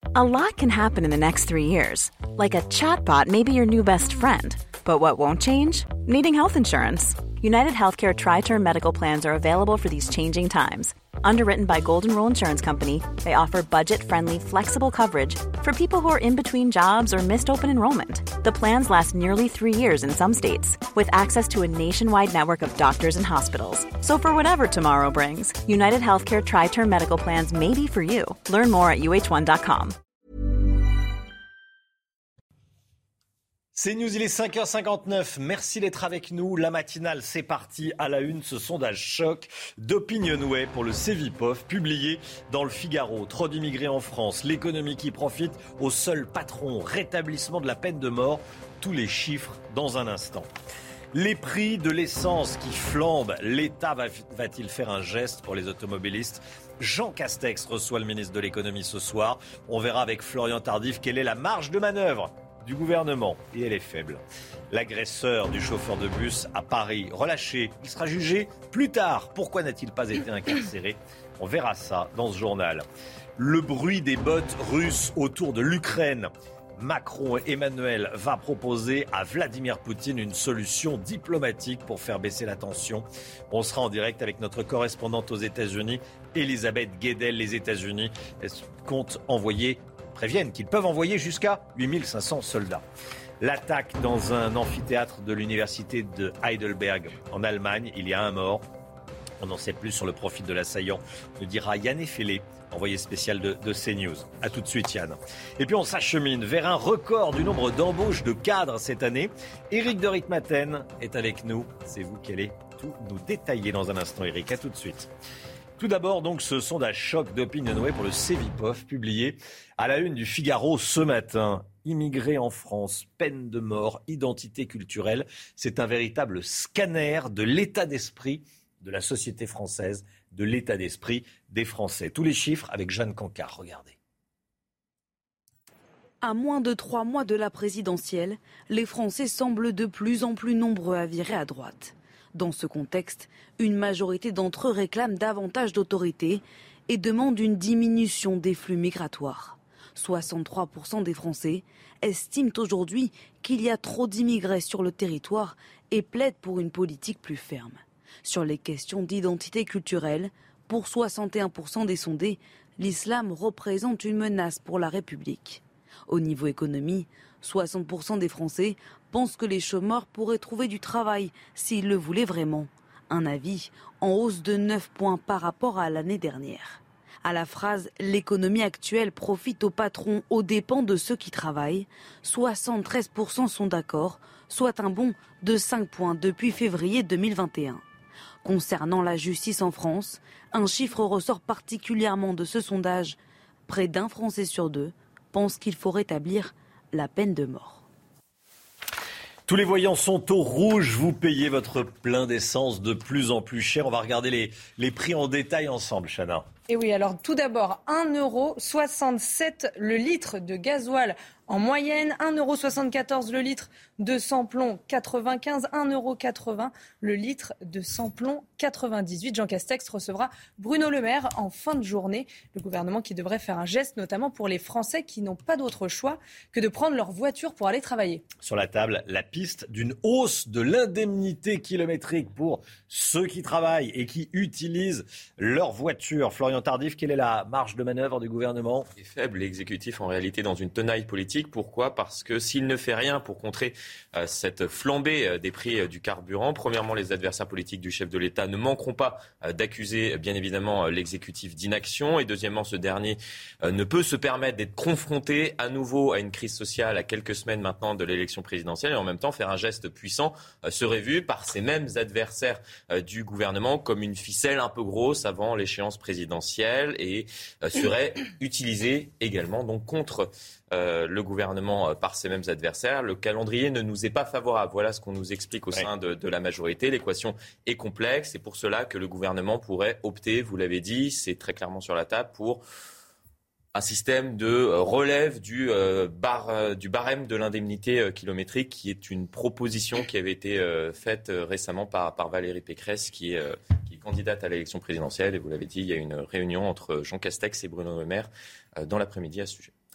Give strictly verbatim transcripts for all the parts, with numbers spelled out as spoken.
A lot can happen in the next three years. Like a chatbot may be your new best friend. But what won't change? Needing health insurance. United Healthcare Tri-Term Medical Plans are available for these changing times. Underwritten by Golden Rule Insurance Company, they offer budget-friendly, flexible coverage for people who are in between jobs or missed open enrollment. The plans last nearly three years in some states, with access to a nationwide network of doctors and hospitals. So for whatever tomorrow brings, United Healthcare Tri-Term Medical Plans may be for you. Learn more at U H one dot com. C'est News, il est cinq heures cinquante-neuf. Merci d'être avec nous. La matinale, c'est parti. À la une, ce sondage choc d'Opinionway pour le Cevipof, publié dans le Figaro. Trop d'immigrés en France, l'économie qui profite au seul patron, rétablissement de la peine de mort. Tous les chiffres dans un instant. Les prix de l'essence qui flambent. L'État va, va-t-il faire un geste pour les automobilistes ? Jean Castex reçoit le ministre de l'économie ce soir. On verra avec Florian Tardif quelle est la marge de manœuvre du gouvernement, et elle est faible. L'agresseur du chauffeur de bus à Paris, relâché, il sera jugé plus tard. Pourquoi n'a-t-il pas été incarcéré ? On verra ça dans ce journal. Le bruit des bottes russes autour de l'Ukraine. Macron et Emmanuel va proposer à Vladimir Poutine une solution diplomatique pour faire baisser la tension. On sera en direct avec notre correspondante aux États-Unis, Elisabeth Guedel. Les États-Unis comptent envoyer préviennent qu'ils peuvent envoyer jusqu'à huit mille cinq cents soldats. L'attaque dans un amphithéâtre de l'université de Heidelberg en Allemagne, il y a un mort. On n'en sait plus sur le profil de l'assaillant, nous dira Yann Effelé, envoyé spécial de, de CNews. A tout de suite Yann. Et puis on s'achemine vers un record du nombre d'embauches de cadres cette année. Éric de Ritmaten est avec nous. C'est vous qui allez tout nous détailler dans un instant, Éric. A tout de suite. Tout d'abord, donc, ce sondage choc d'Opinionway pour le Cevipof, publié à la une du Figaro ce matin. Immigrés en France, peine de mort, identité culturelle. C'est un véritable scanner de l'état d'esprit de la société française, de l'état d'esprit des Français. Tous les chiffres avec Jeanne Cancard. Regardez. À moins de trois mois de la présidentielle, les Français semblent de plus en plus nombreux à virer à droite. Dans ce contexte, une majorité d'entre eux réclament davantage d'autorité et demandent une diminution des flux migratoires. soixante-trois pour cent des Français estiment aujourd'hui qu'il y a trop d'immigrés sur le territoire et plaident pour une politique plus ferme. Sur les questions d'identité culturelle, pour soixante et un pour cent des sondés, l'islam représente une menace pour la République. Au niveau économie, soixante pour cent des Français pensent que les chômeurs pourraient trouver du travail s'ils le voulaient vraiment. Un avis en hausse de neuf points par rapport à l'année dernière. À la phrase « l'économie actuelle profite aux patrons aux dépens de ceux qui travaillent », soixante-treize pour cent sont d'accord, soit un bond de cinq points depuis février deux mille vingt et un. Concernant la justice en France, un chiffre ressort particulièrement de ce sondage. Près d'un Français sur deux pense qu'il faut rétablir la peine de mort. Tous les voyants sont au rouge. Vous payez votre plein d'essence de plus en plus cher. On va regarder les, les prix en détail ensemble, Chana. Et oui, alors tout d'abord, un euro soixante-sept le litre de gasoil en moyenne, un euro soixante-quatorze le litre de sans-plomb quatre-vingt-quinze, un euro quatre-vingts le litre de sans-plomb quatre-vingt-dix-huit. Jean Castex recevra Bruno Le Maire en fin de journée. Le gouvernement qui devrait faire un geste, notamment pour les Français qui n'ont pas d'autre choix que de prendre leur voiture pour aller travailler. Sur la table, la piste d'une hausse de l'indemnité kilométrique pour ceux qui travaillent et qui utilisent leur voiture. Florian Tardif, quelle est la marge de manœuvre du gouvernement ? C'est faible, l'exécutif en réalité dans une tenaille politique. Pourquoi ? Parce que s'il ne fait rien pour contrer euh, cette flambée euh, des prix euh, du carburant, premièrement, les adversaires politiques du chef de l'État ne manqueront pas euh, d'accuser bien évidemment euh, l'exécutif d'inaction. Et deuxièmement, ce dernier euh, ne peut se permettre d'être confronté à nouveau à une crise sociale à quelques semaines maintenant de l'élection présidentielle et en même temps faire un geste puissant euh, serait vu par ces mêmes adversaires euh, du gouvernement comme une ficelle un peu grosse avant l'échéance présidentielle et euh, serait utilisé également donc contre Euh, le gouvernement euh, par ses mêmes adversaires. Le calendrier ne nous est pas favorable. Voilà ce qu'on nous explique au sein de, de la majorité. L'équation est complexe. C'est pour cela que le gouvernement pourrait opter, vous l'avez dit, c'est très clairement sur la table, pour un système de relève du, euh, bar, euh, du barème de l'indemnité euh, kilométrique, qui est une proposition qui avait été euh, faite euh, récemment par, par Valérie Pécresse, qui est, euh, qui est candidate à l'élection présidentielle. Et vous l'avez dit, il y a une réunion entre Jean Castex et Bruno Le Maire euh, dans l'après-midi à ce sujet.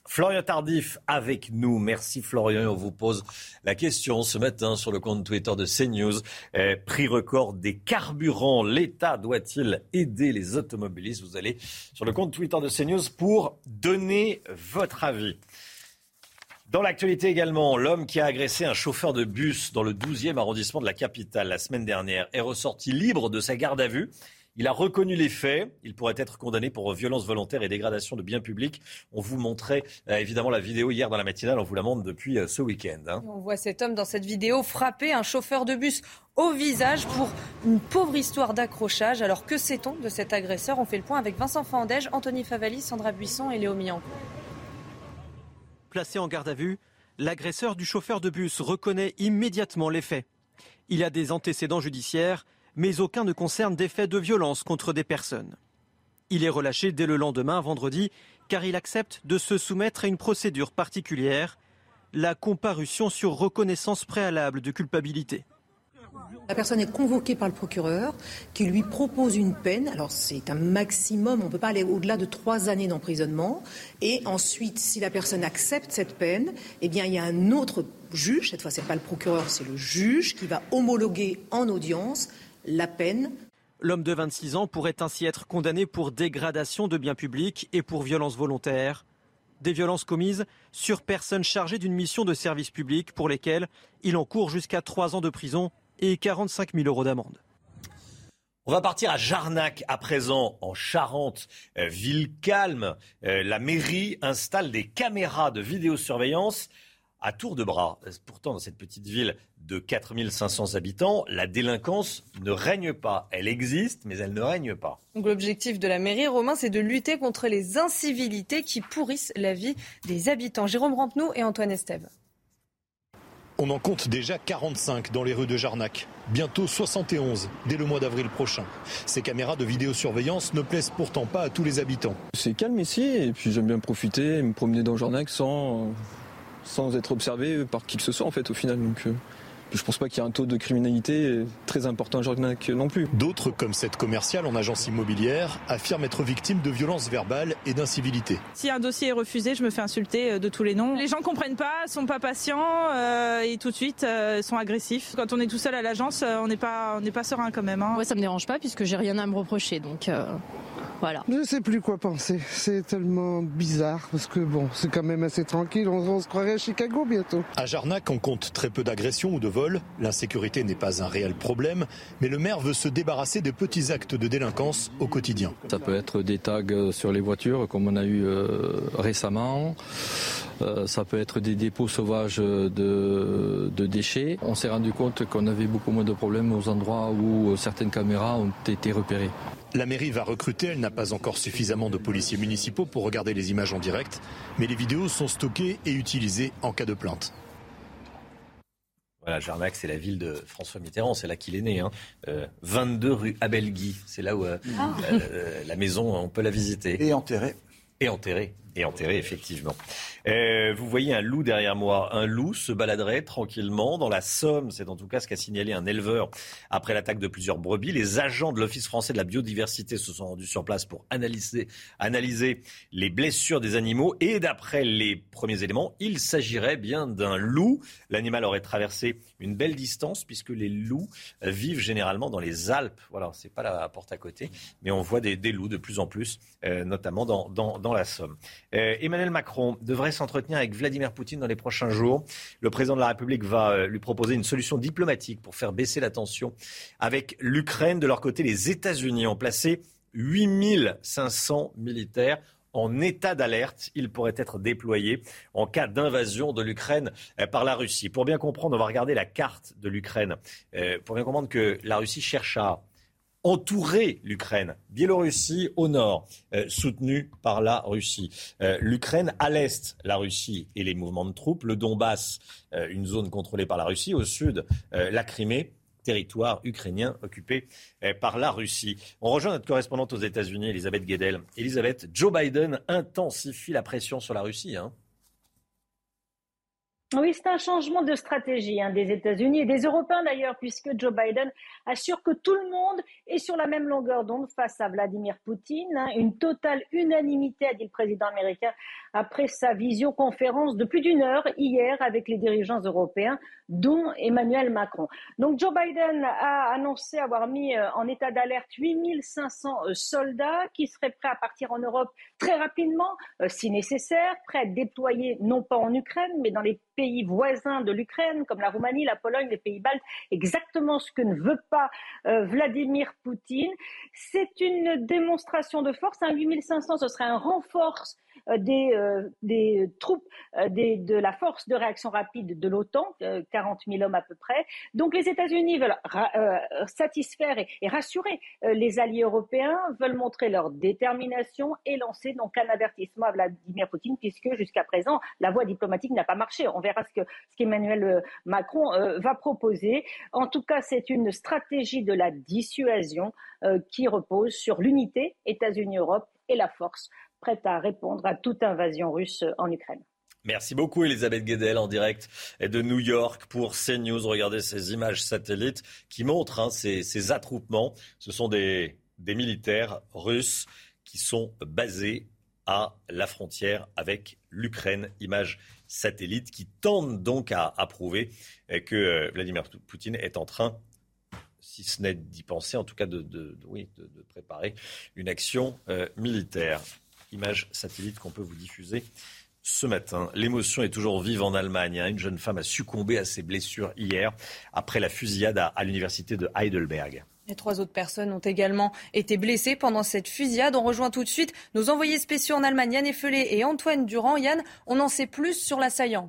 Florian Tardif avec nous. Merci Florian. On vous pose la question ce matin sur le compte Twitter de CNews. Euh, prix record des carburants. L'État doit-il aider les automobilistes ? Vous allez sur le compte Twitter de CNews pour donner votre avis. Dans l'actualité également, l'homme qui a agressé un chauffeur de bus dans le douzième arrondissement de la capitale la semaine dernière est ressorti libre de sa garde à vue. Il a reconnu les faits. Il pourrait être condamné pour violence volontaire et dégradation de biens publics. On vous montrait euh, évidemment la vidéo hier dans la matinale. On vous la montre depuis euh, ce week-end. Hein. On voit cet homme dans cette vidéo frapper un chauffeur de bus au visage pour une pauvre histoire d'accrochage. Alors que sait-on de cet agresseur ? On fait le point avec Vincent Fandège, Anthony Favali, Sandra Buisson et Léo Millancourt. Placé en garde à vue, l'agresseur du chauffeur de bus reconnaît immédiatement les faits. Il a des antécédents judiciaires, mais aucun ne concerne des faits de violence contre des personnes. Il est relâché dès le lendemain, vendredi, car il accepte de se soumettre à une procédure particulière, la comparution sur reconnaissance préalable de culpabilité. La personne est convoquée par le procureur qui lui propose une peine. Alors c'est un maximum, on ne peut pas aller au-delà de trois années d'emprisonnement. Et ensuite, si la personne accepte cette peine, eh bien il y a un autre juge, cette fois ce n'est pas le procureur, c'est le juge qui va homologuer en audience la peine. L'homme de vingt-six ans pourrait ainsi être condamné pour dégradation de biens publics et pour violence volontaire. Des violences commises sur personnes chargées d'une mission de service public pour lesquelles il encourt jusqu'à trois ans de prison et quarante-cinq mille euros d'amende. On va partir à Jarnac à présent, en Charente, euh, ville calme. Euh, la mairie installe des caméras de vidéosurveillance à tour de bras. Pourtant, dans cette petite ville de quatre mille cinq cents habitants, la délinquance ne règne pas. Elle existe, mais elle ne règne pas. Donc, l'objectif de la mairie, Romain, c'est de lutter contre les incivilités qui pourrissent la vie des habitants. Jérôme Rampenou et Antoine Estève. On en compte déjà quarante-cinq dans les rues de Jarnac. Bientôt soixante et onze dès le mois d'avril prochain. Ces caméras de vidéosurveillance ne plaisent pourtant pas à tous les habitants. C'est calme ici et puis j'aime bien profiter et me promener dans Jarnac sans, sans être observé par qui que ce soit en fait au final. Donc, euh... je ne pense pas qu'il y ait un taux de criminalité très important à Jarnac non plus. D'autres, comme cette commerciale en agence immobilière, affirment être victimes de violences verbales et d'incivilité. Si un dossier est refusé, je me fais insulter de tous les noms. Les gens ne comprennent pas, ne sont pas patients euh, et tout de suite euh, sont agressifs. Quand on est tout seul à l'agence, on n'est pas, on n'est pas serein quand même. Hein. Ouais, ça ne me dérange pas puisque j'ai rien à me reprocher. Donc euh, voilà. Je ne sais plus quoi penser. C'est tellement bizarre parce que bon, c'est quand même assez tranquille. On, on se croirait à Chicago bientôt. À Jarnac, on compte très peu d'agressions ou de vols. L'insécurité n'est pas un réel problème, mais le maire veut se débarrasser des petits actes de délinquance au quotidien. Ça peut être des tags sur les voitures, comme on a eu euh, récemment. Euh, ça peut être des dépôts sauvages de, de déchets. On s'est rendu compte qu'on avait beaucoup moins de problèmes aux endroits où certaines caméras ont été repérées. La mairie va recruter, elle n'a pas encore suffisamment de policiers municipaux pour regarder les images en direct, mais les vidéos sont stockées et utilisées en cas de plainte. Voilà, Jarnac, c'est la ville de François Mitterrand, c'est là qu'il est né. Hein. Euh, vingt-deux rue Abel Guy, c'est là où euh, ah. euh, la maison, on peut la visiter. Et enterré. Et enterré. Et enterré, effectivement. Euh, vous voyez un loup derrière moi. Un loup se baladerait tranquillement dans la Somme. C'est en tout cas ce qu'a signalé un éleveur après l'attaque de plusieurs brebis. Les agents de l'Office français de la biodiversité se sont rendus sur place pour analyser, analyser les blessures des animaux. Et d'après les premiers éléments, il s'agirait bien d'un loup. L'animal aurait traversé une belle distance puisque les loups vivent généralement dans les Alpes. Voilà, c'est pas la porte à côté, mais on voit des, des loups de plus en plus, euh, notamment dans, dans, dans la Somme. Euh, Emmanuel Macron devrait s'entretenir avec Vladimir Poutine dans les prochains jours. Le président de la République va euh, lui proposer une solution diplomatique pour faire baisser la tension avec l'Ukraine. De leur côté, les États-Unis ont placé huit mille cinq cents militaires en état d'alerte. Ils pourraient être déployés en cas d'invasion de l'Ukraine euh, par la Russie. Pour bien comprendre, on va regarder la carte de l'Ukraine. Euh, pour bien comprendre que la Russie cherche à entourer l'Ukraine. Biélorussie au nord, euh, soutenue par la Russie. Euh, L'Ukraine à l'est, la Russie et les mouvements de troupes. Le Donbass, euh, une zone contrôlée par la Russie. Au sud, euh, la Crimée, territoire ukrainien occupé euh, par la Russie. On rejoint notre correspondante aux États-Unis, Elisabeth Guedel. Elisabeth, Joe Biden intensifie la pression sur la Russie, hein. Oui, c'est un changement de stratégie hein, des États-Unis et des Européens d'ailleurs, puisque Joe Biden assure que tout le monde est sur la même longueur d'onde face à Vladimir Poutine. Hein. Une totale unanimité, a dit le président américain, après sa visioconférence de plus d'une heure hier avec les dirigeants européens, dont Emmanuel Macron. Donc Joe Biden a annoncé avoir mis en état d'alerte huit mille cinq cents soldats qui seraient prêts à partir en Europe très rapidement, euh, si nécessaire, prêts à être déployés non pas en Ukraine, mais dans les pays voisins de l'Ukraine, comme la Roumanie, la Pologne, les pays baltes, exactement ce que ne veut pas euh, Vladimir Poutine. C'est une démonstration de force. Hein, huit mille cinq cents, ce serait un renfort euh, des, euh, des troupes euh, des, de la force de réaction rapide de l'OTAN, euh, quarante mille hommes à peu près. Donc les États-Unis veulent ra- euh, satisfaire et, et rassurer euh, les alliés européens, veulent montrer leur détermination et lancer donc un avertissement à Vladimir Poutine, puisque jusqu'à présent, la voie diplomatique n'a pas marché. On verra ce que ce qu'Emmanuel Macron euh, va proposer. En tout cas, c'est une stratégie de la dissuasion euh, qui repose sur l'unité États-Unis-Europe et la force prête à répondre à toute invasion russe en Ukraine. Merci beaucoup Elisabeth Guedel en direct de New York pour CNews. Regardez ces images satellites qui montrent hein, ces, ces attroupements. Ce sont des, des militaires russes qui sont basés à la frontière avec l'Ukraine. Images satellites qui tentent donc à, à prouver que Vladimir Poutine est en train, si ce n'est d'y penser, en tout cas de, de, de, oui, de, de préparer une action euh, militaire. Images satellites qu'on peut vous diffuser ce matin. L'émotion est toujours vive en Allemagne. Une jeune femme a succombé à ses blessures hier après la fusillade à, à l'université de Heidelberg. Et trois autres personnes ont également été blessées pendant cette fusillade. On rejoint tout de suite nos envoyés spéciaux en Allemagne, Yann Effelé et Antoine Durand. Yann, on en sait plus sur l'assaillant.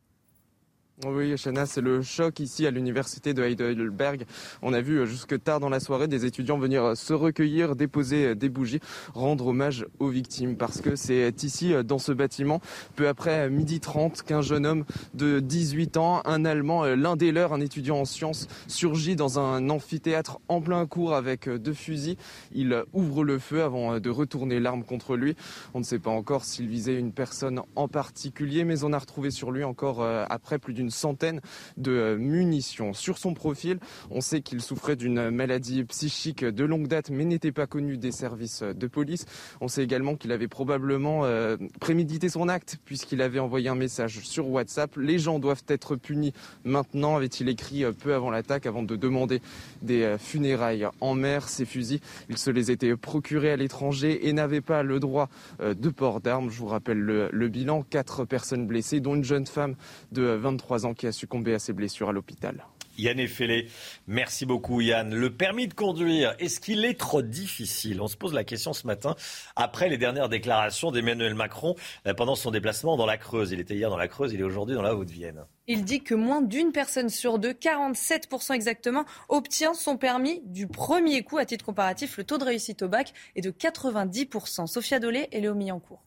Oui, Chana, c'est le choc ici à l'université de Heidelberg. On a vu jusque tard dans la soirée des étudiants venir se recueillir, déposer des bougies, rendre hommage aux victimes. Parce que c'est ici, dans ce bâtiment, peu après midi trente, qu'un jeune homme de dix-huit ans, un Allemand, l'un des leurs, un étudiant en sciences, surgit dans un amphithéâtre en plein cours avec deux fusils. Il ouvre le feu avant de retourner l'arme contre lui. On ne sait pas encore s'il visait une personne en particulier, mais on a retrouvé sur lui encore après plus d'une centaine de munitions. Sur son profil, on sait qu'il souffrait d'une maladie psychique de longue date, mais n'était pas connu des services de police. On sait également qu'il avait probablement euh, prémédité son acte, puisqu'il avait envoyé un message sur WhatsApp. Les gens doivent être punis maintenant, avait-il écrit peu avant l'attaque, avant de demander des funérailles en mer. Ces fusils, il se les était procurés à l'étranger et n'avait pas le droit de port d'armes. Je vous rappelle le, le bilan, quatre personnes blessées, dont une jeune femme de vingt-trois ans qui a succombé à ses blessures à l'hôpital. Yann Effelé, merci beaucoup Yann. Le permis de conduire, est-ce qu'il est trop difficile ? On se pose la question ce matin après les dernières déclarations d'Emmanuel Macron pendant son déplacement dans la Creuse. Il était hier dans la Creuse, il est aujourd'hui dans la Haute-Vienne. Il dit que moins d'une personne sur deux, quarante-sept pour cent exactement, obtient son permis du premier coup. À titre comparatif, le taux de réussite au bac est de quatre-vingt-dix pour cent. Sophia Dolé et Léo Millancourt.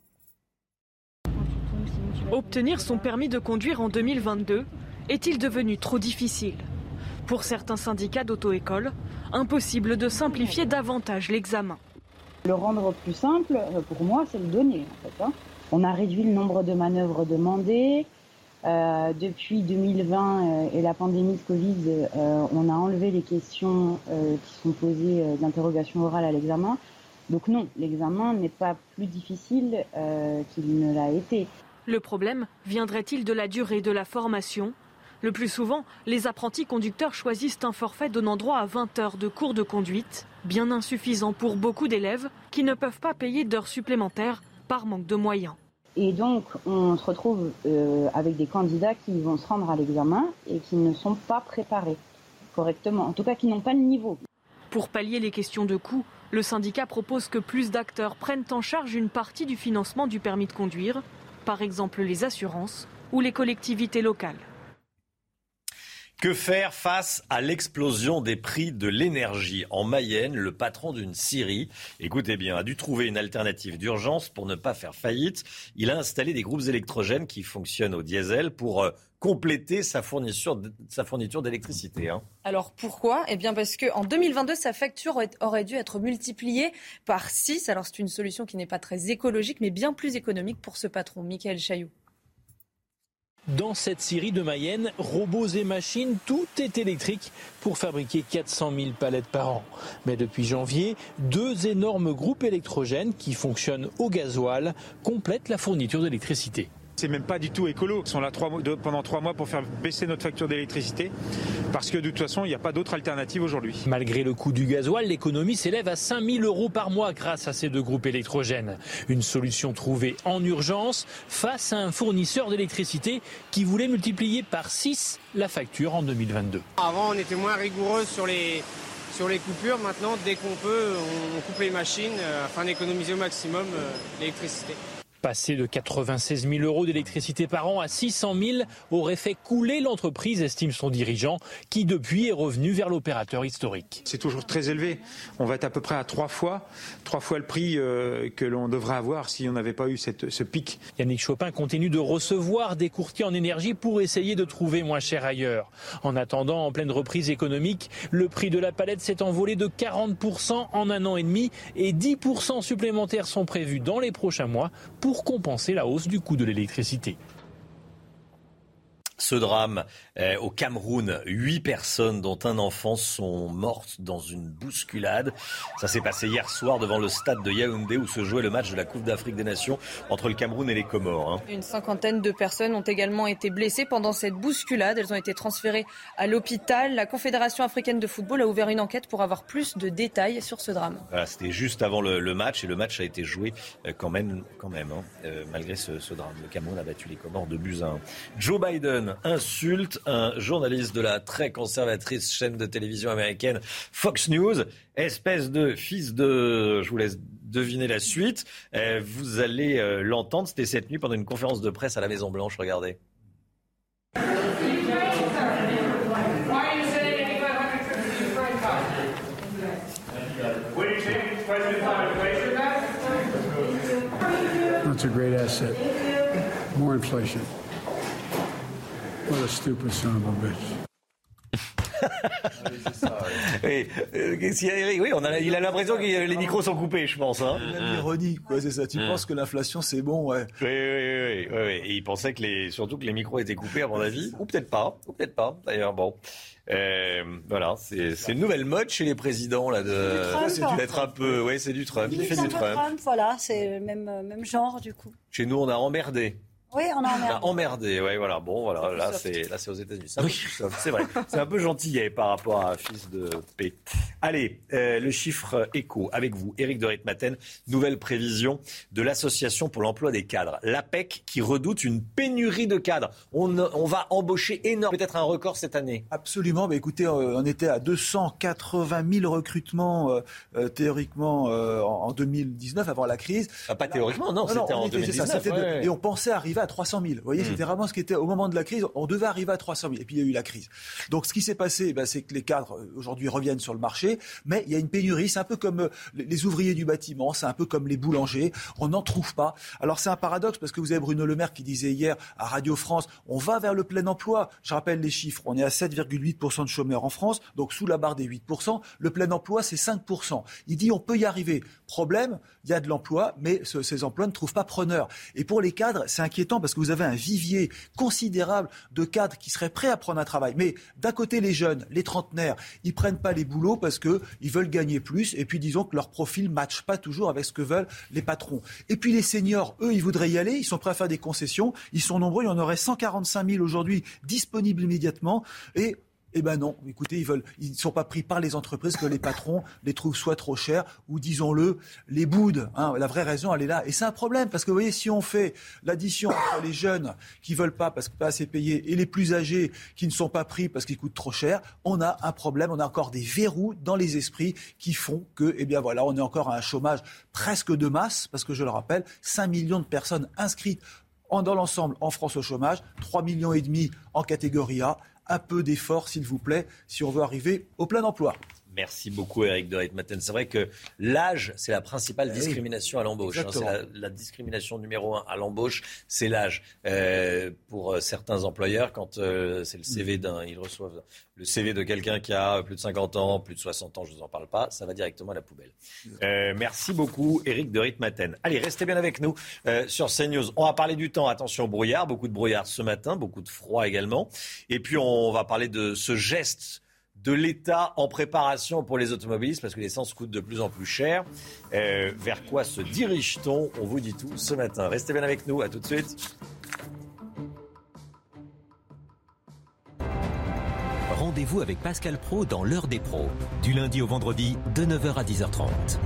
Obtenir son permis de conduire en deux mille vingt-deux est-il devenu trop difficile ? Pour certains syndicats d'auto-école, impossible de simplifier davantage l'examen. Le rendre plus simple, pour moi, c'est le donner en fait. Hein. On a réduit le nombre de manœuvres demandées. Euh, depuis deux mille vingt euh, et la pandémie de Covid, euh, on a enlevé les questions euh, qui sont posées euh, d'interrogation orale à l'examen. Donc non, l'examen n'est pas plus difficile euh, qu'il ne l'a été. Le problème viendrait-il de la durée de la formation ? Le plus souvent, les apprentis conducteurs choisissent un forfait donnant droit à vingt heures de cours de conduite, bien insuffisant pour beaucoup d'élèves qui ne peuvent pas payer d'heures supplémentaires par manque de moyens. Et donc, on se retrouve euh, avec des candidats qui vont se rendre à l'examen et qui ne sont pas préparés correctement, en tout cas qui n'ont pas le niveau. Pour pallier les questions de coût, le syndicat propose que plus d'acteurs prennent en charge une partie du financement du permis de conduire, par exemple les assurances ou les collectivités locales. Que faire face à l'explosion des prix de l'énergie ? En Mayenne, le patron d'une scierie, écoutez bien, a dû trouver une alternative d'urgence pour ne pas faire faillite. Il a installé des groupes électrogènes qui fonctionnent au diesel pour compléter sa fourniture, sa fourniture d'électricité. Hein. Alors pourquoi ? Eh bien parce qu'en deux mille vingt-deux, sa facture aurait dû être multipliée par six. Alors c'est une solution qui n'est pas très écologique, mais bien plus économique pour ce patron, Michael Chailloux. Dans cette scierie de Mayenne, robots et machines, tout est électrique pour fabriquer quatre cent mille palettes par an. Mais depuis janvier, deux énormes groupes électrogènes qui fonctionnent au gasoil complètent la fourniture d'électricité. C'est même pas du tout écolo. Ils sont là trois mois, de, pendant trois mois pour faire baisser notre facture d'électricité parce que de toute façon, il n'y a pas d'autre alternative aujourd'hui. Malgré le coût du gasoil, l'économie s'élève à cinq mille euros par mois grâce à ces deux groupes électrogènes. Une solution trouvée en urgence face à un fournisseur d'électricité qui voulait multiplier par six la facture en deux mille vingt-deux. Avant, on était moins rigoureux sur les, sur les coupures. Maintenant, dès qu'on peut, on coupe les machines afin d'économiser au maximum l'électricité. Passer de quatre-vingt-seize mille euros d'électricité par an à six cent mille aurait fait couler l'entreprise, estime son dirigeant, qui depuis est revenu vers l'opérateur historique. C'est toujours très élevé. On va être à peu près à trois fois, trois fois le prix euh, que l'on devrait avoir si on n'avait pas eu cette, ce pic. Yannick Chopin continue de recevoir des courtiers en énergie pour essayer de trouver moins cher ailleurs. En attendant, en pleine reprise économique, le prix de la palette s'est envolé de quarante pour cent en un an et demi et dix pour cent supplémentaires sont prévus dans les prochains mois pour pour compenser la hausse du coût de l'électricité. Ce drame euh, au Cameroun, huit personnes dont un enfant sont mortes dans une bousculade. Ça s'est passé hier soir devant le stade de Yaoundé où se jouait le match de la Coupe d'Afrique des Nations entre le Cameroun et les Comores. Hein. Une cinquantaine de personnes ont également été blessées pendant cette bousculade. Elles ont été transférées à l'hôpital. La Confédération africaine de football a ouvert une enquête pour avoir plus de détails sur ce drame. Voilà, c'était juste avant le, le match et le match a été joué euh, quand même, quand même hein, euh, malgré ce, ce drame. Le Cameroun a battu les Comores de buts à un. Joe Biden insulte un journaliste de la très conservatrice chaîne de télévision américaine Fox News, espèce de fils de... Je vous laisse deviner la suite. Euh, vous allez euh, l'entendre, c'était cette nuit pendant une conférence de presse à la Maison Blanche, regardez. That's a great asset. More inflation. What a stupid son of a bitch. oui, euh, oui, on a, il a l'impression que les micros sont coupés, je pense. Hein. Même l'ironie, quoi, c'est ça. Tu mmh. penses que l'inflation, c'est bon, ouais. Oui, oui, oui, oui, oui. Et il pensait que les, surtout que les micros étaient coupés, à mon avis, ou peut-être pas, ou peut-être pas. D'ailleurs, bon. Euh, voilà, c'est, c'est une nouvelle mode chez les présidents là de c'est du d'être un peu, ouais, c'est du Trump. Il fait du Trump. Trump. Voilà, c'est le même même genre du coup. Chez nous, on a emmerdé. Oui, on a emmerdé. On a emmerdé, ouais, voilà. Bon, voilà, là c'est, là c'est aux États-Unis. C'est, un peu plus soft, c'est vrai. C'est un peu gentillet par rapport à un fils de paix. Allez, euh, le chiffre éco avec vous, Éric de Ritmaten. Nouvelle prévision de l'Association pour l'emploi des cadres, l'A P E C, qui redoute une pénurie de cadres. On, on va embaucher énormément, peut-être un record cette année. Absolument. Mais écoutez, on était à deux cent quatre-vingt mille recrutements euh, euh, théoriquement euh, en deux mille dix-neuf avant la crise. Ah, pas théoriquement, non, non c'était non, en était, deux mille dix-neuf. Ça, c'était ouais. de, et on pensait arriver à trois cent mille. Vous voyez, mmh. c'était vraiment ce qui était au moment de la crise. On devait arriver à trois cent mille. Et puis il y a eu la crise. Donc ce qui s'est passé, ben, c'est que les cadres aujourd'hui reviennent sur le marché, mais il y a une pénurie. C'est un peu comme les ouvriers du bâtiment, c'est un peu comme les boulangers. On n'en trouve pas. Alors c'est un paradoxe parce que vous avez Bruno Le Maire qui disait hier à Radio France, on va vers le plein emploi. Je rappelle les chiffres. On est à sept virgule huit pour cent de chômeurs en France, donc sous la barre des huit pour cent. Le plein emploi, c'est cinq pour cent. Il dit on peut y arriver. Problème, il y a de l'emploi, mais ce, ces emplois ne trouvent pas preneur. Et pour les cadres, c'est inquiétant parce que vous avez un vivier considérable de cadres qui seraient prêts à prendre un travail. Mais d'un côté, les jeunes, les trentenaires, ils prennent pas les boulots parce que ils veulent gagner plus. Et puis disons que leur profil ne matche pas toujours avec ce que veulent les patrons. Et puis les seniors, eux, ils voudraient y aller. Ils sont prêts à faire des concessions. Ils sont nombreux. Il y en aurait cent quarante-cinq mille aujourd'hui disponibles immédiatement. Et Eh ben non, écoutez, ils veulent, ils ne sont pas pris par les entreprises que les patrons les trouvent soit trop chers ou, disons-le, les boudent. Hein, la vraie raison, elle est là. Et c'est un problème parce que, vous voyez, si on fait l'addition entre les jeunes qui veulent pas parce que pas assez payés et les plus âgés qui ne sont pas pris parce qu'ils coûtent trop cher, on a un problème. On a encore des verrous dans les esprits qui font que, eh bien voilà, on est encore à un chômage presque de masse parce que, je le rappelle, cinq millions de personnes inscrites en, dans l'ensemble en France au chômage, trois millions et demi en catégorie A. Un peu d'effort, s'il vous plaît, si on veut arriver au plein emploi. Merci beaucoup Éric de Ritmaten. C'est vrai que l'âge, c'est la principale oui. discrimination à l'embauche. Hein. C'est la, la discrimination numéro un à l'embauche, c'est l'âge. Euh, pour certains employeurs, quand euh, c'est le C V d'un, ils reçoivent le C V de quelqu'un qui a plus de cinquante ans, plus de soixante ans, je ne vous en parle pas, ça va directement à la poubelle. Euh, merci beaucoup Éric de Ritmaten. Allez, restez bien avec nous euh, sur CNews. On va parler du temps. Attention, brouillard, beaucoup de brouillard ce matin, beaucoup de froid également. Et puis on va parler de ce geste de l'État en préparation pour les automobilistes, parce que l'essence coûte de plus en plus cher. Euh, vers quoi se dirige-t-on ? On vous dit tout ce matin. Restez bien avec nous, à tout de suite. Rendez-vous avec Pascal Praud dans l'heure des pros, du lundi au vendredi de neuf heures à dix heures trente.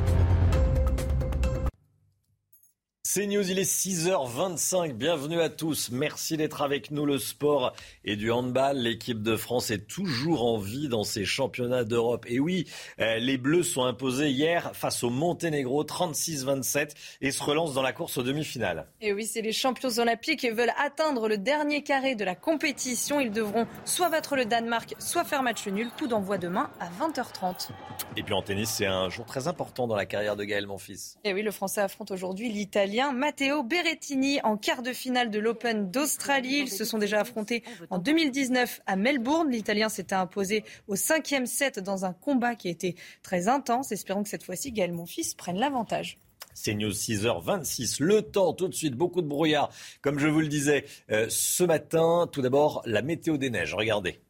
CNews, il est six heures vingt-cinq. Bienvenue à tous. Merci d'être avec nous. Le sport et du handball. L'équipe de France est toujours en vie dans ces championnats d'Europe. Et oui, euh, les Bleus sont imposés hier face au Monténégro trente-six vingt-sept et se relancent dans la course aux demi-finales. Et oui, c'est les champions olympiques qui veulent atteindre le dernier carré de la compétition. Ils devront soit battre le Danemark, soit faire match nul. Coup d'envoi demain à vingt heures trente. Et puis en tennis, c'est un jour très important dans la carrière de Gaël Monfils. Et oui, le Français affronte aujourd'hui l'Italien Matteo Berrettini en quart de finale de l'Open d'Australie. Ils se sont déjà affrontés en deux mille dix-neuf à Melbourne. L'Italien s'était imposé au cinquième set dans un combat qui a été très intense. Espérons que cette fois-ci, Gaël Monfils prenne l'avantage. C'est News six heures vingt-six. Le temps, tout de suite, beaucoup de brouillard. Comme je vous le disais, euh, ce matin, tout d'abord, la météo des neiges. Regardez.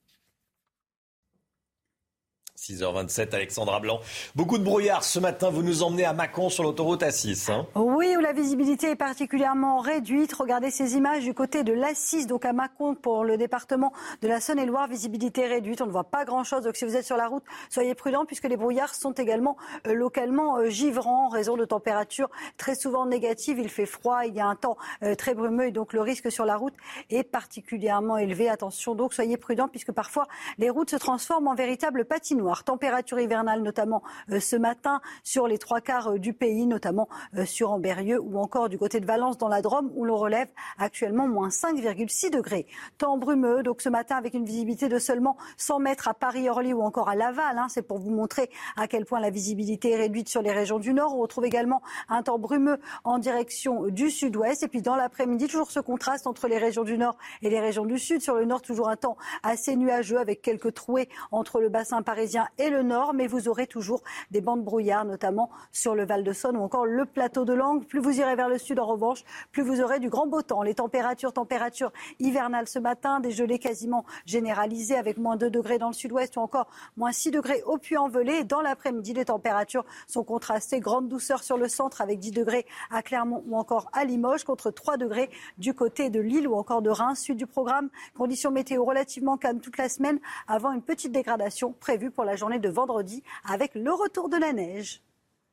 six heures vingt-sept, Alexandra Blanc. Beaucoup de brouillard ce matin. Vous nous emmenez à Mâcon sur l'autoroute A six. Hein. Oui, où la visibilité est particulièrement réduite. Regardez ces images du côté de l'A six, donc à Mâcon pour le département de la Saône-et-Loire. Visibilité réduite, on ne voit pas grand-chose. Donc si vous êtes sur la route, soyez prudents puisque les brouillards sont également euh, localement euh, givrants en raison de températures très souvent négatives. Il fait froid, il y a un temps euh, très brumeux et donc le risque sur la route est particulièrement élevé. Attention donc, soyez prudents puisque parfois les routes se transforment en véritable patinoire. Température hivernale notamment euh, ce matin sur les trois quarts euh, du pays, notamment euh, sur Ambérieu ou encore du côté de Valence dans la Drôme où l'on relève actuellement moins cinq virgule six degrés. Temps brumeux donc ce matin avec une visibilité de seulement cent mètres à Paris-Orly ou encore à Laval. Hein, c'est pour vous montrer à quel point la visibilité est réduite sur les régions du Nord. On retrouve également un temps brumeux en direction du Sud-Ouest et puis dans l'après-midi toujours ce contraste entre les régions du Nord et les régions du Sud. Sur le Nord toujours un temps assez nuageux avec quelques trouées entre le bassin parisien et le Nord, mais vous aurez toujours des bandes brouillard, notamment sur le Val-de-Saône ou encore le plateau de Langres. Plus vous irez vers le sud, en revanche, plus vous aurez du grand beau temps. Les températures, températures hivernales ce matin, des gelées quasiment généralisées avec moins deux degrés dans le sud-ouest ou encore moins six degrés au Puy-en-Velay. Dans l'après-midi, les températures sont contrastées. Grande douceur sur le centre avec dix degrés à Clermont ou encore à Limoges contre trois degrés du côté de Lille ou encore de Reims. Suite du programme, conditions météo relativement calmes toute la semaine avant une petite dégradation prévue pour la journée de vendredi avec le retour de la neige.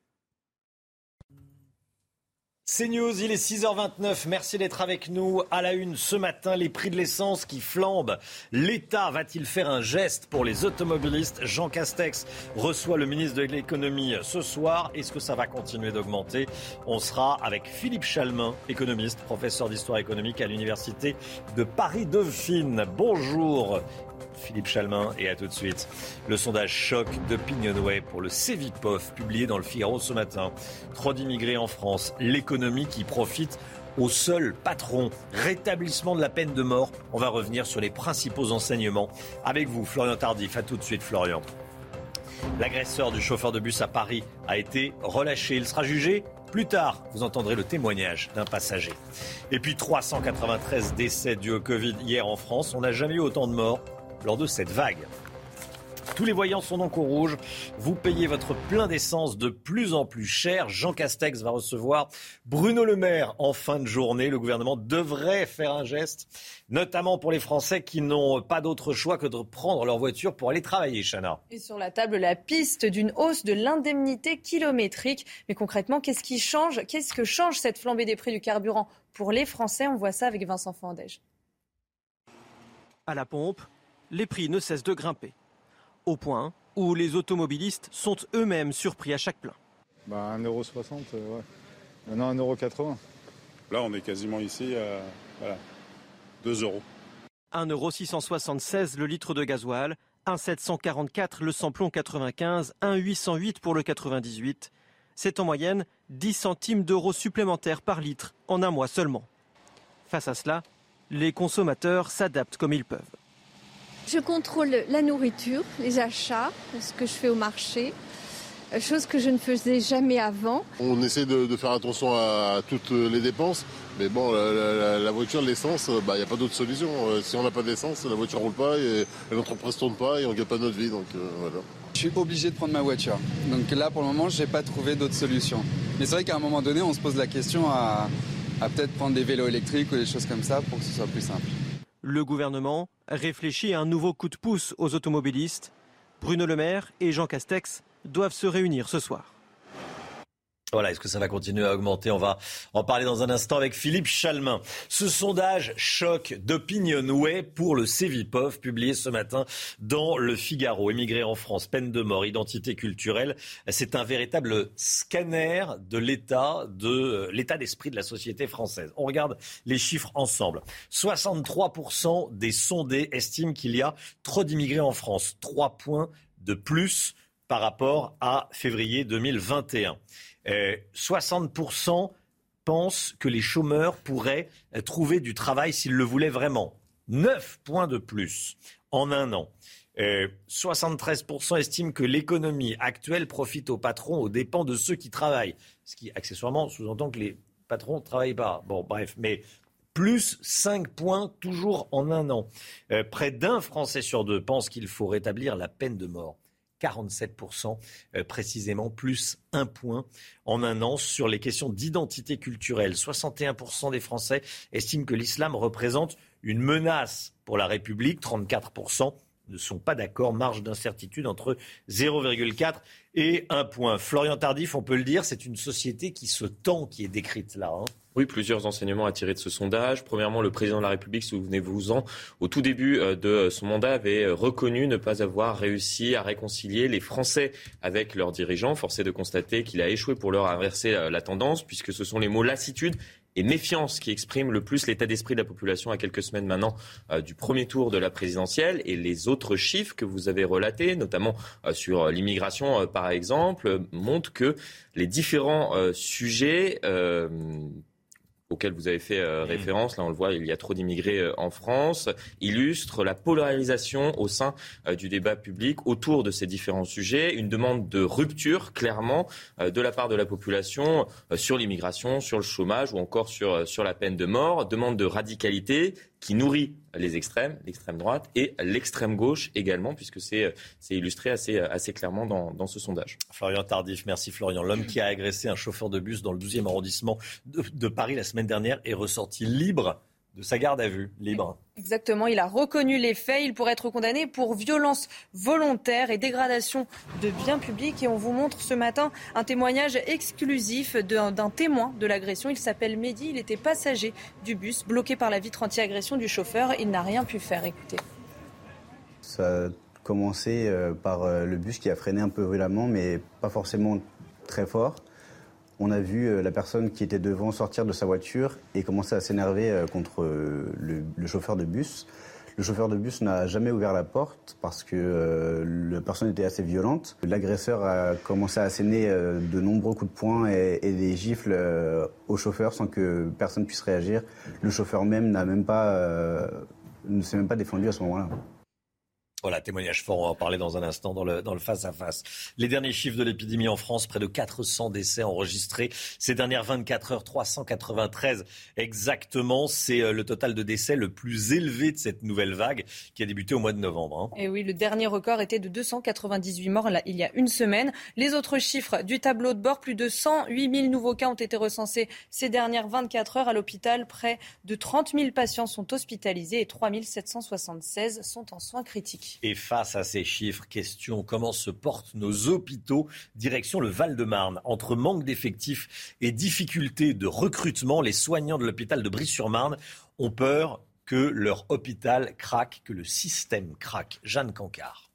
CNews, il est six heures vingt-neuf. Merci d'être avec nous. À la une ce matin, les prix de l'essence qui flambent. L'État va-t-il faire un geste pour les automobilistes ? Jean Castex reçoit le ministre de l'économie ce soir. Est-ce que ça va continuer d'augmenter ? On sera avec Philippe Chalmin, économiste, professeur d'histoire économique à l'université de Paris-Dauphine. Bonjour Philippe Chalmin et à tout de suite. Le sondage choc d'Opinionway pour le Cevipof publié dans le Figaro ce matin. Trop d'immigrés en France, l'économie qui profite au seul patron. Rétablissement de la peine de mort. On va revenir sur les principaux enseignements. Avec vous, Florian Tardif. À tout de suite, Florian. L'agresseur du chauffeur de bus à Paris a été relâché. Il sera jugé plus tard. Vous entendrez le témoignage d'un passager. Et puis trois cent quatre-vingt-treize décès dus au Covid hier en France. On n'a jamais eu autant de morts lors de cette vague. Tous les voyants sont donc au rouge. Vous payez votre plein d'essence de plus en plus cher. Jean Castex va recevoir Bruno Le Maire en fin de journée. Le gouvernement devrait faire un geste, notamment pour les Français qui n'ont pas d'autre choix que de prendre leur voiture pour aller travailler, Chana. Et sur la table, la piste d'une hausse de l'indemnité kilométrique. Mais concrètement, qu'est-ce qui change ? Qu'est-ce que change cette flambée des prix du carburant pour les Français ? On voit ça avec Vincent Fandège. À la pompe, les prix ne cessent de grimper. Au point où les automobilistes sont eux-mêmes surpris à chaque plein. Bah, un euro soixante, euh, ouais. Maintenant un euro quatre-vingts. Là, on est quasiment ici à voilà, deux euros. un euro six cent soixante-seize le litre de gasoil, un sept cent quarante-quatre le samplon quatre-vingt-quinze, un huit cent huit pour le quatre-vingt-dix-huit. C'est en moyenne dix centimes d'euros supplémentaires par litre en un mois seulement. Face à cela, les consommateurs s'adaptent comme ils peuvent. Je contrôle la nourriture, les achats, ce que je fais au marché, chose que je ne faisais jamais avant. On essaie de, de faire attention à toutes les dépenses, mais bon, la, la, la voiture, l'essence, il bah, n'y a pas d'autre solution. Si on n'a pas d'essence, la voiture ne roule pas, et, et l'entreprise ne tourne pas et on ne gagne pas notre vie. Donc, euh, voilà. Je suis obligé de prendre ma voiture. Donc là, pour le moment, je n'ai pas trouvé d'autre solution. Mais c'est vrai qu'à un moment donné, on se pose la question à, à peut-être prendre des vélos électriques ou des choses comme ça pour que ce soit plus simple. Le gouvernement réfléchit à un nouveau coup de pouce aux automobilistes. Bruno Le Maire et Jean Castex doivent se réunir ce soir. Voilà, est-ce que ça va continuer à augmenter ? On va en parler dans un instant avec Philippe Chalmin. Ce sondage choc d'Opinionway pour le Cevipof, publié ce matin dans Le Figaro. Émigré en France, peine de mort, identité culturelle. C'est un véritable scanner de l'état, de l'état d'esprit de la société française. On regarde les chiffres ensemble. soixante-trois pour cent des sondés estiment qu'il y a trop d'immigrés en France. Trois points de plus par rapport à février deux mille vingt et un. Euh, soixante pour cent pensent que les chômeurs pourraient euh, trouver du travail s'ils le voulaient vraiment. neuf points de plus en un an. Euh, soixante-treize pour cent estiment que l'économie actuelle profite aux patrons aux dépens de ceux qui travaillent. Ce qui, accessoirement, sous-entend que les patrons ne travaillent pas. Bon, bref, mais plus cinq points toujours en un an. Euh, près d'un Français sur deux pense qu'il faut rétablir la peine de mort. quarante-sept pour cent euh, précisément, plus un point en un an. Sur les questions d'identité culturelle, soixante et un pour cent des Français estiment que l'islam représente une menace pour la République. trente-quatre pour cent ne sont pas d'accord. Marge d'incertitude entre zéro virgule quatre et un point. Florian Tardif, on peut le dire, c'est une société qui se tend, qui est décrite là. Hein. Oui, plusieurs enseignements à tirer de ce sondage. Premièrement, le président de la République, souvenez-vous-en, au tout début de son mandat, avait reconnu ne pas avoir réussi à réconcilier les Français avec leurs dirigeants. Force est de constater qu'il a échoué pour leur inverser la tendance, puisque ce sont les mots lassitude et méfiance qui expriment le plus l'état d'esprit de la population à quelques semaines maintenant euh, du premier tour de la présidentielle. Et les autres chiffres que vous avez relatés, notamment euh, sur l'immigration euh, par exemple, euh, montrent que les différents euh, sujets euh, auquel vous avez fait euh, référence, là on le voit, il y a trop d'immigrés euh, en France, illustre la polarisation au sein euh, du débat public autour de ces différents sujets, une demande de rupture clairement euh, de la part de la population euh, sur l'immigration, sur le chômage ou encore sur, euh, sur la peine de mort, demande de radicalité qui nourrit les extrêmes, l'extrême droite et l'extrême gauche également, puisque c'est, c'est illustré assez, assez clairement dans, dans ce sondage. Florian Tardif, merci Florian. L'homme qui a agressé un chauffeur de bus dans le douzième arrondissement de, de Paris la semaine dernière est ressorti libre de sa garde à vue. Libre. Exactement, il a reconnu les faits. Il pourrait être condamné pour violence volontaire et dégradation de biens publics. Et on vous montre ce matin un témoignage exclusif d'un, d'un témoin de l'agression. Il s'appelle Mehdi, il était passager du bus, bloqué par la vitre anti-agression du chauffeur. Il n'a rien pu faire. Écoutez. Ça a commencé par le bus qui a freiné un peu violemment, mais pas forcément très fort. On a vu la personne qui était devant sortir de sa voiture et commencer à s'énerver contre le, le chauffeur de bus. Le chauffeur de bus n'a jamais ouvert la porte parce que euh, la personne était assez violente. L'agresseur a commencé à asséner euh, de nombreux coups de poing et, et des gifles euh, au chauffeur sans que personne puisse réagir. Le chauffeur même n'a même pas, euh, ne s'est même pas défendu à ce moment-là. Voilà, témoignage fort, on va en parler dans un instant dans le, dans le face-à-face. Les derniers chiffres de l'épidémie en France, près de quatre cents décès enregistrés ces dernières vingt-quatre heures, trois cent quatre-vingt-treize exactement. C'est le total de décès le plus élevé de cette nouvelle vague qui a débuté au mois de novembre. Hein. Et oui, le dernier record était de deux cent quatre-vingt-dix-huit morts là, il y a une semaine. Les autres chiffres du tableau de bord, plus de cent huit mille nouveaux cas ont été recensés ces dernières vingt-quatre heures à l'hôpital. Près de trente mille patients sont hospitalisés et trois mille sept cent soixante-seize sont en soins critiques. Et face à ces chiffres, question, comment se portent nos hôpitaux ? Direction le Val-de-Marne. Entre manque d'effectifs et difficultés de recrutement, les soignants de l'hôpital de Brie-sur-Marne ont peur que leur hôpital craque, que le système craque. Jeanne Cancard.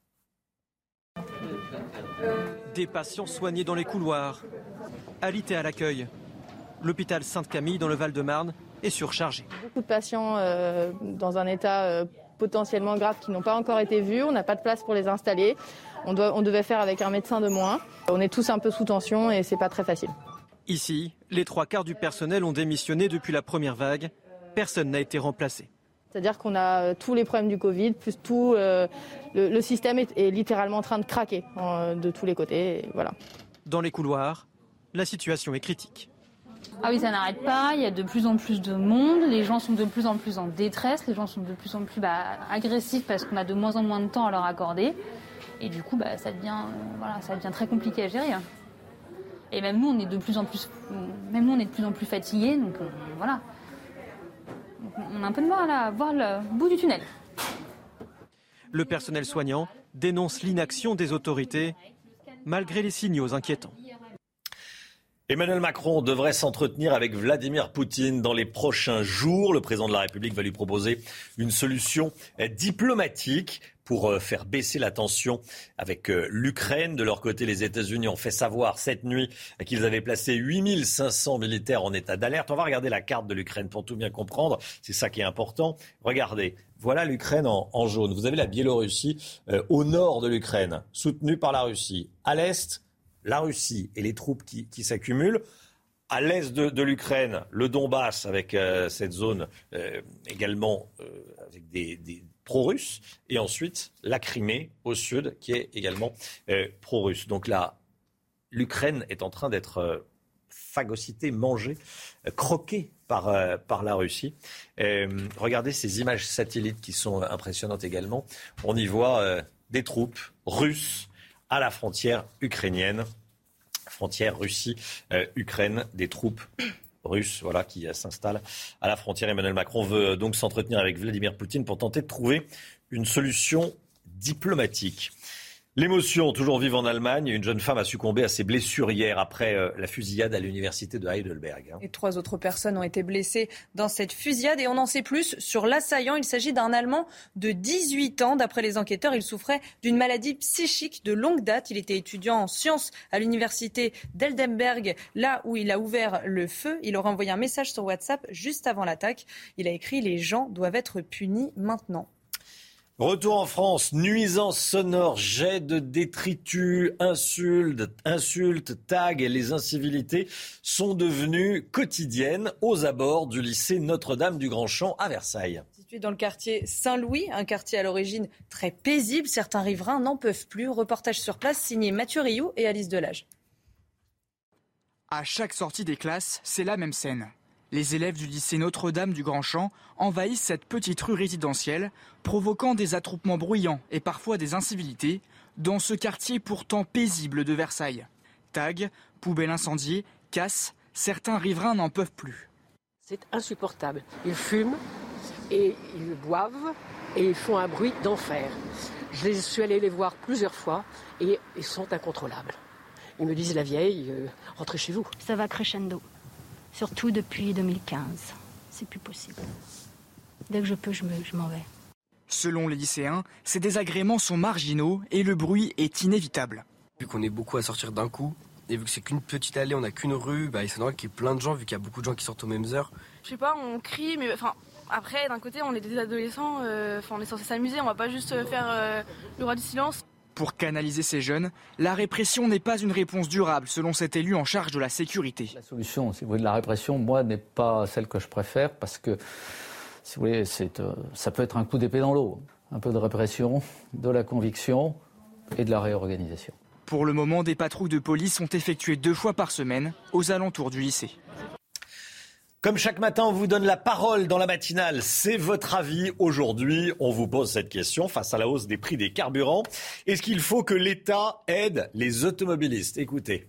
Des patients soignés dans les couloirs, alités à l'accueil. L'hôpital Sainte-Camille dans le Val-de-Marne est surchargé. Beaucoup de patients euh, dans un état euh, potentiellement graves qui n'ont pas encore été vus. On n'a pas de place pour les installer. On, doit, on devait faire avec un médecin de moins. On est tous un peu sous tension et c'est pas très facile. Ici, les trois quarts du personnel ont démissionné depuis la première vague. Personne n'a été remplacé. C'est-à-dire qu'on a tous les problèmes du Covid, plus tout, euh, le, le système est, est littéralement en train de craquer euh, de tous les côtés. Et voilà. Dans les couloirs, la situation est critique. Ah oui, ça n'arrête pas, il y a de plus en plus de monde, les gens sont de plus en plus en détresse, les gens sont de plus en plus bah, agressifs parce qu'on a de moins en moins de temps à leur accorder. Et du coup, bah, ça, devient, euh, voilà, ça devient très compliqué à gérer. Et même nous, on est de plus en plus, même nous, on est de plus en plus fatigués, donc euh, voilà. On a un peu de mal à voir le bout du tunnel. Le personnel soignant dénonce l'inaction des autorités, malgré les signaux inquiétants. Emmanuel Macron devrait s'entretenir avec Vladimir Poutine dans les prochains jours. Le président de la République va lui proposer une solution diplomatique pour faire baisser la tension avec l'Ukraine. De leur côté, les États-Unis ont fait savoir cette nuit qu'ils avaient placé huit mille cinq cents militaires en état d'alerte. On va regarder la carte de l'Ukraine pour tout bien comprendre. C'est ça qui est important. Regardez, voilà l'Ukraine en, en jaune. Vous avez la Biélorussie euh, au nord de l'Ukraine, soutenue par la Russie. À l'est, la Russie et les troupes qui, qui s'accumulent. À l'est de, de l'Ukraine, le Donbass avec euh, cette zone euh, également euh, avec des, des pro-russes. Et ensuite, la Crimée au sud qui est également euh, pro-russe. Donc là, l'Ukraine est en train d'être euh, phagocytée, mangée, euh, croquée par, euh, par la Russie. Euh, regardez ces images satellites qui sont impressionnantes également. On y voit euh, des troupes russes à la frontière ukrainienne, frontière Russie-Ukraine, euh, des troupes russes voilà, qui euh, s'installent à la frontière. Emmanuel Macron veut donc s'entretenir avec Vladimir Poutine pour tenter de trouver une solution diplomatique. L'émotion toujours vive en Allemagne. Une jeune femme a succombé à ses blessures hier après euh, la fusillade à l'université de Heidelberg. Hein. Et trois autres personnes ont été blessées dans cette fusillade. Et on en sait plus sur l'assaillant. Il s'agit d'un Allemand de dix-huit ans. D'après les enquêteurs, il souffrait d'une maladie psychique de longue date. Il était étudiant en sciences à l'université d'Heidelberg, là où il a ouvert le feu. Il aurait envoyé un message sur WhatsApp juste avant l'attaque. Il a écrit « Les gens doivent être punis maintenant ». Retour en France, nuisances sonores, jets de détritus, insultes, insultes, tags et les incivilités sont devenues quotidiennes aux abords du lycée Notre-Dame du Grand-Champ à Versailles. Situé dans le quartier Saint-Louis, un quartier à l'origine très paisible, certains riverains n'en peuvent plus. Reportage sur place signé Mathieu Rioux et Alice Delage. À chaque sortie des classes, c'est la même scène. Les élèves du lycée Notre-Dame du Grand-Champ envahissent cette petite rue résidentielle, provoquant des attroupements bruyants et parfois des incivilités dans ce quartier pourtant paisible de Versailles. Tags, poubelles incendiées, casses, certains riverains n'en peuvent plus. C'est insupportable. Ils fument et ils boivent et ils font un bruit d'enfer. Je les suis allé les voir plusieurs fois et ils sont incontrôlables. Ils me disent la vieille, euh, rentrez chez vous. Ça va crescendo. Surtout depuis deux mille quinze. C'est plus possible. Dès que je peux, je, me, je m'en vais. Selon les lycéens, ces désagréments sont marginaux et le bruit est inévitable. Vu qu'on est beaucoup à sortir d'un coup, et vu que c'est qu'une petite allée, on n'a qu'une rue, bah, c'est normal qu'il y ait plein de gens, vu qu'il y a beaucoup de gens qui sortent aux mêmes heures. Je sais pas, on crie, mais enfin, après, d'un côté, on est des adolescents, euh, on est censé s'amuser, on va pas juste faire euh, le roi du silence. Pour canaliser ces jeunes, la répression n'est pas une réponse durable, selon cet élu en charge de la sécurité. La solution, si vous voulez, de la répression, moi, n'est pas celle que je préfère, parce que, si vous voulez, c'est, euh, ça peut être un coup d'épée dans l'eau. Un peu de répression, de la conviction et de la réorganisation. Pour le moment, des patrouilles de police sont effectuées deux fois par semaine aux alentours du lycée. Comme chaque matin, on vous donne la parole dans la matinale. C'est votre avis. Aujourd'hui, on vous pose cette question face à la hausse des prix des carburants. Est-ce qu'il faut que l'État aide les automobilistes ? Écoutez.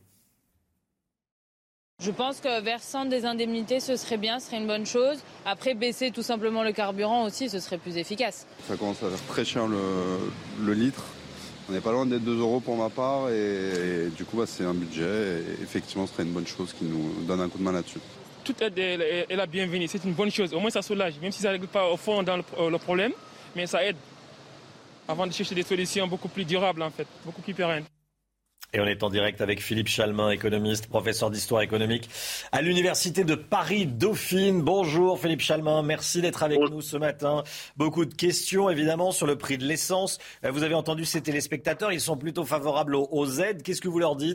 Je pense que versant des indemnités, ce serait bien, ce serait une bonne chose. Après, baisser tout simplement le carburant aussi, ce serait plus efficace. Ça commence à faire très cher le, le litre. On n'est pas loin d'être deux euros pour ma part. Et, et du coup, bah, c'est un budget. Et effectivement, ce serait une bonne chose qui nous donne un coup de main là-dessus. Toute aide est la bienvenue, c'est une bonne chose. Au moins, ça soulage, même si ça ne règle pas au fond dans le, le problème, mais ça aide avant de chercher des solutions beaucoup plus durables, en fait, beaucoup plus pérennes. Et on est en direct avec Philippe Chalmin, économiste, professeur d'histoire économique à l'Université de Paris-Dauphine. Bonjour Philippe Chalmin, merci d'être avec Bonjour. nous ce matin. Beaucoup de questions évidemment sur le prix de l'essence. Vous avez entendu ces téléspectateurs, ils sont plutôt favorables aux, aux aides. Qu'est-ce que vous leur dites ?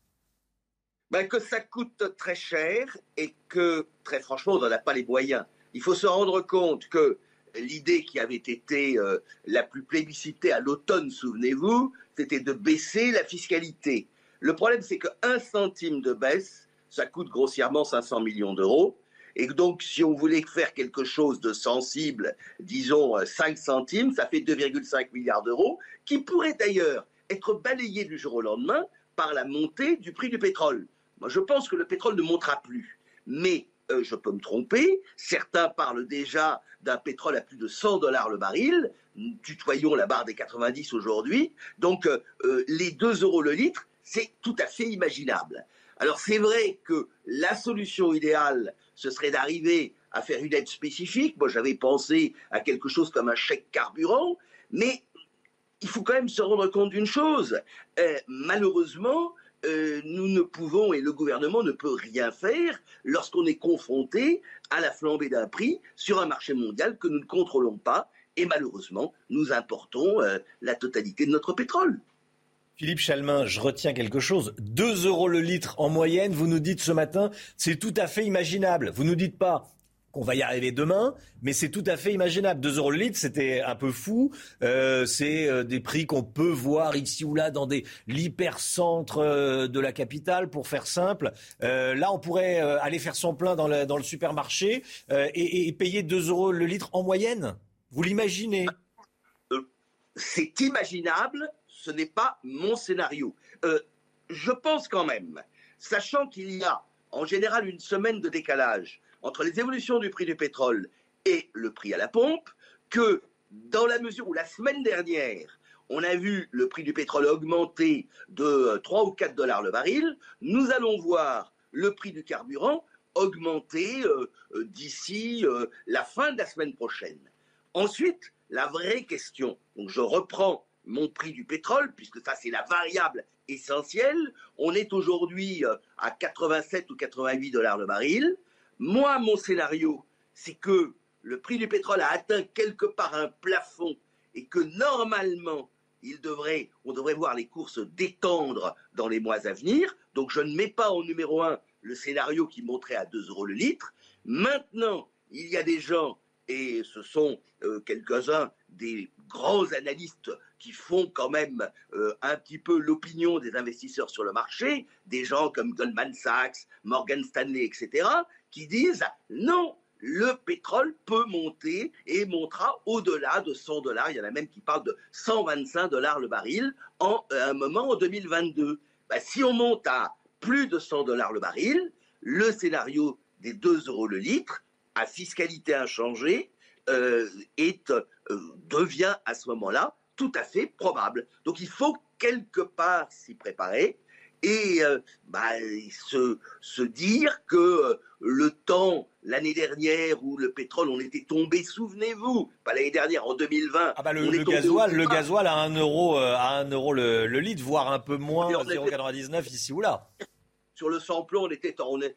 Ben, que ça coûte très cher et que, très franchement, on n'en a pas les moyens. Il faut se rendre compte que l'idée qui avait été euh, la plus plébiscitée à l'automne, souvenez-vous, c'était de baisser la fiscalité. Le problème, c'est qu'un centime de baisse, ça coûte grossièrement cinq cents millions d'euros. Et donc, si on voulait faire quelque chose de sensible, disons cinq centimes, ça fait deux virgule cinq milliards d'euros, qui pourraient d'ailleurs être balayés du jour au lendemain par la montée du prix du pétrole. Moi, je pense que le pétrole ne montera plus. Mais euh, je peux me tromper. Certains parlent déjà d'un pétrole à plus de cent dollars le baril. Nous tutoyons la barre des quatre-vingt-dix aujourd'hui. Donc, euh, euh, les deux euros le litre, c'est tout à fait imaginable. Alors, c'est vrai que la solution idéale, ce serait d'arriver à faire une aide spécifique. Moi, j'avais pensé à quelque chose comme un chèque carburant. Mais il faut quand même se rendre compte d'une chose. Euh, malheureusement, Euh, nous ne pouvons, et le gouvernement ne peut rien faire lorsqu'on est confronté à la flambée d'un prix sur un marché mondial que nous ne contrôlons pas. Et malheureusement, nous importons euh, la totalité de notre pétrole. Philippe Chalmin, je retiens quelque chose. deux euros le litre en moyenne, vous nous dites ce matin, c'est tout à fait imaginable. Vous nous dites pas qu'on va y arriver demain, mais c'est tout à fait imaginable. deux euros le litre, c'était un peu fou. Euh, c'est euh, des prix qu'on peut voir ici ou là dans des l'hypercentre euh, de la capitale, pour faire simple. Euh, là, on pourrait euh, aller faire son plein dans le, dans le supermarché euh, et, et payer deux euros le litre en moyenne. Vous l'imaginez ? euh, C'est imaginable, ce n'est pas mon scénario. Euh, je pense quand même, sachant qu'il y a en général une semaine de décalage entre les évolutions du prix du pétrole et le prix à la pompe, que dans la mesure où la semaine dernière, on a vu le prix du pétrole augmenter de trois ou quatre dollars le baril, nous allons voir le prix du carburant augmenter euh, euh, d'ici euh, la fin de la semaine prochaine. Ensuite, la vraie question, donc je reprends mon prix du pétrole, puisque ça c'est la variable essentielle, on est aujourd'hui euh, à quatre-vingt-sept ou quatre-vingt-huit dollars le baril. Moi, mon scénario, c'est que le prix du pétrole a atteint quelque part un plafond et que normalement, il devrait, on devrait voir les cours se détendre dans les mois à venir. Donc, je ne mets pas en numéro un le scénario qui monterait à deux euros le litre. Maintenant, il y a des gens, et ce sont euh, quelques-uns des grands analystes qui font quand même euh, un petit peu l'opinion des investisseurs sur le marché, des gens comme Goldman Sachs, Morgan Stanley, et cetera, qui disent non, le pétrole peut monter et montera au-delà de cent dollars. Il y en a même qui parlent de cent vingt-cinq dollars le baril en euh, un moment en deux mille vingt-deux. Ben, si on monte à plus de cent dollars le baril, le scénario des deux euros le litre, à fiscalité inchangée, euh, est, euh, devient à ce moment-là tout à fait probable. Donc il faut quelque part s'y préparer et euh, bah, se, se dire que euh, le temps, l'année dernière, où le pétrole, on était tombé, souvenez-vous, pas l'année dernière, en deux mille vingt. Ah bah le, le, gasoil, le gasoil à un euro, euh, à un euro le, le litre, voire un peu moins, zéro virgule quatre-vingt-dix-neuf ici ou là. Sur le samplon, on était on est,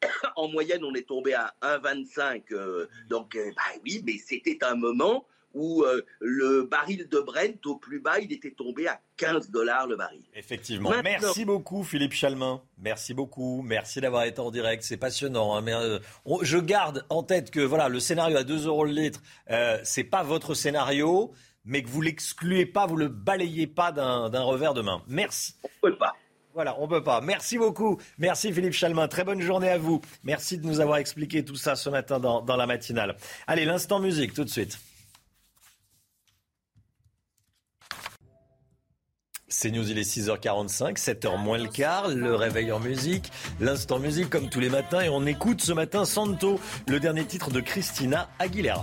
en moyenne, on est tombé à un virgule vingt-cinq. Euh, donc, euh, bah oui, mais c'était un moment où euh, le baril de Brent, au plus bas, il était tombé à quinze dollars le baril. Effectivement. Maintenant, merci beaucoup, Philippe Chalmin. Merci beaucoup. Merci d'avoir été en direct. C'est passionnant. Hein. Mais, euh, on, je garde en tête que voilà, le scénario à deux euros le litre, euh, c'est pas votre scénario, mais que vous l'excluez pas, vous le balayez pas d'un, d'un revers de main. Merci. On peut pas. Voilà, on peut pas. Merci beaucoup. Merci Philippe Chalmin. Très bonne journée à vous. Merci de nous avoir expliqué tout ça ce matin dans, dans la matinale. Allez, l'instant musique tout de suite. C'est News, il est six heures quarante-cinq, sept heures moins le quart, le réveil en musique, l'instant musique comme tous les matins et on écoute ce matin Santo, le dernier titre de Christina Aguilera.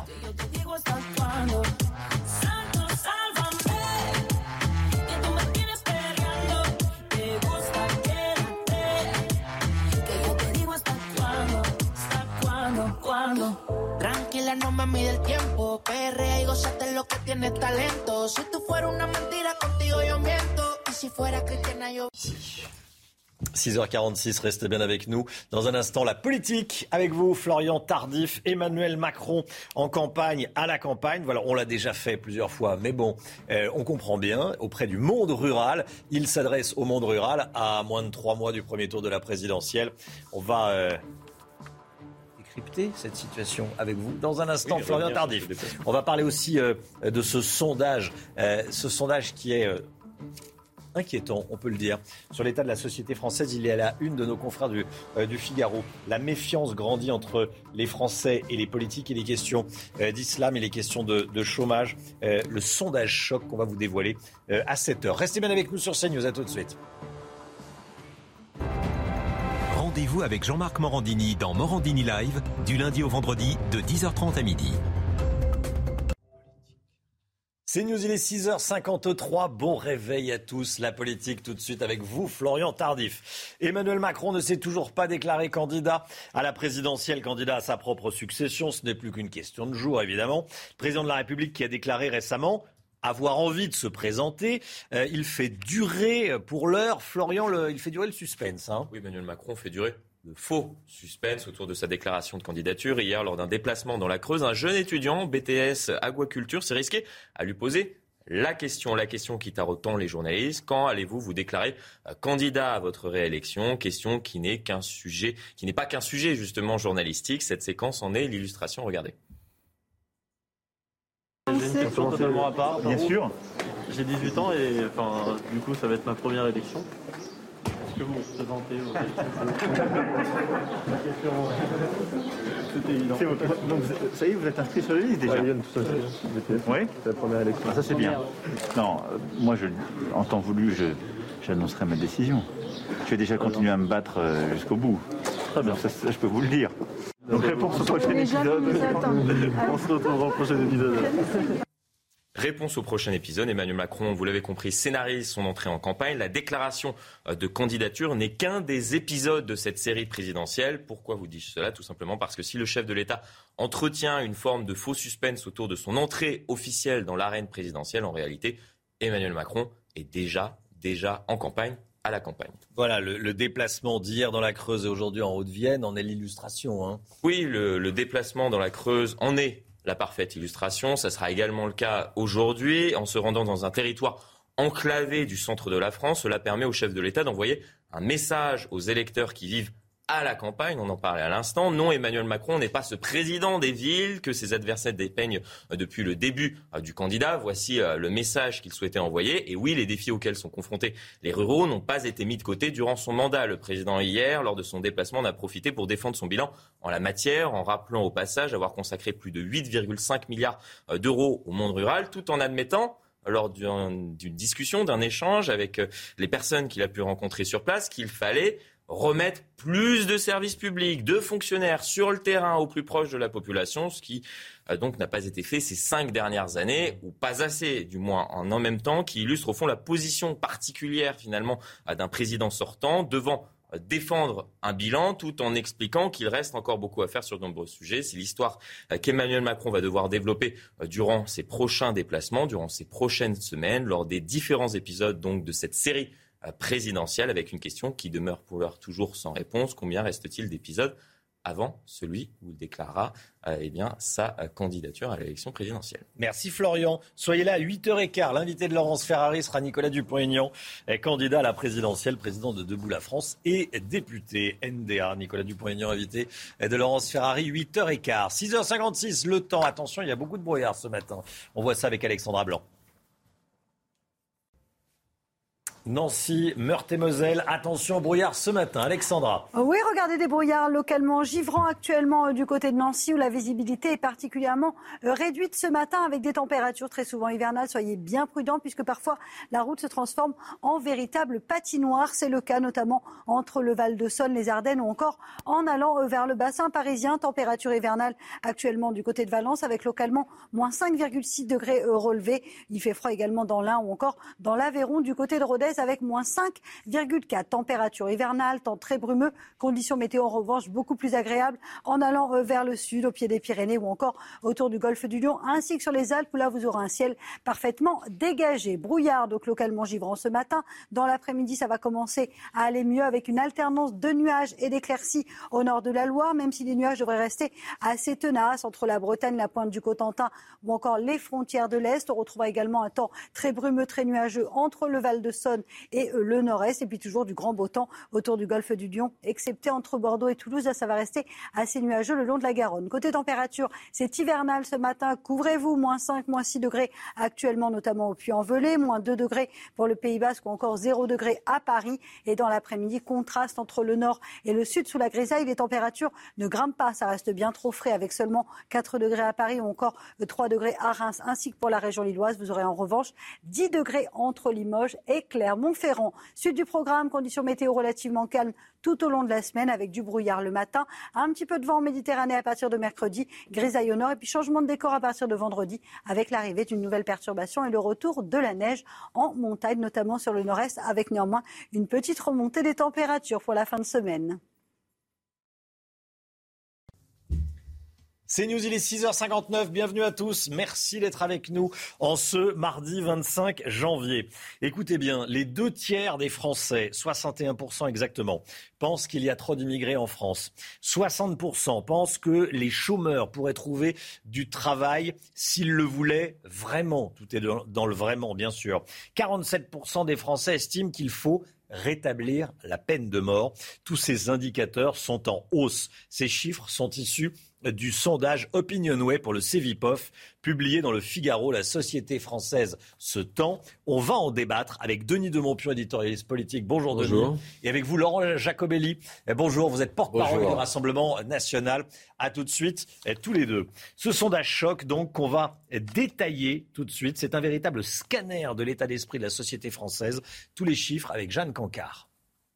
Tranquila, no me mide el tiempo. Perrea y gózate lo que tienes talento. Si tú fueras una mentira, contigo yo miento. Y si si fuera cristiana yo. six heures quarante-six, restez bien avec nous. Dans un instant, la politique avec vous, Florian Tardif, Emmanuel Macron en campagne, à la campagne. Voilà, on l'a déjà fait plusieurs fois, mais bon, euh, on comprend bien. Auprès du monde rural, il s'adresse au monde rural à moins de trois mois du premier tour de la présidentielle. On va euh, décrypter cette situation avec vous dans un instant, oui, Florian Tardif. On va parler aussi euh, de ce sondage, euh, ce sondage qui est... Euh, inquiétant, on peut le dire. Sur l'état de la société française, il est à la une de nos confrères du, euh, du Figaro. La méfiance grandit entre les Français et les politiques et les questions euh, d'islam et les questions de, de chômage. Euh, le sondage choc qu'on va vous dévoiler euh, à sept heures. Restez bien avec nous sur CNews, à tout de suite. Rendez-vous avec Jean-Marc Morandini dans Morandini Live, du lundi au vendredi, de dix heures trente à midi. C'est News, il est six heures cinquante-trois. Bon réveil à tous. La politique tout de suite avec vous, Florian Tardif. Emmanuel Macron ne s'est toujours pas déclaré candidat à la présidentielle, candidat à sa propre succession. Ce n'est plus qu'une question de jour, évidemment. Le président de la République qui a déclaré récemment avoir envie de se présenter. Euh, il fait durer, pour l'heure, Florian, le, il fait durer le suspense. Hein. Oui, Emmanuel Macron fait durer de faux suspense autour de sa déclaration de candidature. Hier, lors d'un déplacement dans la Creuse, un jeune étudiant B T S aquaculture s'est risqué à lui poser la question, la question qui taraude tant les journalistes. Quand allez-vous vous déclarer candidat à votre réélection? Question qui n'est qu'un sujet, qui n'est pas qu'un sujet justement journalistique. Cette séquence en est l'illustration. Regardez. J'ai une question totalement à part. Bien sûr. J'ai dix-huit ans et enfin, du coup, ça va être ma première élection. Est-ce que vous vous présentez aux C'était évident. Donc, ça y est, vous êtes inscrit sur les listes déjà? Oui, tout à fait. Oui, c'est la première élection. Ah, ça c'est bien. Non, euh, moi, je, en temps voulu, je, j'annoncerai ma décision. Je vais déjà continuer à me battre euh, jusqu'au bout. Très bien. Ça, ça, je peux vous le dire. Donc, réponse au prochain épisode. On se retrouvera au prochain épisode. Réponse au prochain épisode. Emmanuel Macron, vous l'avez compris, scénarise son entrée en campagne. La déclaration de candidature n'est qu'un des épisodes de cette série présidentielle. Pourquoi vous dis-je cela? Tout simplement parce que si le chef de l'État entretient une forme de faux suspense autour de son entrée officielle dans l'arène présidentielle, en réalité, Emmanuel Macron est déjà, déjà en campagne, à la campagne. Voilà, le, le déplacement d'hier dans la Creuse et aujourd'hui en Haute-Vienne en est l'illustration. Hein. Oui, le, le déplacement dans la Creuse en est la parfaite illustration. Ça sera également le cas aujourd'hui. En se rendant dans un territoire enclavé du centre de la France, cela permet au chef de l'État d'envoyer un message aux électeurs qui vivent à la campagne. On en parlait à l'instant. Non, Emmanuel Macron n'est pas ce président des villes que ses adversaires dépeignent depuis le début du candidat. Voici le message qu'il souhaitait envoyer. Et oui, les défis auxquels sont confrontés les ruraux n'ont pas été mis de côté durant son mandat. Le président, hier, lors de son déplacement, en a profité pour défendre son bilan en la matière, en rappelant au passage avoir consacré plus de huit virgule cinq milliards d'euros au monde rural, tout en admettant, lors d'une discussion, d'un échange avec les personnes qu'il a pu rencontrer sur place, qu'il fallait remettre plus de services publics, de fonctionnaires sur le terrain au plus proche de la population, ce qui euh, donc n'a pas été fait ces cinq dernières années, ou pas assez, du moins en en même temps, qui illustre au fond la position particulière finalement euh, d'un président sortant devant euh, défendre un bilan tout en expliquant qu'il reste encore beaucoup à faire sur de nombreux sujets. C'est l'histoire euh, qu'Emmanuel Macron va devoir développer euh, durant ses prochains déplacements, durant ses prochaines semaines, lors des différents épisodes donc de cette série présidentielle, avec une question qui demeure pour l'heure toujours sans réponse. Combien reste-t-il d'épisodes avant celui où il déclarera euh, eh bien, sa euh, candidature à l'élection présidentielle? Merci Florian. Soyez là à huit heures quinze. L'invité de Laurence Ferrari sera Nicolas Dupont-Aignan, candidat à la présidentielle, président de Debout la France et député N D A. Nicolas Dupont-Aignan, invité de Laurence Ferrari, huit heures quinze. six heures cinquante-six, le temps. Attention, il y a beaucoup de brouillard ce matin. On voit ça avec Alexandra Blanc. Nancy, Meurthe-et-Moselle, attention au brouillard ce matin. Alexandra. Oui, regardez des brouillards localement givrants actuellement du côté de Nancy où la visibilité est particulièrement réduite ce matin avec des températures très souvent hivernales. Soyez bien prudents puisque parfois la route se transforme en véritable patinoire. C'est le cas notamment entre le Val-de-Saône, les Ardennes ou encore en allant vers le bassin parisien. Température hivernale actuellement du côté de Valence avec localement moins cinq virgule six degrés relevés. Il fait froid également dans l'Ain ou encore dans l'Aveyron du côté de Rodez Rodez avec moins cinq virgule quatre. Température hivernale, temps très brumeux, conditions météo en revanche beaucoup plus agréables en allant vers le sud, au pied des Pyrénées ou encore autour du golfe du Lion, ainsi que sur les Alpes où là vous aurez un ciel parfaitement dégagé. Brouillard, donc localement givrant ce matin. Dans l'après-midi, ça va commencer à aller mieux avec une alternance de nuages et d'éclaircies au nord de la Loire, même si les nuages devraient rester assez tenaces entre la Bretagne, la pointe du Cotentin ou encore les frontières de l'Est. On retrouvera également un temps très brumeux, très nuageux entre le Val-de-Saône et le nord-est. Et puis toujours du grand beau temps autour du golfe du Lion, excepté entre Bordeaux et Toulouse. Là, ça va rester assez nuageux le long de la Garonne. Côté température, c'est hivernal ce matin. Couvrez-vous, moins cinq, moins six degrés actuellement, notamment au Puy-en-Velay, moins deux degrés pour le Pays Basque ou encore zéro degré à Paris. Et dans l'après-midi, contraste entre le nord et le sud sous la grisaille. Les températures ne grimpent pas, ça reste bien trop frais avec seulement quatre degrés à Paris ou encore trois degrés à Reims, ainsi que pour la région lilloise. Vous aurez en revanche dix degrés entre Limoges et Clermont-Ferrand. Suite du programme, conditions météo relativement calmes tout au long de la semaine avec du brouillard le matin, un petit peu de vent en Méditerranée à partir de mercredi, grisaille au nord et puis changement de décor à partir de vendredi avec l'arrivée d'une nouvelle perturbation et le retour de la neige en montagne, notamment sur le nord-est, avec néanmoins une petite remontée des températures pour la fin de semaine. C'est News, il est six heures cinquante-neuf, bienvenue à tous, merci d'être avec nous en ce mardi vingt-cinq janvier. Écoutez bien, les deux tiers des Français, soixante et un pour cent exactement, pensent qu'il y a trop d'immigrés en France. soixante pour cent pensent que les chômeurs pourraient trouver du travail s'ils le voulaient vraiment. Tout est dans le vraiment, bien sûr. quarante-sept pour cent des Français estiment qu'il faut rétablir la peine de mort. Tous ces indicateurs sont en hausse. Ces chiffres sont issus du sondage OpinionWay pour le Cevipof, publié dans le Figaro. La société française se tend. On va en débattre avec Denis de Montpion, éditorialiste politique. Bonjour, Bonjour. Denis. Et avec vous, Laurent Jacobelli. Bonjour, vous êtes porte-parole du Rassemblement national. À tout de suite, tous les deux. Ce sondage choc, donc, qu'on va détailler tout de suite. C'est un véritable scanner de l'état d'esprit de la société française. Tous les chiffres avec Jeanne Cancard.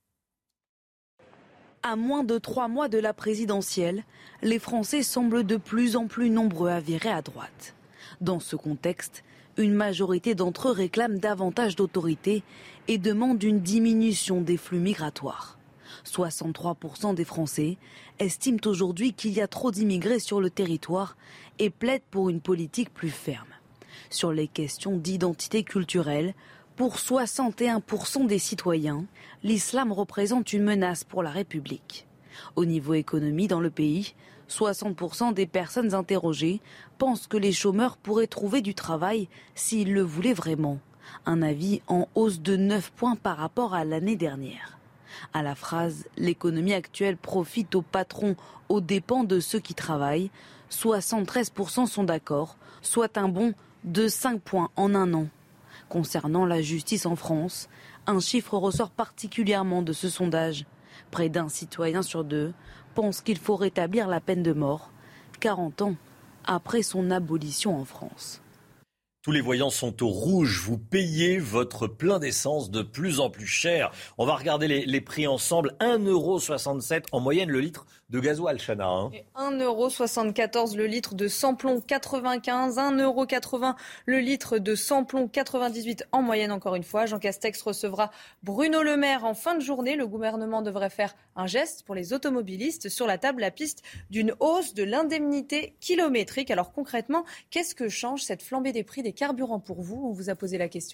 À moins de trois mois de la présidentielle, les Français semblent de plus en plus nombreux à virer à droite. Dans ce contexte, une majorité d'entre eux réclament davantage d'autorité et demandent une diminution des flux migratoires. soixante-trois pour cent des Français estiment aujourd'hui qu'il y a trop d'immigrés sur le territoire et plaident pour une politique plus ferme. Sur les questions d'identité culturelle, pour soixante et un pour cent des citoyens, l'islam représente une menace pour la République. Au niveau économie dans le pays, soixante pour cent des personnes interrogées pensent que les chômeurs pourraient trouver du travail s'ils le voulaient vraiment. Un avis en hausse de neuf points par rapport à l'année dernière. À la phrase « l'économie actuelle profite aux patrons aux dépens de ceux qui travaillent », soixante-treize pour cent sont d'accord, soit un bond de cinq points en un an. Concernant la justice en France, un chiffre ressort particulièrement de ce sondage. Près d'un citoyen sur deux pense qu'il faut rétablir la peine de mort, quarante ans après son abolition en France. Tous les voyants sont au rouge. Vous payez votre plein d'essence de plus en plus cher. On va regarder les, les prix ensemble. un euro soixante-sept en moyenne le litre de gasoil, Chana. Hein. Et un euro soixante-quatorze le litre de samplon quatre-vingt-quinze. un euro quatre-vingts le litre de samplon quatre-vingt-dix-huit en moyenne, encore une fois. Jean Castex recevra Bruno Le Maire en fin de journée. Le gouvernement devrait faire un geste pour les automobilistes. Sur la table, la piste d'une hausse de l'indemnité kilométrique. Alors concrètement, qu'est-ce que change cette flambée des prix des carburants pour vous? On vous a posé la question.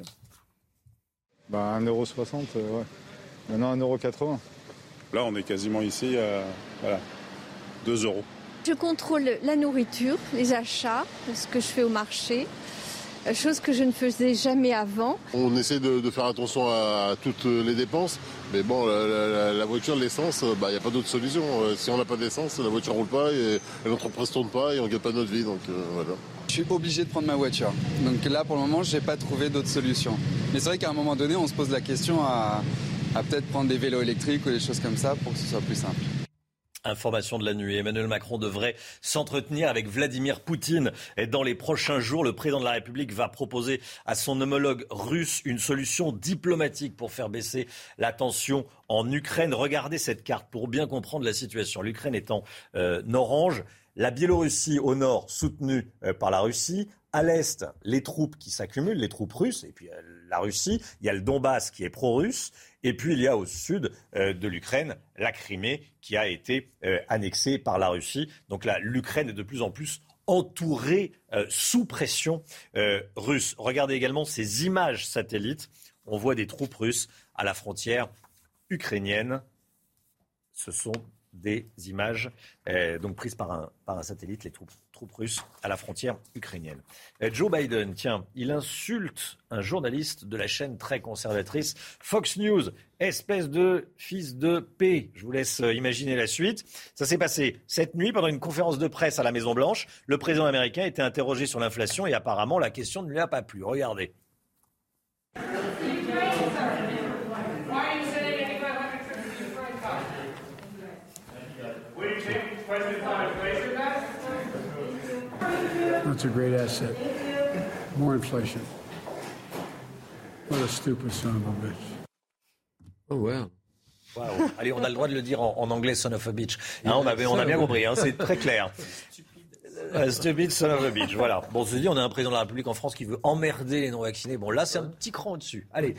Bah, un euro soixante, euh, ouais. Maintenant un euro quatre-vingts. Là, on est quasiment ici à voilà, deux euros. Je contrôle la nourriture, les achats, ce que je fais au marché, chose que je ne faisais jamais avant. On essaie de, de faire attention à, à toutes les dépenses, mais bon, la, la, la voiture, l'essence, il bah, n'y a pas d'autre solution. Si on n'a pas d'essence, la voiture ne roule pas et, et l'entreprise ne tourne pas et on ne gagne pas notre vie. Donc, euh, voilà. Je suis obligé de prendre ma voiture. Donc là, pour le moment, je n'ai pas trouvé d'autre solution. Mais c'est vrai qu'à un moment donné, on se pose la question à, à peut-être prendre des vélos électriques ou des choses comme ça pour que ce soit plus simple. Information de la nuit. Emmanuel Macron devrait s'entretenir avec Vladimir Poutine. Et dans les prochains jours, le président de la République va proposer à son homologue russe une solution diplomatique pour faire baisser la tension en Ukraine. Regardez cette carte pour bien comprendre la situation. L'Ukraine étant euh, orange, la Biélorussie au nord soutenue euh, par la Russie, À l'est, les troupes qui s'accumulent, les troupes russes, et puis euh, la Russie, il y a le Donbass qui est pro-russe, et puis il y a au sud euh, de l'Ukraine la Crimée qui a été euh, annexée par la Russie. Donc là, l'Ukraine est de plus en plus entourée, euh, sous pression euh, russe. Regardez également ces images satellites. On voit des troupes russes à la frontière ukrainienne. Ce sont des images euh, donc prises par un, par un satellite, les troupes, troupes russes à la frontière ukrainienne. Euh, Joe Biden, tiens, il insulte un journaliste de la chaîne très conservatrice Fox News, espèce de fils de paix. Je vous laisse euh, imaginer la suite. Ça s'est passé cette nuit pendant une conférence de presse à la Maison-Blanche. Le président américain était interrogé sur l'inflation et apparemment la question ne lui a pas plu. Regardez. That's a great asset. More inflation. What a stupid son of a bitch. Oh wow. Wow. Allez, on a le droit de le dire en, en anglais, son of a bitch. Hein, on, avait, on a bien compris, hein, c'est très clair. Uh, stupid son of a bitch, voilà. Bon, on se dit, on a un président de la République en France qui veut emmerder les non-vaccinés. Bon, là, c'est un petit cran au-dessus. Allez,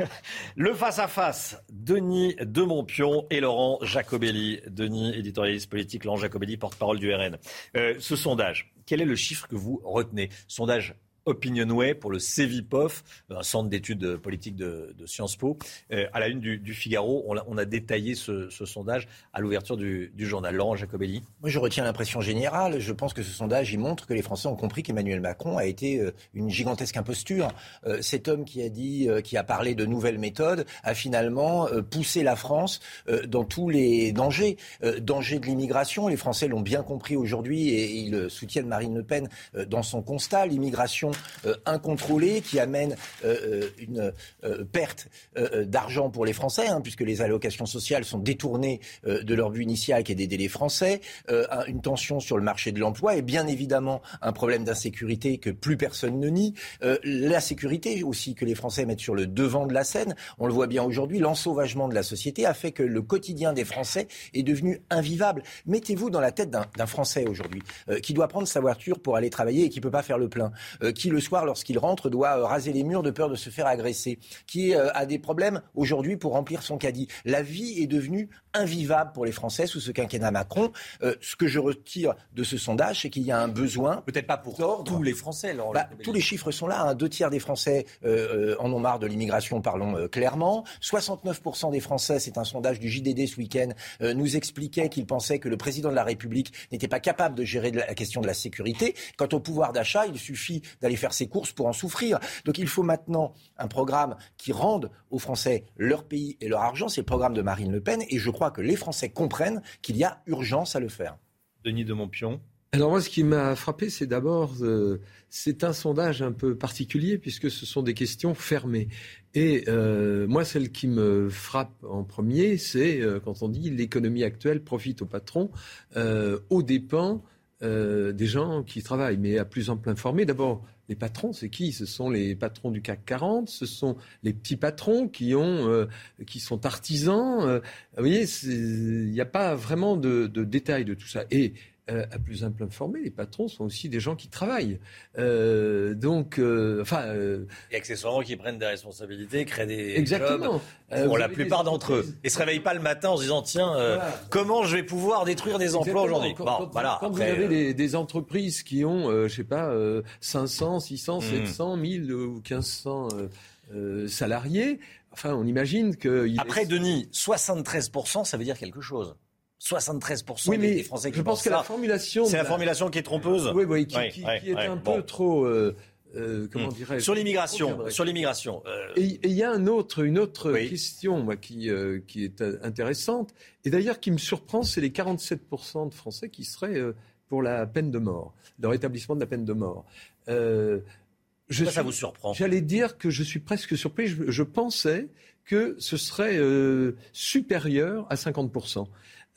le face-à-face, Denis Demontpion et Laurent Jacobelli. Denis, éditorialiste politique, Laurent Jacobelli, porte-parole du R N. Euh, ce sondage, quel est le chiffre que vous retenez ? Sondage Opinionway pour le Cevipof, un centre d'études politiques de, de Sciences Po. Euh, à la une du, du Figaro, on a, on a détaillé ce, ce sondage à l'ouverture du, du journal. Laurent Jacobelli. Moi, je retiens l'impression générale. Je pense que ce sondage, il montre que les Français ont compris qu'Emmanuel Macron a été euh, une gigantesque imposture. Euh, cet homme qui a dit, euh, qui a parlé de nouvelles méthodes, a finalement euh, poussé la France euh, dans tous les dangers. Euh, danger de l'immigration, les Français l'ont bien compris aujourd'hui et, et ils soutiennent Marine Le Pen euh, dans son constat. L'immigration Euh, incontrôlée qui amène euh, une euh, perte euh, d'argent pour les Français, hein, puisque les allocations sociales sont détournées euh, de leur but initial qui est d'aider les Français, euh, une tension sur le marché de l'emploi et bien évidemment un problème d'insécurité que plus personne ne nie, euh, la sécurité aussi que les Français mettent sur le devant de la scène. On le voit bien aujourd'hui, l'ensauvagement de la société a fait que le quotidien des Français est devenu invivable. Mettez-vous dans la tête d'un, d'un Français aujourd'hui euh, qui doit prendre sa voiture pour aller travailler et qui ne peut pas faire le plein, euh, qui le soir, lorsqu'il rentre, doit euh, raser les murs de peur de se faire agresser, qui euh, a des problèmes aujourd'hui pour remplir son caddie. La vie est devenue invivable pour les Français sous ce quinquennat Macron. Euh, ce que je retire de ce sondage, c'est qu'il y a un besoin... Peut-être pas pour d'ordre. Tous les Français. Alors, bah, tous les chiffres sont là. Hein. Deux tiers des Français euh, euh, en ont marre de l'immigration, parlons euh, clairement. soixante-neuf pour cent des Français, c'est un sondage du J D D ce week-end, euh, nous expliquaient qu'ils pensaient que le président de la République n'était pas capable de gérer de la, la question de la sécurité. Quant au pouvoir d'achat, il suffit d'aller faire ses courses pour en souffrir. Donc il faut maintenant un programme qui rende aux Français leur pays et leur argent. C'est le programme de Marine Le Pen et je crois que les Français comprennent qu'il y a urgence à le faire. Denis Demontpion. Alors moi, ce qui m'a frappé, c'est d'abord, euh, c'est un sondage un peu particulier puisque ce sont des questions fermées. Et euh, moi, celle qui me frappe en premier, c'est euh, quand on dit l'économie actuelle profite aux patrons euh, aux dépens euh, des gens qui travaillent, mais à plus ample informé. D'abord, les patrons, c'est qui ? Ce sont les patrons du C A C quarante, ce sont les petits patrons qui ont, euh, qui sont artisans. Euh, vous voyez, il n'y a pas vraiment de, de détails de tout ça. Et euh, à plus simple informé, les patrons sont aussi des gens qui travaillent. Euh, donc, euh, enfin, euh, et accessoirement qui prennent des responsabilités, créent des exactement. jobs euh, pour la plupart d'entre eux. Et se réveillent pas le matin en se disant tiens, euh, voilà. comment je vais pouvoir détruire des emplois exactement. aujourd'hui. Quand, bon, quand, voilà, quand après, vous avez euh... des, des entreprises qui ont, euh, je sais pas, euh, cinq cents, six cents, mmh. sept cents, mille ou quinze cents euh, euh, salariés. Enfin, on imagine que il après est... Denis, soixante-treize pour cent, ça veut dire quelque chose. soixante-treize pour cent oui, mais des Français qui je pense pensent que ça. La formulation c'est la, la formulation qui est trompeuse. Oui, oui, qui, oui, qui, oui, qui est oui, un bon. peu trop. Euh, euh, comment mmh. dirais-je ? Sur l'immigration. Sur l'immigration. Euh... Et il y a un autre, une autre oui. question, moi, qui euh, qui est intéressante et d'ailleurs qui me surprend, c'est les quarante-sept pour cent de Français qui seraient euh, pour la peine de mort, le rétablissement de la peine de mort. Euh, je suis, ça vous surprend ? J'allais dire que je suis presque surpris. Je, je pensais que ce serait euh, supérieur à cinquante pour cent.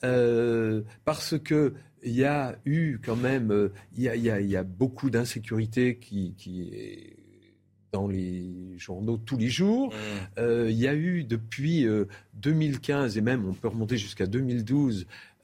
Euh, parce que il y a eu quand même, euh, il y a, y a, y a beaucoup d'insécurité qui, qui est dans les journaux tous les jours. Mmh. Euh, il y a eu depuis euh, deux mille quinze et même on peut remonter jusqu'à deux mille douze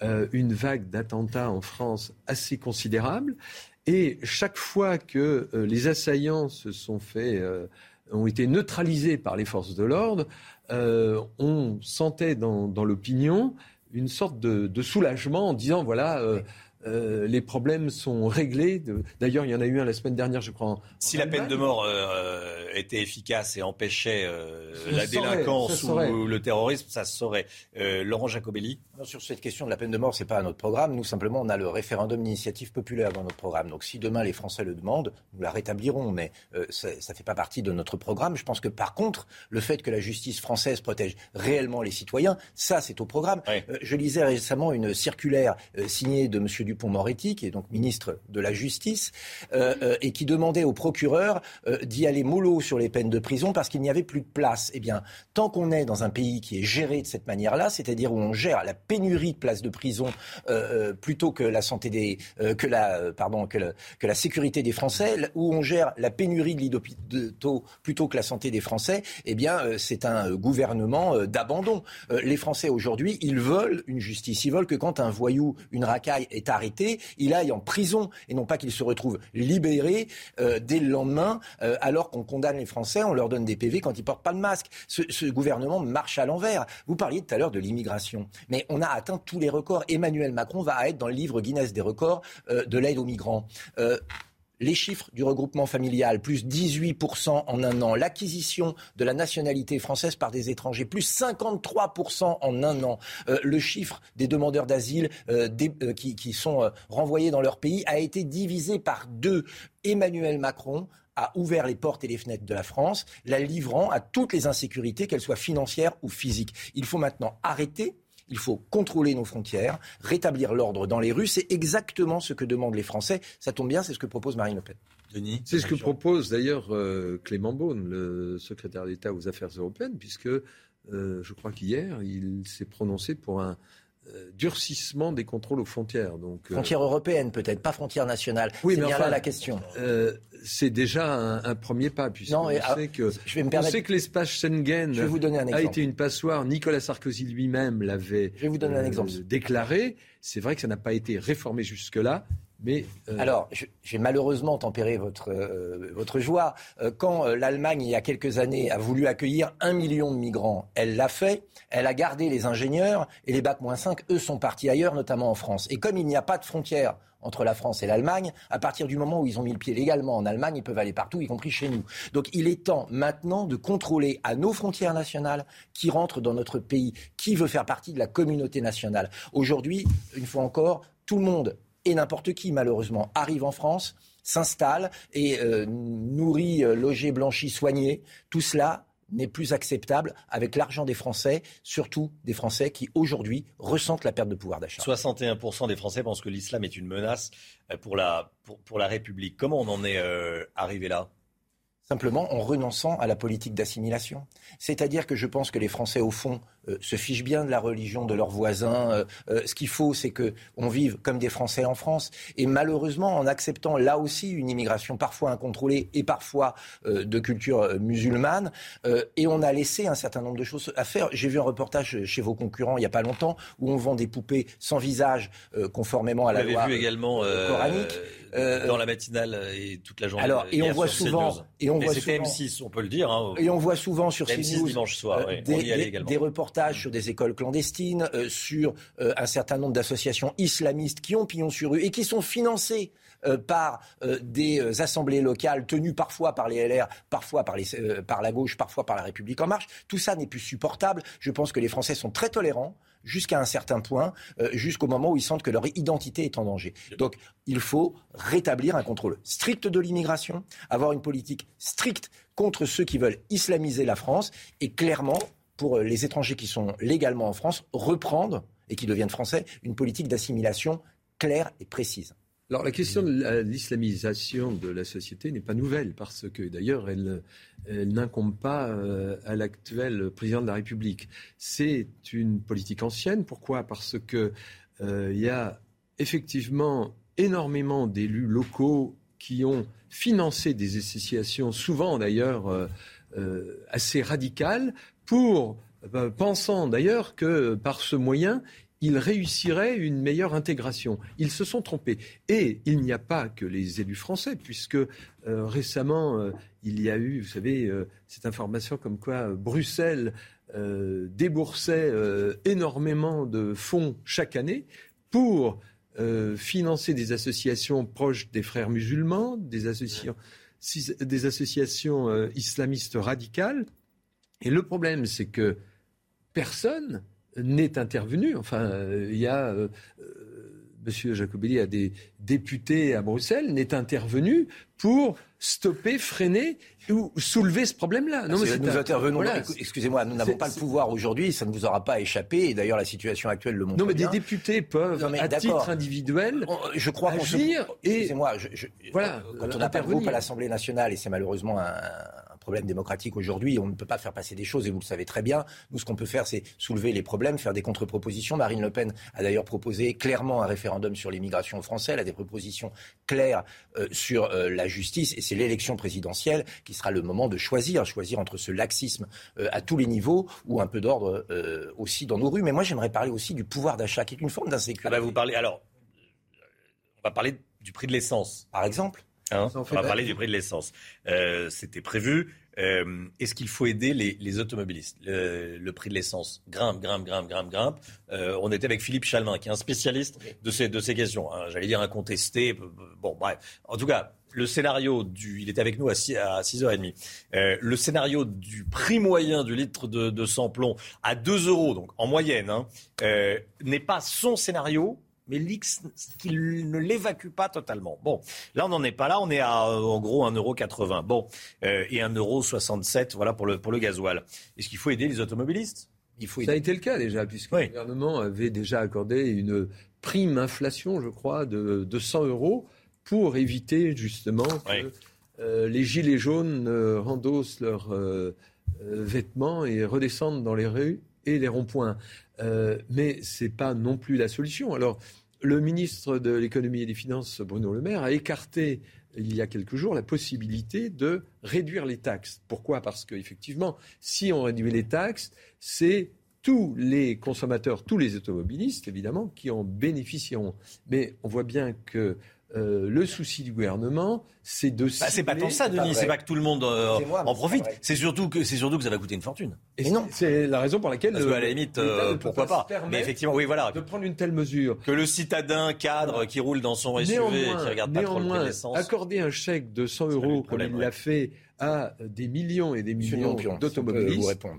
euh, une vague d'attentats en France assez considérable. Et chaque fois que euh, les assaillants se sont fait, euh, ont été neutralisés par les forces de l'ordre, euh, on sentait dans, dans l'opinion une sorte de, de soulagement en disant voilà. Euh, Euh, les problèmes sont réglés. D'ailleurs, il y en a eu un la semaine dernière, je crois. En, si en la Allemagne. peine de mort euh, était efficace et empêchait euh, Ça la saurait, délinquance ça saurait. ou le terrorisme, ça se saurait. Euh, Laurent Jacobelli. Non, sur cette question de la peine de mort, c'est pas à notre programme. Nous, simplement, on a le référendum d'initiative populaire dans notre programme. Donc, si demain les Français le demandent, nous la rétablirons. Mais euh, ça ne fait pas partie de notre programme. Je pense que, par contre, le fait que la justice française protège réellement les citoyens, ça, c'est au programme. Ouais. Euh, je lisais récemment une circulaire euh, signée de M. Dupond-Moretti, qui est donc ministre de la Justice, euh, euh, et qui demandait au procureur euh, d'y aller mollo sur les peines de prison parce qu'il n'y avait plus de place. Eh bien, tant qu'on est dans un pays qui est géré de cette manière-là, c'est-à-dire où on gère la pénurie de places de prison euh, euh, plutôt que la santé des, euh, que la, euh, pardon, que, le, que la sécurité des Français, où on gère la pénurie de lits d'hôpitaux plutôt que la santé des Français, eh bien, euh, c'est un euh, gouvernement euh, d'abandon. Euh, les Français aujourd'hui, ils veulent une justice. Ils veulent que quand un voyou, une racaille est arrêté, il aille en prison et non pas qu'il se retrouve libéré euh, dès le lendemain, euh, alors qu'on condamne les Français, on leur donne des P V quand ils portent pas le masque. Ce, ce gouvernement marche à l'envers. Vous parliez tout à l'heure de l'immigration, mais on a atteint tous les records. Emmanuel Macron va être dans le livre Guinness des records euh, de l'aide aux migrants. Euh, Les chiffres du regroupement familial, plus dix-huit pour cent en un an. L'acquisition de la nationalité française par des étrangers, plus cinquante-trois pour cent en un an. Euh, le chiffre des demandeurs d'asile euh, des, euh, qui, qui sont euh, renvoyés dans leur pays a été divisé par deux. Emmanuel Macron a ouvert les portes et les fenêtres de la France, la livrant à toutes les insécurités, qu'elles soient financières ou physiques. Il faut maintenant arrêter. Il faut contrôler nos frontières, rétablir l'ordre dans les rues. C'est exactement ce que demandent les Français. Ça tombe bien, c'est ce que propose Marine Le Pen. Denis, c'est ce que propose d'ailleurs euh, Clément Beaune, le secrétaire d'État aux Affaires européennes, puisque euh, je crois qu'hier, il s'est prononcé pour un euh, durcissement des contrôles aux frontières. Donc, euh... Frontières européennes peut-être, pas frontières nationales. Oui, c'est mais bien enfin, là la question. Euh, c'est déjà un, un premier pas, puisqu'on sait, ah, que, je vais me permettre... on sait que l'espace Schengen je vais vous donner un a été une passoire. Nicolas Sarkozy lui-même l'avait je vais vous donner un exemple. Euh, déclaré. C'est vrai que ça n'a pas été réformé jusque-là. Mais euh... Alors, je, je vais malheureusement tempérer votre, euh, votre joie. Euh, quand euh, l'Allemagne, il y a quelques années, a voulu accueillir un million de migrants, elle l'a fait. Elle a gardé les ingénieurs et les bac moins cinq, eux, sont partis ailleurs, notamment en France. Et comme il n'y a pas de frontière entre la France et l'Allemagne, à partir du moment où ils ont mis le pied légalement en Allemagne, ils peuvent aller partout, y compris chez nous. Donc il est temps maintenant de contrôler à nos frontières nationales qui rentrent dans notre pays, qui veut faire partie de la communauté nationale. Aujourd'hui, une fois encore, tout le monde et n'importe qui, malheureusement, arrive en France, s'installe et euh, nourrit, euh, logé, blanchi, soigné. Tout cela n'est plus acceptable avec l'argent des Français, surtout des Français qui, aujourd'hui, ressentent la perte de pouvoir d'achat. soixante et un pour cent des Français pensent que l'islam est une menace pour la, pour, pour la République. Comment on en est euh, arrivé là ? Simplement en renonçant à la politique d'assimilation. C'est-à-dire que je pense que les Français, au fond, euh, se fichent bien de la religion de leurs voisins. Euh, euh, ce qu'il faut, c'est qu'on vive comme des Français en France. Et malheureusement, en acceptant là aussi une immigration parfois incontrôlée et parfois euh, de culture euh, musulmane, euh, et on a laissé un certain nombre de choses à faire. J'ai vu un reportage chez vos concurrents il n'y a pas longtemps où on vend des poupées sans visage euh, conformément à Vous la loi vu également, euh, coranique. Euh, dans la matinale et toute la journée. Alors, et on voit souvent, et on voit c'était souvent, M six, on peut le dire. Hein, et on voit souvent sur M six CNews dimanche soir, euh, oui, des, on y allait des, également. des reportages sur des écoles clandestines, euh, sur euh, un certain nombre d'associations islamistes qui ont pignon sur rue et qui sont financées euh, par euh, des euh, assemblées locales tenues parfois par les L R, parfois par, les, euh, par la gauche, parfois par la République En Marche. Tout ça n'est plus supportable. Je pense que les Français sont très tolérants jusqu'à un certain point, euh, jusqu'au moment où ils sentent que leur identité est en danger. Donc, il faut rétablir un contrôle strict de l'immigration, avoir une politique stricte contre ceux qui veulent islamiser la France, et clairement, pour les étrangers qui sont légalement en France, reprendre, et qui deviennent français, une politique d'assimilation claire et précise. Alors la question de l'islamisation de la société n'est pas nouvelle, parce que d'ailleurs elle, elle n'incombe pas euh, à l'actuel président de la République. C'est une politique ancienne. Pourquoi ? Parce que euh, il y a effectivement énormément d'élus locaux qui ont financé des associations, souvent d'ailleurs euh, euh, assez radicales, pour euh, pensant d'ailleurs que par ce moyen il réussirait une meilleure intégration. Ils se sont trompés. Et il n'y a pas que les élus français, puisque euh, récemment, euh, il y a eu, vous savez, euh, cette information comme quoi euh, Bruxelles euh, déboursait euh, énormément de fonds chaque année pour euh, financer des associations proches des frères musulmans, des associations, des associations euh, islamistes radicales. Et le problème, c'est que personne n'est intervenu. Enfin, euh, il y a euh, euh, M. Jacobelli a des députés à Bruxelles, n'est intervenu pour stopper, freiner ou soulever ce problème-là. Non, mais c'est nous un... intervenons. Voilà. Excusez-moi, nous n'avons pas le pouvoir aujourd'hui. Ça ne vous aura pas échappé. Et d'ailleurs, la situation actuelle le montre Non, mais bien. des députés peuvent, non, à d'accord. titre individuel, je crois agir. Se... Et excusez-moi, je, je... voilà, quand on n'a pas de groupe à l'Assemblée nationale, et c'est malheureusement un problème démocratique aujourd'hui, on ne peut pas faire passer des choses et vous le savez très bien. Nous, ce qu'on peut faire, c'est soulever les problèmes, faire des contre-propositions. Marine Le Pen a d'ailleurs proposé clairement un référendum sur l'immigration française. Elle a des propositions claires euh, sur euh, la justice et c'est l'élection présidentielle qui sera le moment de choisir, choisir entre ce laxisme euh, à tous les niveaux ou un peu d'ordre euh, aussi dans nos rues. Mais moi, j'aimerais parler aussi du pouvoir d'achat, qui est une forme d'insécurité. Ah bah vous parlez, alors, on va parler du prix de l'essence. Par exemple. Hein, on va parler du prix de l'essence. Euh, c'était prévu. Euh, est-ce qu'il faut aider les, les automobilistes ? le, le prix de l'essence grimpe, grimpe, grimpe, grimpe, grimpe. Euh, on était avec Philippe Chalmin, qui est un spécialiste de ces, de ces questions. Hein, j'allais dire incontesté. Bon, bref. En tout cas, le scénario du... Il était avec nous à six heures trente. Euh, le scénario du prix moyen du litre de, de sans-plomb à deux euros, donc en moyenne, hein, euh, n'est pas son scénario, mais l'X qu'il ne l'évacue pas totalement. Bon, là, on n'en est pas là. On est à, en gros, un euro quatre-vingts. Bon, euh, et un euro soixante-sept, voilà, pour le, pour le gasoil. Est-ce qu'il faut aider les automobilistes ? Il faut aider. Ça a été le cas déjà, puisque oui. le gouvernement avait déjà accordé une prime inflation, je crois, de, de cent euros pour éviter, justement, que oui. euh, les gilets jaunes euh, rendossent leurs euh, euh, vêtements et redescendent dans les rues et les ronds-points. Euh, mais ce n'est pas non plus la solution. Alors, le ministre de l'économie et des finances, Bruno Le Maire, a écarté il y a quelques jours la possibilité de réduire les taxes. Pourquoi ? Parce qu'effectivement, si on réduit les taxes, c'est tous les consommateurs, tous les automobilistes, évidemment, qui en bénéficieront. Mais on voit bien que Euh, le souci du gouvernement, c'est de cibler... Bah, c'est pas tant ça, Denis. C'est, c'est pas que tout le monde euh, moi, en profite. C'est, c'est surtout que c'est surtout que ça va coûter une fortune. Et non, c'est la raison pour laquelle. Parce qu'à la limite, euh, pourquoi pas. Mais effectivement, oui, voilà. De prendre une telle mesure. Que le citadin cadre qui roule dans son S U V, qui regarde pas trop le prix de l'essence. Accorder un chèque de cent euros comme il l'a fait à des millions et des millions d'automobilistes. Vous répondre.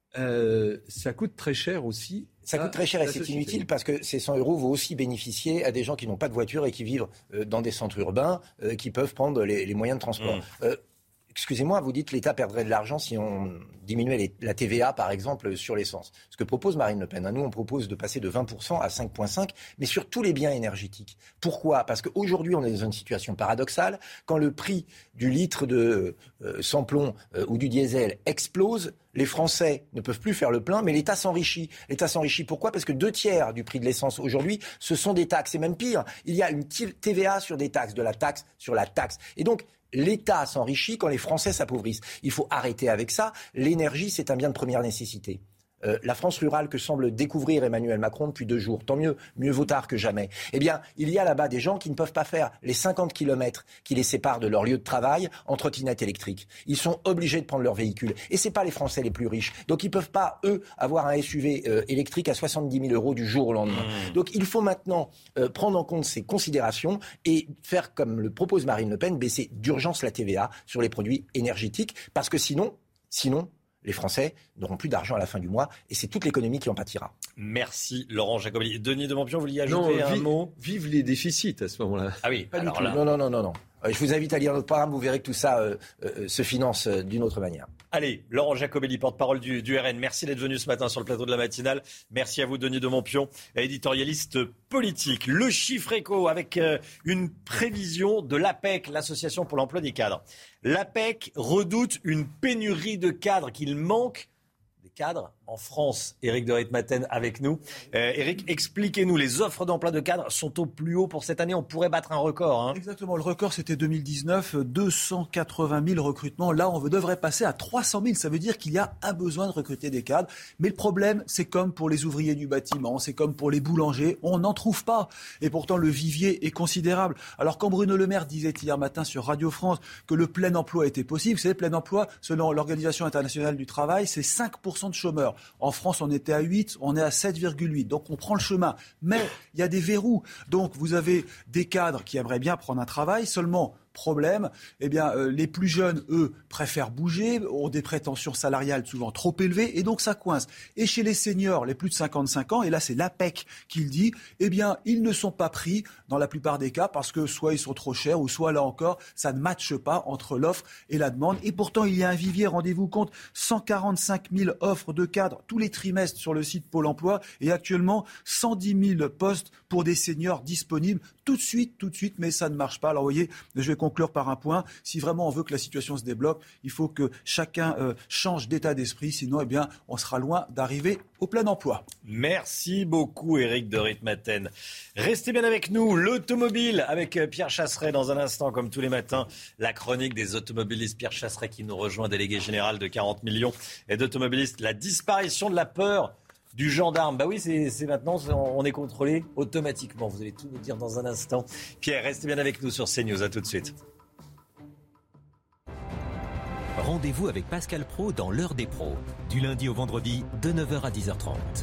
Euh, ça coûte très cher aussi. Ça coûte très cher et c'est inutile parce que ces cent euros vont aussi bénéficier à des gens qui n'ont pas de voiture et qui vivent euh, dans des centres urbains, euh, qui peuvent prendre les, les moyens de transport. Mmh. Euh, excusez-moi, vous dites que l'État perdrait de l'argent si on diminuait les, la T V A, par exemple, sur l'essence. Ce que propose Marine Le Pen, hein, nous, on propose de passer de vingt pour cent à cinq virgule cinq pour cent, mais sur tous les biens énergétiques. Pourquoi ? Parce qu'aujourd'hui, on est dans une situation paradoxale. Quand le prix du litre de euh, sans-plomb euh, ou du diesel explose, les Français ne peuvent plus faire le plein, mais l'État s'enrichit. L'État s'enrichit pourquoi ? Parce que deux tiers du prix de l'essence aujourd'hui, ce sont des taxes. Et même pire, il y a une T V A sur des taxes, de la taxe sur la taxe. Et donc, l'État s'enrichit quand les Français s'appauvrissent. Il faut arrêter avec ça. L'énergie, c'est un bien de première nécessité. Euh, la France rurale que semble découvrir Emmanuel Macron depuis deux jours, tant mieux, mieux vaut tard que jamais. Eh bien, il y a là-bas des gens qui ne peuvent pas faire les cinquante kilomètres qui les séparent de leur lieu de travail en trottinette électrique. Ils sont obligés de prendre leur véhicule. Et c'est pas les Français les plus riches. Donc, ils peuvent pas, eux, avoir un S U V euh, électrique à soixante-dix mille euros du jour au lendemain. Mmh. Donc, il faut maintenant euh, prendre en compte ces considérations et faire comme le propose Marine Le Pen, baisser d'urgence la T V A sur les produits énergétiques. Parce que sinon, sinon, les Français n'auront plus d'argent à la fin du mois et c'est toute l'économie qui en pâtira. Merci Laurent Jacobelli. Denis de Montpion, vous vouliez ajouter non, un vi- mot ? Vive les déficits à ce moment-là. Ah oui, pas alors du tout. Là... Non, non, non, non, non. Je vous invite à lire notre programme, vous verrez que tout ça euh, euh, se finance euh, d'une autre manière. Allez, Laurent Jacobelli, porte-parole du, du R N. Merci d'être venu ce matin sur le plateau de la matinale. Merci à vous, Denis de Montpion, éditorialiste politique. Le chiffre éco avec euh, une prévision de l'A P E C, l'Association pour l'emploi des cadres. L'A P E C redoute une pénurie de cadres, qu'il manque des cadres en France. Éric de Ritmaten avec nous. Euh, Éric, expliquez-nous, les offres d'emploi de cadres sont au plus haut pour cette année. On pourrait battre un record. Hein. Exactement, le record c'était deux mille dix-neuf, deux cent quatre-vingt mille recrutements. Là, on devrait passer à trois cent mille. Ça veut dire qu'il y a un besoin de recruter des cadres. Mais le problème, c'est comme pour les ouvriers du bâtiment, c'est comme pour les boulangers, on n'en trouve pas. Et pourtant, le vivier est considérable. Alors quand Bruno Le Maire disait hier matin sur Radio France que le plein emploi était possible, vous savez, plein emploi, selon l'Organisation internationale du travail, c'est cinq pour cent de chômeurs. En France, on était à huit, on est à sept virgule huit. Donc on prend le chemin. Mais il y a des verrous. Donc vous avez des cadres qui aimeraient bien prendre un travail, seulement... Problème, eh bien, euh, les plus jeunes, eux, préfèrent bouger, ont des prétentions salariales souvent trop élevées, et donc ça coince. Et chez les seniors, les plus de cinquante-cinq ans, et là c'est l'A P E C qui le dit, eh bien, ils ne sont pas pris dans la plupart des cas parce que soit ils sont trop chers, ou soit là encore, ça ne matche pas entre l'offre et la demande. Et pourtant, il y a un vivier, rendez-vous compte, cent quarante-cinq mille offres de cadres tous les trimestres sur le site Pôle emploi, et actuellement cent dix mille postes pour des seniors disponibles tout de suite, tout de suite, mais ça ne marche pas. Alors vous voyez, je vais conclure par un point. Si vraiment on veut que la situation se débloque, il faut que chacun euh, change d'état d'esprit. Sinon, eh bien, on sera loin d'arriver au plein emploi. Merci beaucoup, Éric de Ritmaten. Restez bien avec nous. L'automobile avec Pierre Chasseret dans un instant, comme tous les matins. La chronique des automobilistes. Pierre Chasseret qui nous rejoint, délégué général de quarante millions d'automobilistes. La disparition de la peur du gendarme. Bah oui, c'est, c'est maintenant, on est contrôlé automatiquement. Vous allez tout nous dire dans un instant. Pierre, restez bien avec nous sur CNews. À tout de suite. Rendez-vous avec Pascal Praud dans l'heure des pros. Du lundi au vendredi, de neuf heures à dix heures trente.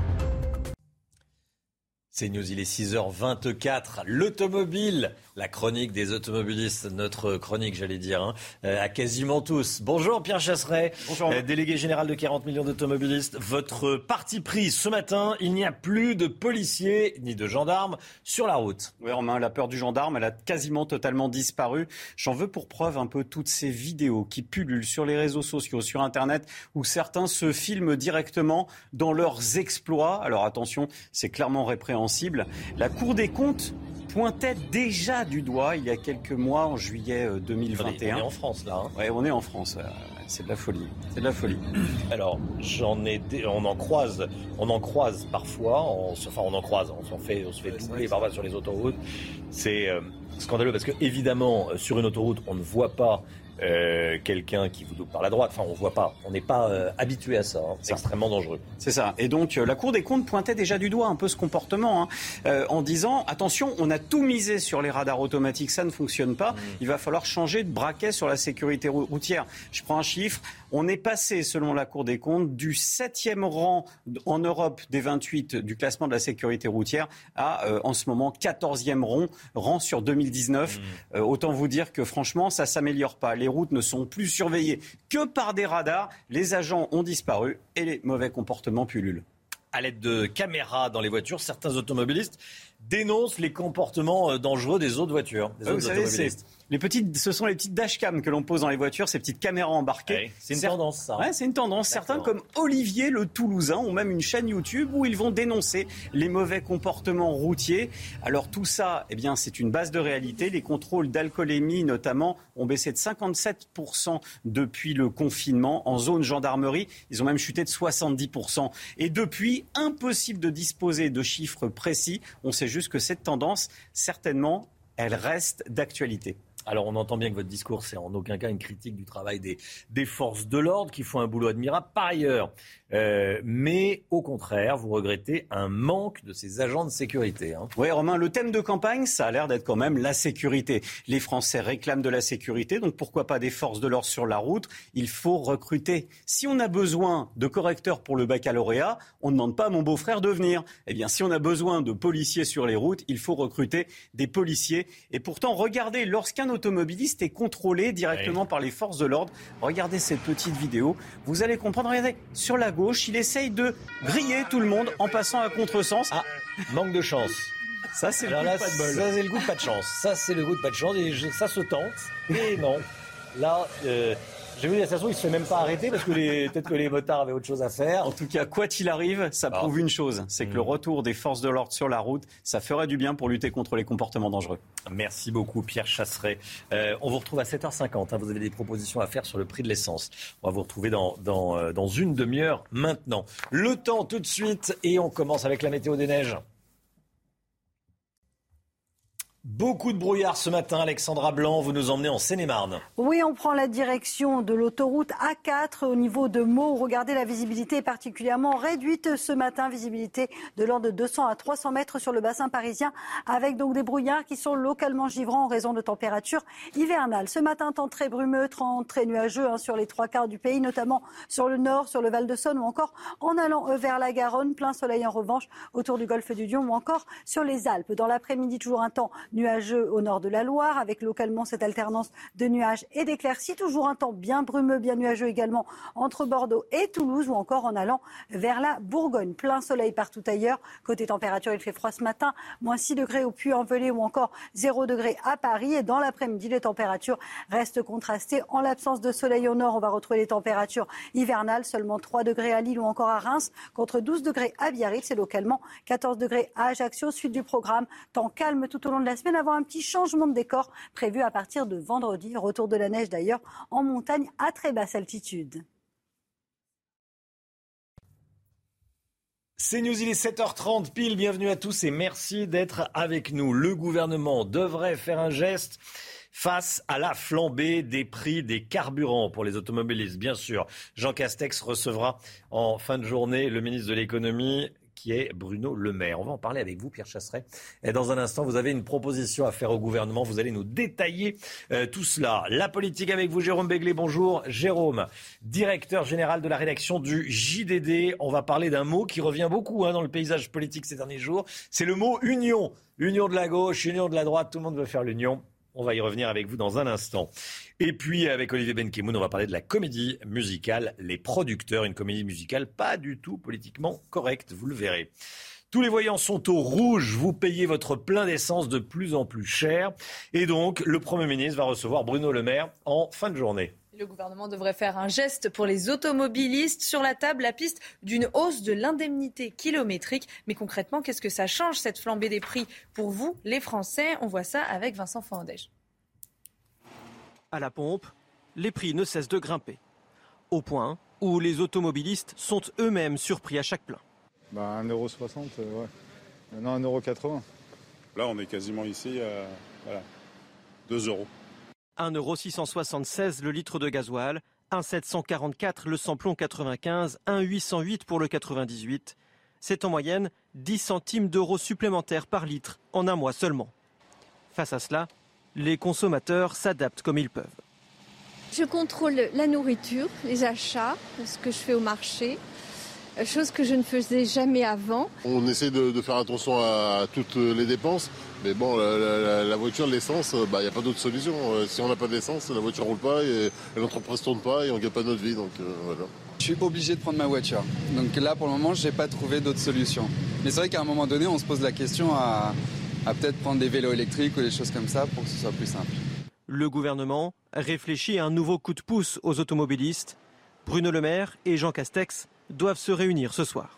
CNews, il est six heures vingt-quatre. L'automobile, la chronique des automobilistes, notre chronique, j'allais dire, hein, à quasiment tous. Bonjour Pierre Chasseret, Bonjour. Euh, délégué général de quarante millions d'automobilistes. Votre parti pris ce matin, il n'y a plus de policiers ni de gendarmes sur la route. Oui Romain, la peur du gendarme, elle a quasiment totalement disparu. J'en veux pour preuve un peu toutes ces vidéos qui pullulent sur les réseaux sociaux, sur Internet, où certains se filment directement dans leurs exploits. Alors attention, c'est clairement répréhensible. La Cour des comptes pointait déjà du doigt il y a quelques mois, en juillet deux mille vingt et un. On est en France là. Hein. Ouais, on est en France. C'est de la folie. C'est de la folie. Alors, j'en ai, des, on en croise, on en croise parfois. On, enfin, on en croise. On s'en fait, on se fait doubler parfois sur les autoroutes. C'est euh, scandaleux parce que évidemment, sur une autoroute, on ne voit pas. Euh, quelqu'un qui vous double par la droite. Enfin, on voit pas. On n'est pas euh, habitué à ça. Hein. C'est ça. Extrêmement dangereux. C'est ça. Et donc, euh, la Cour des comptes pointait déjà du doigt un peu ce comportement, hein, euh, en disant attention, on a tout misé sur les radars automatiques, ça ne fonctionne pas. Mmh. Il va falloir changer de braquet sur la sécurité routière. Je prends un chiffre. On est passé, selon la Cour des comptes, du septième rang en Europe des vingt-huit du classement de la sécurité routière à, euh, en ce moment, quatorzième rang, rang sur deux mille dix-neuf. Mmh. Euh, autant vous dire que, franchement, ça s'améliore pas. Les routes ne sont plus surveillées que par des radars. Les agents ont disparu et les mauvais comportements pullulent. À l'aide de caméras dans les voitures, certains automobilistes dénoncent les comportements dangereux des autres voitures. Des ah, autres vous savez, c'est les petites, ce sont les petites dashcams que l'on pose dans les voitures, ces petites caméras embarquées. Ouais, c'est une Cer- tendance, ça. Ouais, c'est une tendance. D'accord. Certains, comme Olivier le Toulousain, ont même une chaîne YouTube où ils vont dénoncer les mauvais comportements routiers. Alors tout ça, eh bien, c'est une base de réalité. Les contrôles d'alcoolémie, notamment, ont baissé de cinquante-sept pour cent depuis le confinement. En zone gendarmerie, ils ont même chuté de soixante-dix pour cent. Et depuis, impossible de disposer de chiffres précis. On sait juste que cette tendance, certainement, elle reste d'actualité. Alors on entend bien que votre discours, c'est en aucun cas une critique du travail des, des forces de l'ordre qui font un boulot admirable par ailleurs. Euh, mais au contraire, vous regrettez un manque de ces agents de sécurité. Hein. Oui Romain, le thème de campagne, ça a l'air d'être quand même la sécurité. Les Français réclament de la sécurité, donc pourquoi pas des forces de l'ordre sur la route? Il faut recruter. Si on a besoin de correcteurs pour le baccalauréat, on ne demande pas à mon beau-frère de venir. Eh bien, si on a besoin de policiers sur les routes, il faut recruter des policiers. Et pourtant, regardez, lorsqu'un automobiliste est contrôlé directement oui. par les forces de l'ordre, regardez cette petite vidéo, vous allez comprendre. Regardez, sur la gauche, il essaye de griller tout le monde en passant à contresens. Ah, manque de chance. Ça, c'est le, là, goût de pas de bol. Ça, c'est le goût de pas de chance. Ça, c'est le goût de pas de chance. Et je, ça se tente. Et non. Là, euh, J'ai vu la station, il se fait même pas arrêter parce que les, peut-être que les motards avaient autre chose à faire. En tout cas, quoi qu'il arrive, ça ah. prouve une chose, c'est que mmh. le retour des forces de l'ordre sur la route, ça ferait du bien pour lutter contre les comportements dangereux. Merci beaucoup Pierre Chasseret. Euh, on vous retrouve à sept heures cinquante. Hein, vous avez des propositions à faire sur le prix de l'essence. On va vous retrouver dans, dans, euh, dans une demi-heure maintenant. Le temps tout de suite et on commence avec la météo des neiges. Beaucoup de brouillard ce matin, Alexandra Blanc, vous nous emmenez en Seine-et-Marne. Oui, on prend la direction de l'autoroute A quatre au niveau de Meaux. Regardez, la visibilité est particulièrement réduite ce matin, visibilité de l'ordre de deux cents à trois cents mètres sur le bassin parisien, avec donc des brouillards qui sont localement givrants en raison de températures hivernales. Ce matin, temps très brumeux, temps très nuageux hein, sur les trois quarts du pays, notamment sur le nord, sur le Val-de-Saône ou encore en allant vers la Garonne. Plein soleil en revanche autour du golfe du Lion ou encore sur les Alpes. Dans l'après-midi, toujours un temps nuageux au nord de la Loire, avec localement cette alternance de nuages et d'éclaircies. Toujours un temps bien brumeux, bien nuageux également entre Bordeaux et Toulouse ou encore en allant vers la Bourgogne. Plein soleil partout ailleurs. Côté température, il fait froid ce matin. moins six degrés au Puy-en-Velay ou encore zéro degré à Paris. Et dans l'après-midi, les températures restent contrastées. En l'absence de soleil au nord, on va retrouver les températures hivernales. Seulement trois degrés à Lille ou encore à Reims, contre douze degrés à Biarritz et localement quatorze degrés à Ajaccio. Suite du programme, temps calme tout au long de la semaine avant un petit changement de décor prévu à partir de vendredi. Retour de la neige d'ailleurs en montagne à très basse altitude. C'est News, il est sept heures trente pile. Bienvenue à tous et merci d'être avec nous. Le gouvernement devrait faire un geste face à la flambée des prix des carburants pour les automobilistes. Bien sûr, Jean Castex recevra en fin de journée le ministre de l'économie, qui est Bruno Le Maire. On va en parler avec vous, Pierre Chasseret. Et dans un instant, vous avez une proposition à faire au gouvernement. Vous allez nous détailler euh, tout cela. La politique avec vous, Jérôme Béglé. Bonjour, Jérôme, directeur général de la rédaction du J D D. On va parler d'un mot qui revient beaucoup hein, dans le paysage politique ces derniers jours. C'est le mot union. Union de la gauche, union de la droite. Tout le monde veut faire l'union. On va y revenir avec vous dans un instant. Et puis, avec Olivier Benkemoun, on va parler de la comédie musicale Les Producteurs. Une comédie musicale pas du tout politiquement correcte, vous le verrez. Tous les voyants sont au rouge. Vous payez votre plein d'essence de plus en plus cher. Et donc, le Premier ministre va recevoir Bruno Le Maire en fin de journée. Le gouvernement devrait faire un geste pour les automobilistes. Sur la table, la piste d'une hausse de l'indemnité kilométrique. Mais concrètement, qu'est-ce que ça change, cette flambée des prix pour vous, les Français? On voit ça avec Vincent Fandège. À la pompe, les prix ne cessent de grimper. Au point où les automobilistes sont eux-mêmes surpris à chaque plein. Bah, un euro soixante, euh, ouais. Maintenant un euro quatre-vingts. Là, on est quasiment ici à voilà, deux euros. un euro six cent soixante-seize le litre de gasoil, un euro sept cent quarante-quatre le samplon quatre-vingt-quinze, un euro huit cent huit pour le quatre-vingt-dix-huit. C'est en moyenne dix centimes d'euros supplémentaires par litre en un mois seulement. Face à cela, les consommateurs s'adaptent comme ils peuvent. Je contrôle la nourriture, les achats, ce que je fais au marché, chose que je ne faisais jamais avant. On essaie de, de faire attention à toutes les dépenses, mais bon, la, la, la voiture, l'essence, il bah, n'y a pas d'autre solution. Si on n'a pas d'essence, la voiture ne roule pas et, et l'entreprise ne tourne pas et on ne gagne pas notre vie. Donc, euh, voilà. Je suis obligé de prendre ma voiture. Donc là, pour le moment, je n'ai pas trouvé d'autre solution. Mais c'est vrai qu'à un moment donné, on se pose la question à, à peut-être prendre des vélos électriques ou des choses comme ça pour que ce soit plus simple. Le gouvernement réfléchit à un nouveau coup de pouce aux automobilistes. Bruno Le Maire et Jean Castex doivent se réunir ce soir.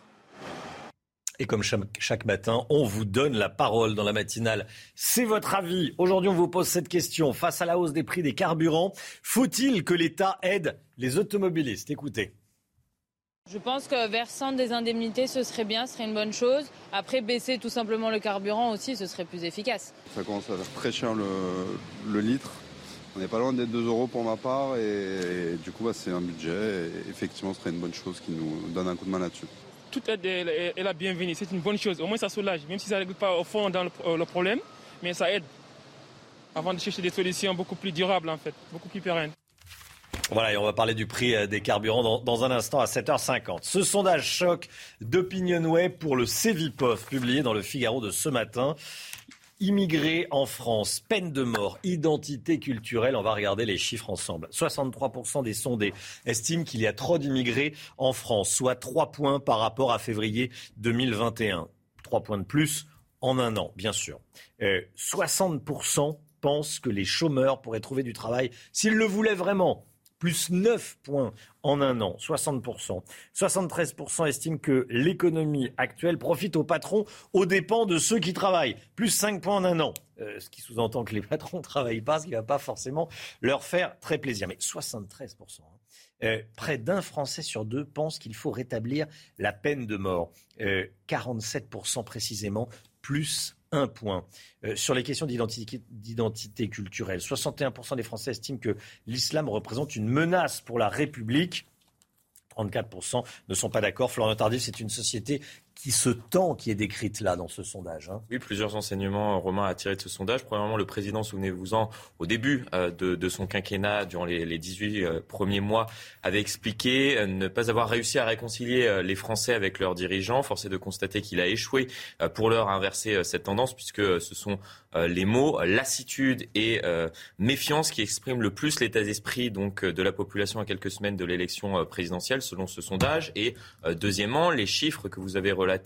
Et comme chaque, chaque matin, on vous donne la parole dans la matinale. C'est votre avis. Aujourd'hui, on vous pose cette question. Face à la hausse des prix des carburants, faut-il que l'État aide les automobilistes? Écoutez. Je pense que versant des indemnités, ce serait bien, ce serait une bonne chose. Après, baisser tout simplement le carburant aussi, ce serait plus efficace. Ça commence à faire très cher le, le litre. On n'est pas loin d'être deux euros pour ma part et, et du coup bah, c'est un budget et effectivement ce serait une bonne chose qui nous donne un coup de main là-dessus. Toute aide est la bienvenue, c'est une bonne chose. Au moins ça soulage, même si ça ne règle pas au fond dans le, le problème, mais ça aide avant de chercher des solutions beaucoup plus durables en fait, beaucoup plus pérennes. Voilà, et on va parler du prix des carburants dans, dans un instant à sept heures cinquante. Ce sondage choc d'Opinionway pour le Cevipof, publié dans le Figaro de ce matin. Immigrés en France, peine de mort, identité culturelle, on va regarder les chiffres ensemble. soixante-trois pour cent des sondés estiment qu'il y a trop d'immigrés en France, soit trois points par rapport à février deux mille vingt et un. trois points de plus en un an, bien sûr. Euh, soixante pour cent pensent que les chômeurs pourraient trouver du travail s'ils le voulaient vraiment. plus neuf points en un an, soixante pour cent. soixante-treize pour cent estiment que l'économie actuelle profite aux patrons aux dépens de ceux qui travaillent, plus cinq points en un an. Euh, ce qui sous-entend que les patrons ne travaillent pas, ce qui ne va pas forcément leur faire très plaisir. Mais soixante-treize pour cent. Hein. Euh, près d'un Français sur deux pense qu'il faut rétablir la peine de mort. Euh, quarante-sept pour cent précisément, plus un point. Euh, sur les questions d'identité, d'identité culturelle, soixante et un pour cent des Français estiment que l'islam représente une menace pour la République. trente-quatre pour cent ne sont pas d'accord. Florian Tardif, c'est une société qui se tend, qui est décrite là dans ce sondage. Hein. Oui, plusieurs enseignements, Romain, à tirer de ce sondage. Premièrement, le président, souvenez-vous-en, au début euh, de, de son quinquennat, durant les, les dix-huit euh, premiers mois, avait expliqué euh, ne pas avoir réussi à réconcilier euh, les Français avec leurs dirigeants. Force est de constater qu'il a échoué euh, pour leur inverser euh, cette tendance, puisque euh, ce sont euh, les mots euh, lassitude et euh, méfiance qui expriment le plus l'état d'esprit donc euh, de la population à quelques semaines de l'élection euh, présidentielle, selon ce sondage. Et euh, deuxièmement, les chiffres que vous avez relatés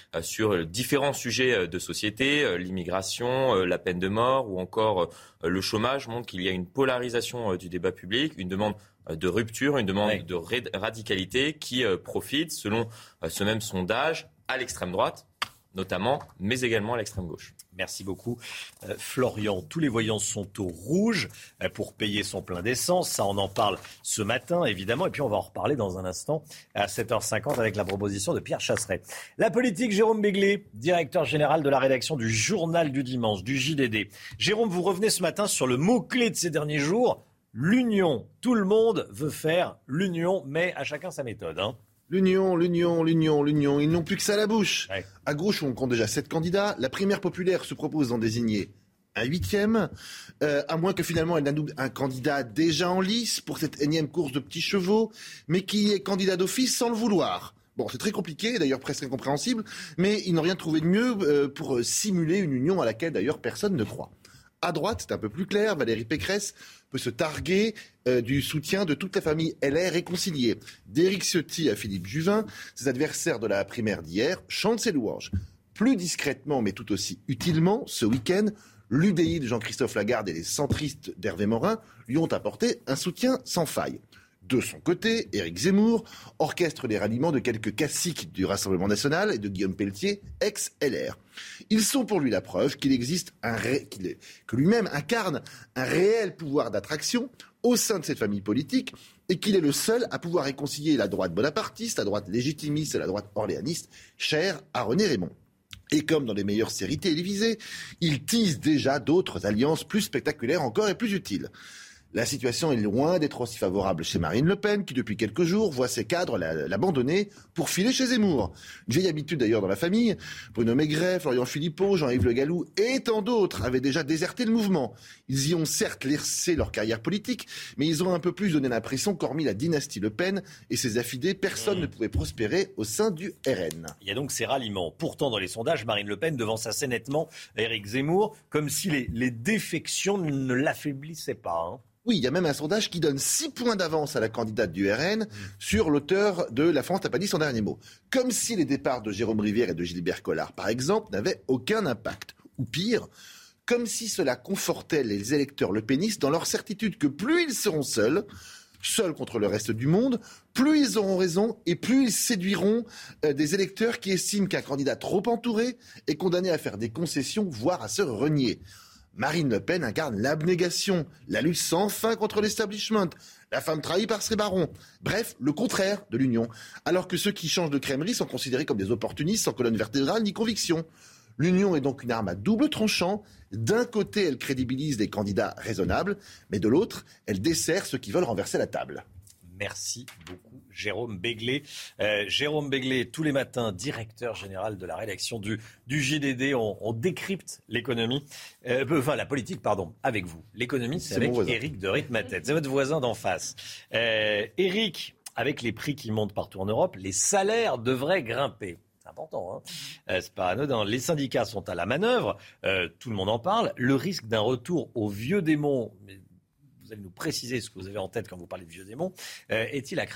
sur différents sujets de société, l'immigration, la peine de mort ou encore le chômage montrent qu'il y a une polarisation du débat public, une demande de rupture, une demande oui. de radicalité qui profite, selon ce même sondage, à l'extrême droite notamment, mais également à l'extrême gauche. Merci beaucoup, euh, Florian. Tous les voyants sont au rouge euh, pour payer son plein d'essence. Ça, on en parle ce matin, évidemment. Et puis, on va en reparler dans un instant à sept heures cinquante avec la proposition de Pierre Chasseret. La politique, Jérôme Béglé, directeur général de la rédaction du Journal du Dimanche, du J D D. Jérôme, vous revenez ce matin sur le mot-clé de ces derniers jours, l'union. Tout le monde veut faire l'union, mais à chacun sa méthode, hein. L'union, l'union, l'union, l'union, ils n'ont plus que ça à la bouche. Ouais. À gauche, on compte déjà sept candidats. La primaire populaire se propose d'en désigner un huitième, euh, à moins que finalement elle n'annonce un candidat déjà en lice pour cette énième course de petits chevaux, mais qui est candidat d'office sans le vouloir. Bon, c'est très compliqué, d'ailleurs presque incompréhensible, mais ils n'ont rien trouvé de mieux euh, pour simuler une union à laquelle d'ailleurs personne ne croit. À droite, c'est un peu plus clair, Valérie Pécresse peut se targuer euh, du soutien de toute la famille L R réconciliée. D'Éric Ciotti à Philippe Juvin, ses adversaires de la primaire d'hier chantent ses louanges. Plus discrètement, mais tout aussi utilement, ce week-end, l'U D I de Jean-Christophe Lagarde et les centristes d'Hervé Morin lui ont apporté un soutien sans faille. De son côté, Éric Zemmour orchestre les ralliements de quelques caciques du Rassemblement national et de Guillaume Pelletier, ex-L R. Ils sont pour lui la preuve qu'il existe un ré... qu'il est... que lui-même incarne un réel pouvoir d'attraction au sein de cette famille politique et qu'il est le seul à pouvoir réconcilier la droite bonapartiste, la droite légitimiste et la droite orléaniste, chère à René Raymond. Et comme dans les meilleures séries télévisées, il tease déjà d'autres alliances plus spectaculaires encore et plus utiles. La situation est loin d'être aussi favorable chez Marine Le Pen, qui depuis quelques jours voit ses cadres l'abandonner pour filer chez Zemmour. Une vieille habitude d'ailleurs dans la famille. Bruno Maigret, Florian Philippot, Jean-Yves Le Gallou et tant d'autres avaient déjà déserté le mouvement. Ils y ont certes laissé leur carrière politique, mais ils ont un peu plus donné l'impression qu'hormis la dynastie Le Pen et ses affidés, personne mmh. ne pouvait prospérer au sein du R N. Il y a donc ces ralliements. Pourtant, dans les sondages, Marine Le Pen devance assez nettement Éric Zemmour, comme si les, les défections ne l'affaiblissaient pas, hein. Oui, il y a même un sondage qui donne six points d'avance à la candidate du R N mmh. sur l'auteur de La France n'a pas dit son dernier mot. Comme si les départs de Jérôme Rivière et de Gilbert Collard, par exemple, n'avaient aucun impact. Ou pire, comme si cela confortait les électeurs lepénistes dans leur certitude que plus ils seront seuls, seuls contre le reste du monde, plus ils auront raison et plus ils séduiront euh, des électeurs qui estiment qu'un candidat trop entouré est condamné à faire des concessions, voire à se renier. Marine Le Pen incarne l'abnégation, la lutte sans fin contre l'establishment, la femme trahie par ses barons. Bref, le contraire de l'union. Alors que ceux qui changent de crèmerie sont considérés comme des opportunistes sans colonne vertébrale ni conviction. L'union est donc une arme à double tranchant. D'un côté, elle crédibilise des candidats raisonnables, mais de l'autre, elle dessert ceux qui veulent renverser la table. Merci beaucoup, Jérôme Béglé. Euh, Jérôme Béglé, tous les matins, directeur général de la rédaction du, du J D D. On, on décrypte l'économie, euh, enfin la politique, pardon, avec vous. L'économie, c'est, c'est avec Éric de Ritmatet. C'est votre voisin d'en face. Euh, Éric, avec les prix qui montent partout en Europe, les salaires devraient grimper. C'est important, hein. euh, c'est pas anodin. Les syndicats sont à la manœuvre, euh, tout le monde en parle. Le risque d'un retour au vieux démon, mais vous allez nous préciser ce que vous avez en tête quand vous parlez de vieux démons, euh, est-il à craindre ?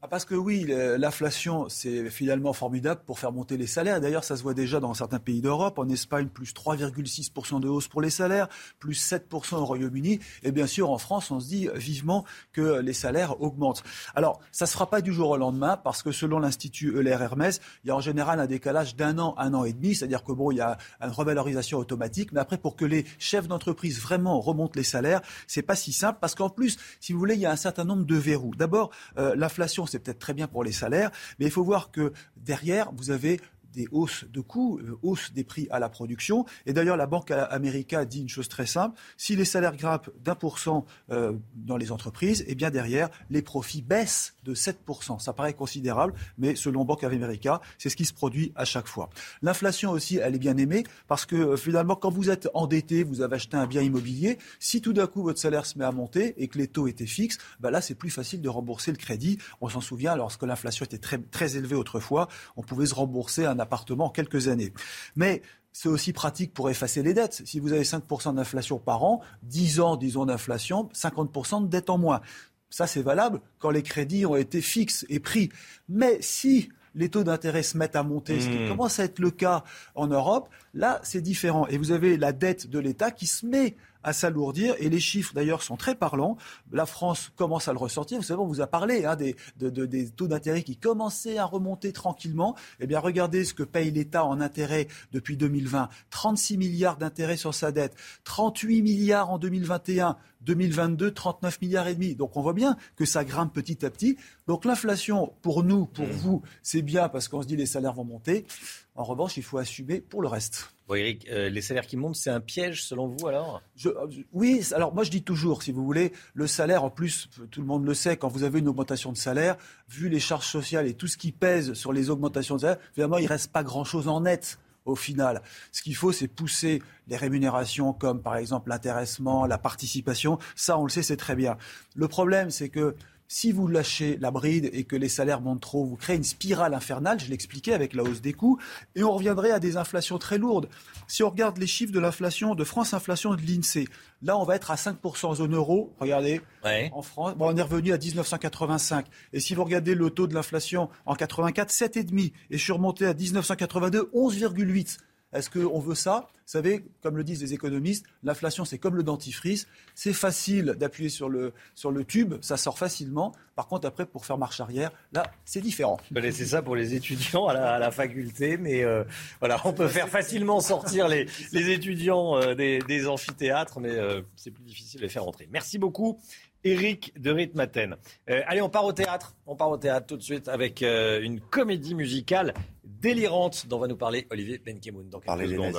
Ah, parce que oui, l'inflation, c'est finalement formidable pour faire monter les salaires. D'ailleurs, ça se voit déjà dans certains pays d'Europe. En Espagne, plus trois virgule six pour cent de hausse pour les salaires, plus sept pour cent au Royaume-Uni. Et bien sûr, en France, on se dit vivement que les salaires augmentent. Alors, ça ne se fera pas du jour au lendemain, parce que selon l'Institut Euler-Hermès, il y a en général un décalage d'un an, un an et demi. C'est-à-dire que bon, il y a une revalorisation automatique. Mais après, pour que les chefs d'entreprise vraiment remontent les salaires, c'est pas si simple, parce qu'en plus, si vous voulez, il y a un certain nombre de verrous. D'abord, euh, l'inflation, c'est peut-être très bien pour les salaires, mais il faut voir que derrière, vous avez des hausses de coûts, euh, hausse des prix à la production. Et d'ailleurs, la Banque America dit une chose très simple. Si les salaires grimpent d'un pour cent euh, dans les entreprises, eh bien derrière, les profits baissent de sept pour cent. Ça paraît considérable, mais selon Banque America, c'est ce qui se produit à chaque fois. L'inflation aussi, elle est bien aimée, parce que euh, finalement, quand vous êtes endetté, vous avez acheté un bien immobilier, si tout d'un coup votre salaire se met à monter et que les taux étaient fixes, ben là, c'est plus facile de rembourser le crédit. On s'en souvient, lorsque l'inflation était très, très élevée autrefois, on pouvait se rembourser un appartement en quelques années. Mais c'est aussi pratique pour effacer les dettes. Si vous avez cinq pour cent d'inflation par an, dix ans, disons, d'inflation, cinquante pour cent de dettes en moins. Ça, c'est valable quand les crédits ont été fixes et pris. Mais si les taux d'intérêt se mettent à monter, mmh. ce qui commence à être le cas en Europe, là, c'est différent. Et vous avez la dette de l'État qui se met à s'alourdir, et les chiffres d'ailleurs sont très parlants. La France commence à le ressortir. Vous savez, on vous a parlé hein, des, de, de, des taux d'intérêt qui commençaient à remonter tranquillement. Eh bien, regardez ce que paye l'État en intérêt depuis deux mille vingt. trente-six milliards d'intérêts sur sa dette, trente-huit milliards en deux mille vingt et un, deux mille vingt-deux, trente-neuf milliards et demi. Donc on voit bien que ça grimpe petit à petit. Donc l'inflation, pour nous, pour mmh. vous, c'est bien parce qu'on se dit les salaires vont monter. En revanche, il faut assumer pour le reste. Bon, Éric, euh, les salaires qui montent, c'est un piège selon vous alors ? je, Oui, alors moi je dis toujours, si vous voulez, le salaire, en plus, tout le monde le sait, quand vous avez une augmentation de salaire, vu les charges sociales et tout ce qui pèse sur les augmentations de salaire, finalement, il ne reste pas grand-chose en net. Au final, ce qu'il faut, c'est pousser les rémunérations comme, par exemple, l'intéressement, la participation. Ça, on le sait, c'est très bien. Le problème, c'est que si vous lâchez la bride et que les salaires montent trop, vous créez une spirale infernale, je l'expliquais, avec la hausse des coûts, et on reviendrait à des inflations très lourdes. Si on regarde les chiffres de l'inflation, de France Inflation et de l'INSEE, là, on va être à cinq pour cent en zone euro. Regardez, ouais. en France, bon, on est revenu à dix-neuf cent quatre-vingt-cinq. Et si vous regardez le taux de l'inflation en quatre-vingt-quatre, sept virgule cinq. Et je suis remonté à dix-neuf cent quatre-vingt-deux, onze virgule huit. Est-ce qu'on veut ça ? Vous savez, comme le disent les économistes, l'inflation, c'est comme le dentifrice. C'est facile d'appuyer sur le, sur le tube, ça sort facilement. Par contre, après, pour faire marche arrière, là, c'est différent. Je connaissais ça pour les étudiants à la, à la faculté, mais euh, voilà, on peut faire facilement sortir les, les étudiants euh, des, des amphithéâtres, mais euh, c'est plus difficile de les faire entrer. Merci beaucoup. Éric de Ritmaten. Euh, allez, on part au théâtre. On part au théâtre tout de suite avec euh, une comédie musicale délirante dont va nous parler Olivier Benkemoun dans quelques secondes.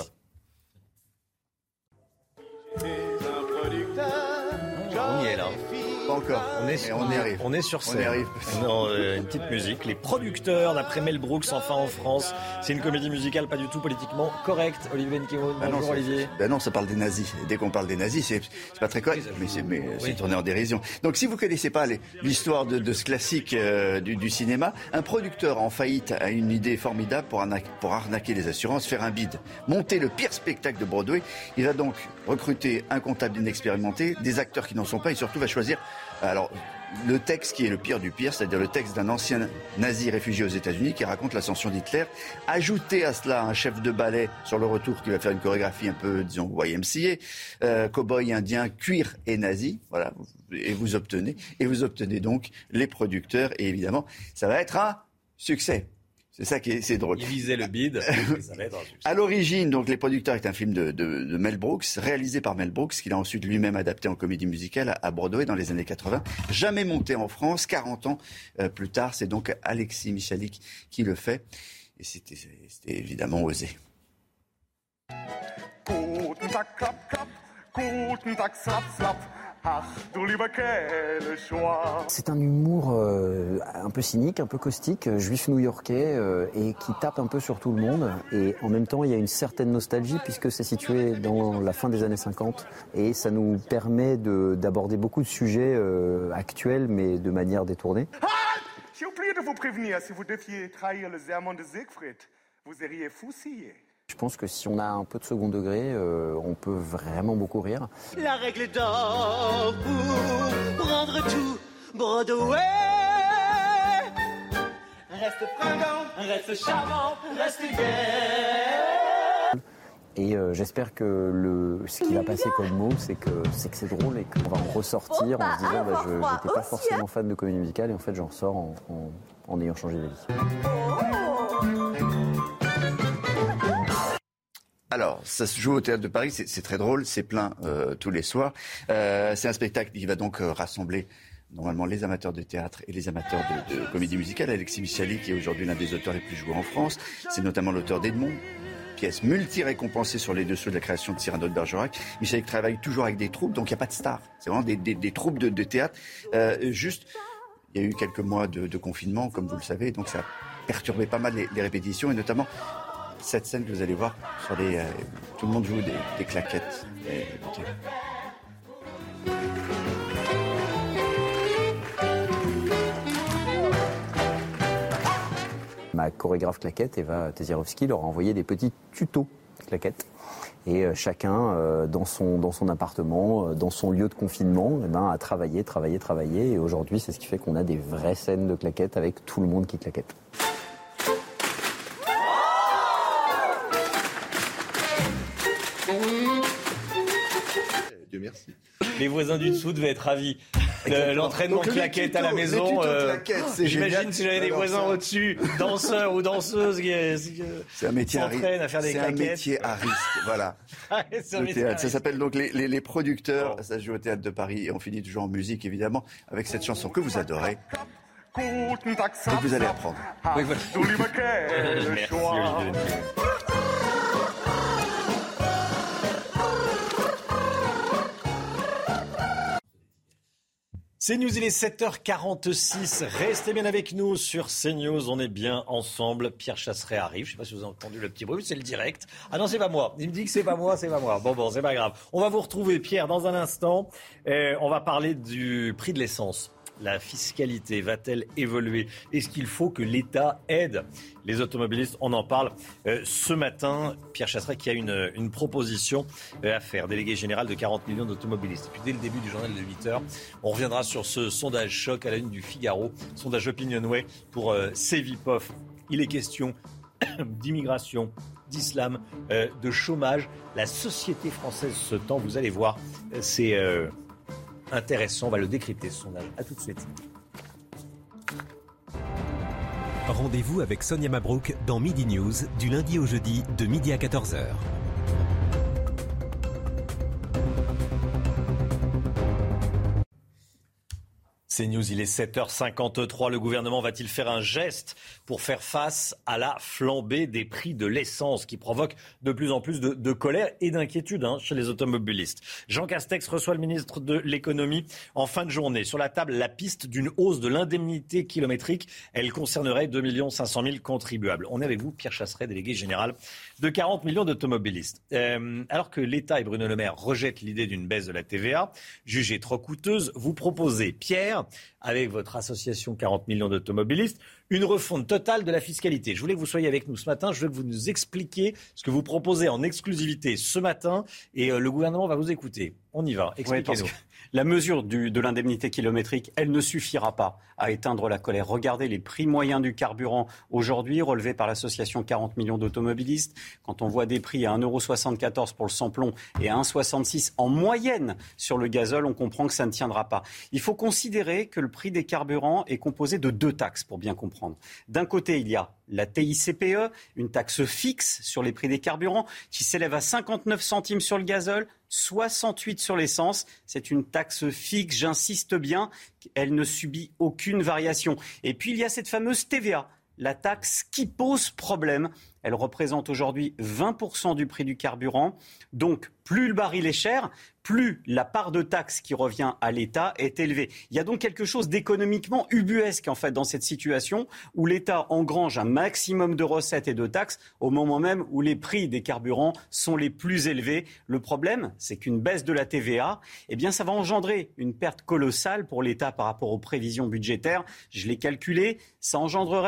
On y est là. Pas encore. On est, on y arrive. On est sur scène. On y arrive. On a euh, une petite musique. Les producteurs d'après Mel Brooks, enfin en France. C'est une comédie musicale pas du tout politiquement correcte. Olivier Benkemoun, ben bonjour non, Olivier. Ben non, ça parle des nazis. Et dès qu'on parle des nazis, c'est, c'est pas très correct, mais c'est, mais oui. c'est tourné en dérision. Donc si vous connaissez pas les, l'histoire de, de ce classique euh, du, du cinéma, un producteur en faillite a une idée formidable pour, arnaquer, pour arnaquer les assurances, faire un bid, monter le pire spectacle de Broadway. Il va donc recruter un comptable inexpérimenté, des acteurs qui n'en sont pas, et surtout va choisir alors le texte qui est le pire du pire, c'est-à-dire le texte d'un ancien nazi réfugié aux États-Unis qui raconte l'ascension d'Hitler. Ajouter à cela un chef de ballet sur le retour qui va faire une chorégraphie un peu, disons, Y M C A, euh, cow-boy indien, cuir et nazi, voilà, et vous obtenez, et vous obtenez donc les producteurs, et évidemment, ça va être un succès. C'est ça qui est, c'est drôle. Il visait le bid, ça va être un succès. À l'origine, donc, Les Producteurs est un film de, de, de Mel Brooks, réalisé par Mel Brooks, qu'il a ensuite lui-même adapté en comédie musicale à, à Broadway dans les années quatre-vingts. Jamais monté en France, quarante ans euh, plus tard. C'est donc Alexis Michalik qui le fait. Et c'était, c'était évidemment osé. Guten Tag, klapp, klapp. Guten Tag, slap, slap. Ach, du lieber quelle joie. C'est un humour euh, un peu cynique, un peu caustique, euh, juif new-yorkais euh, et qui tape un peu sur tout le monde. Et en même temps, il y a une certaine nostalgie puisque c'est situé dans la fin des années cinquante et ça nous permet de, d'aborder beaucoup de sujets euh, actuels mais de manière détournée. Halt! J'ai oublié de vous prévenir, si vous deviez trahir le serment de Siegfried, vous seriez fusillé. Je pense que si on a un peu de second degré, euh, on peut vraiment beaucoup rire. La règle d'or pour prendre tout Broadway. Reste fringant, reste charmant, reste gay. Et euh, j'espère que le, ce qui va passer comme mot, c'est que c'est que c'est drôle et qu'on va en ressortir en se disant bah, je n'étais pas forcément fan de comédie musicale et en fait j'en ressors en, en, en ayant changé d'avis. Alors, ça se joue au Théâtre de Paris, c'est, c'est très drôle, c'est plein euh, tous les soirs. Euh, c'est un spectacle qui va donc euh, rassembler normalement les amateurs de théâtre et les amateurs de, de comédie musicale. Alexis Micali, qui est aujourd'hui l'un des auteurs les plus joués en France, c'est notamment l'auteur d'Edmond, pièce multi-récompensée sur les dessous de la création de Cyrano de Bergerac. Micali travaille toujours avec des troupes, donc il n'y a pas de stars. C'est vraiment des, des, des troupes de, de théâtre. Euh, juste, il y a eu quelques mois de, de confinement, comme vous le savez, donc ça a perturbé pas mal les, les répétitions, et notamment cette scène que vous allez voir sur les... Euh, tout le monde joue des, des claquettes. Et, okay. Ma chorégraphe claquette, Eva Teziarovski, leur a envoyé des petits tutos claquettes. Et euh, chacun, euh, dans, son, dans son appartement, euh, dans son lieu de confinement, eh ben, a travaillé, travaillé, travaillé. Et aujourd'hui, c'est ce qui fait qu'on a des vraies scènes de claquettes avec tout le monde qui claquette. Dieu merci. Les voisins du dessous devaient être ravis. Le, l'entraînement Donc, claquette tutos, à la maison. Euh, claquettes, c'est j'imagine génial. si j'avais des Alors, voisins ça... au-dessus, danseurs ou danseuses qui, qui c'est un métier s'entraînent à, à faire des c'est claquettes. C'est un métier à risque, voilà. c'est un le métier théâtre, à ça risque. s'appelle donc les, les, les producteurs. Oh. Ça se joue au Théâtre de Paris et on finit toujours en musique, évidemment, avec cette chanson que vous adorez. Et que vous allez apprendre. Oui, voilà. euh, merci, Olivier. CNews, il est sept heures quarante-six. Restez bien avec nous sur CNews. On est bien ensemble. Pierre Chasseret arrive. Je ne sais pas si vous avez entendu le petit bruit, c'est le direct. Ah non, c'est pas moi. Il me dit que c'est pas moi, c'est pas moi. Bon, bon, c'est pas grave. On va vous retrouver, Pierre, dans un instant. Euh, on va parler du prix de l'essence. La fiscalité va-t-elle évoluer ? Est-ce qu'il faut que l'État aide les automobilistes ? On en parle euh, ce matin. Pierre Chasseret qui a une, une proposition euh, à faire. Délégué général de quarante millions d'automobilistes. Et puis dès le début du journal de huit heures, on reviendra sur ce sondage choc à la une du Figaro. Sondage Opinionway pour euh, Cevipof. Il est question d'immigration, d'islam, euh, de chômage. La société française se tend, vous allez voir, c'est... Euh, intéressant, on va le décrypter ce sondage. A tout de suite. Rendez-vous avec Sonia Mabrouk dans Midi News du lundi au jeudi de midi à quatorze heures. CNews, il est sept heures cinquante-trois. Le gouvernement va-t-il faire un geste pour faire face à la flambée des prix de l'essence qui provoque de plus en plus de, de colère et d'inquiétude hein, chez les automobilistes ? Jean Castex reçoit le ministre de l'économie en fin de journée. Sur la table, la piste d'une hausse de l'indemnité kilométrique. Elle concernerait deux millions cinq cent mille contribuables. On est avec vous, Pierre Chasseret, délégué général de quarante millions d'automobilistes. Euh, alors que l'État et Bruno Le Maire rejettent l'idée d'une baisse de la T V A, jugée trop coûteuse, vous proposez, Pierre, avec votre association quarante millions d'automobilistes, une refonte totale de la fiscalité. Je voulais que vous soyez avec nous ce matin. Je veux que vous nous expliquiez ce que vous proposez en exclusivité ce matin. Et euh, le gouvernement va vous écouter. On y va. Expliquez-nous. Oui, la mesure du, de l'indemnité kilométrique, elle ne suffira pas à éteindre la colère. Regardez les prix moyens du carburant aujourd'hui, relevés par l'association quarante millions d'automobilistes. Quand on voit des prix à un euro soixante-quatorze pour le sans-plomb et à un euro soixante-six en moyenne sur le gazole, on comprend que ça ne tiendra pas. Il faut considérer que le prix des carburants est composé de deux taxes, pour bien comprendre. D'un côté, il y a la T I C P E, une taxe fixe sur les prix des carburants qui s'élève à cinquante-neuf centimes sur le gazole, soixante-huit sur l'essence. C'est une taxe fixe, j'insiste bien, elle ne subit aucune variation. Et puis il y a cette fameuse T V A, la taxe qui pose problème. Elle représente aujourd'hui vingt pour cent du prix du carburant. Donc plus le baril est cher, plus la part de taxe qui revient à l'État est élevée. Il y a donc quelque chose d'économiquement ubuesque en fait dans cette situation où l'État engrange un maximum de recettes et de taxes au moment même où les prix des carburants sont les plus élevés. Le problème, c'est qu'une baisse de la T V A, eh bien, ça va engendrer une perte colossale pour l'État par rapport aux prévisions budgétaires. Je l'ai calculé, ça engendrerait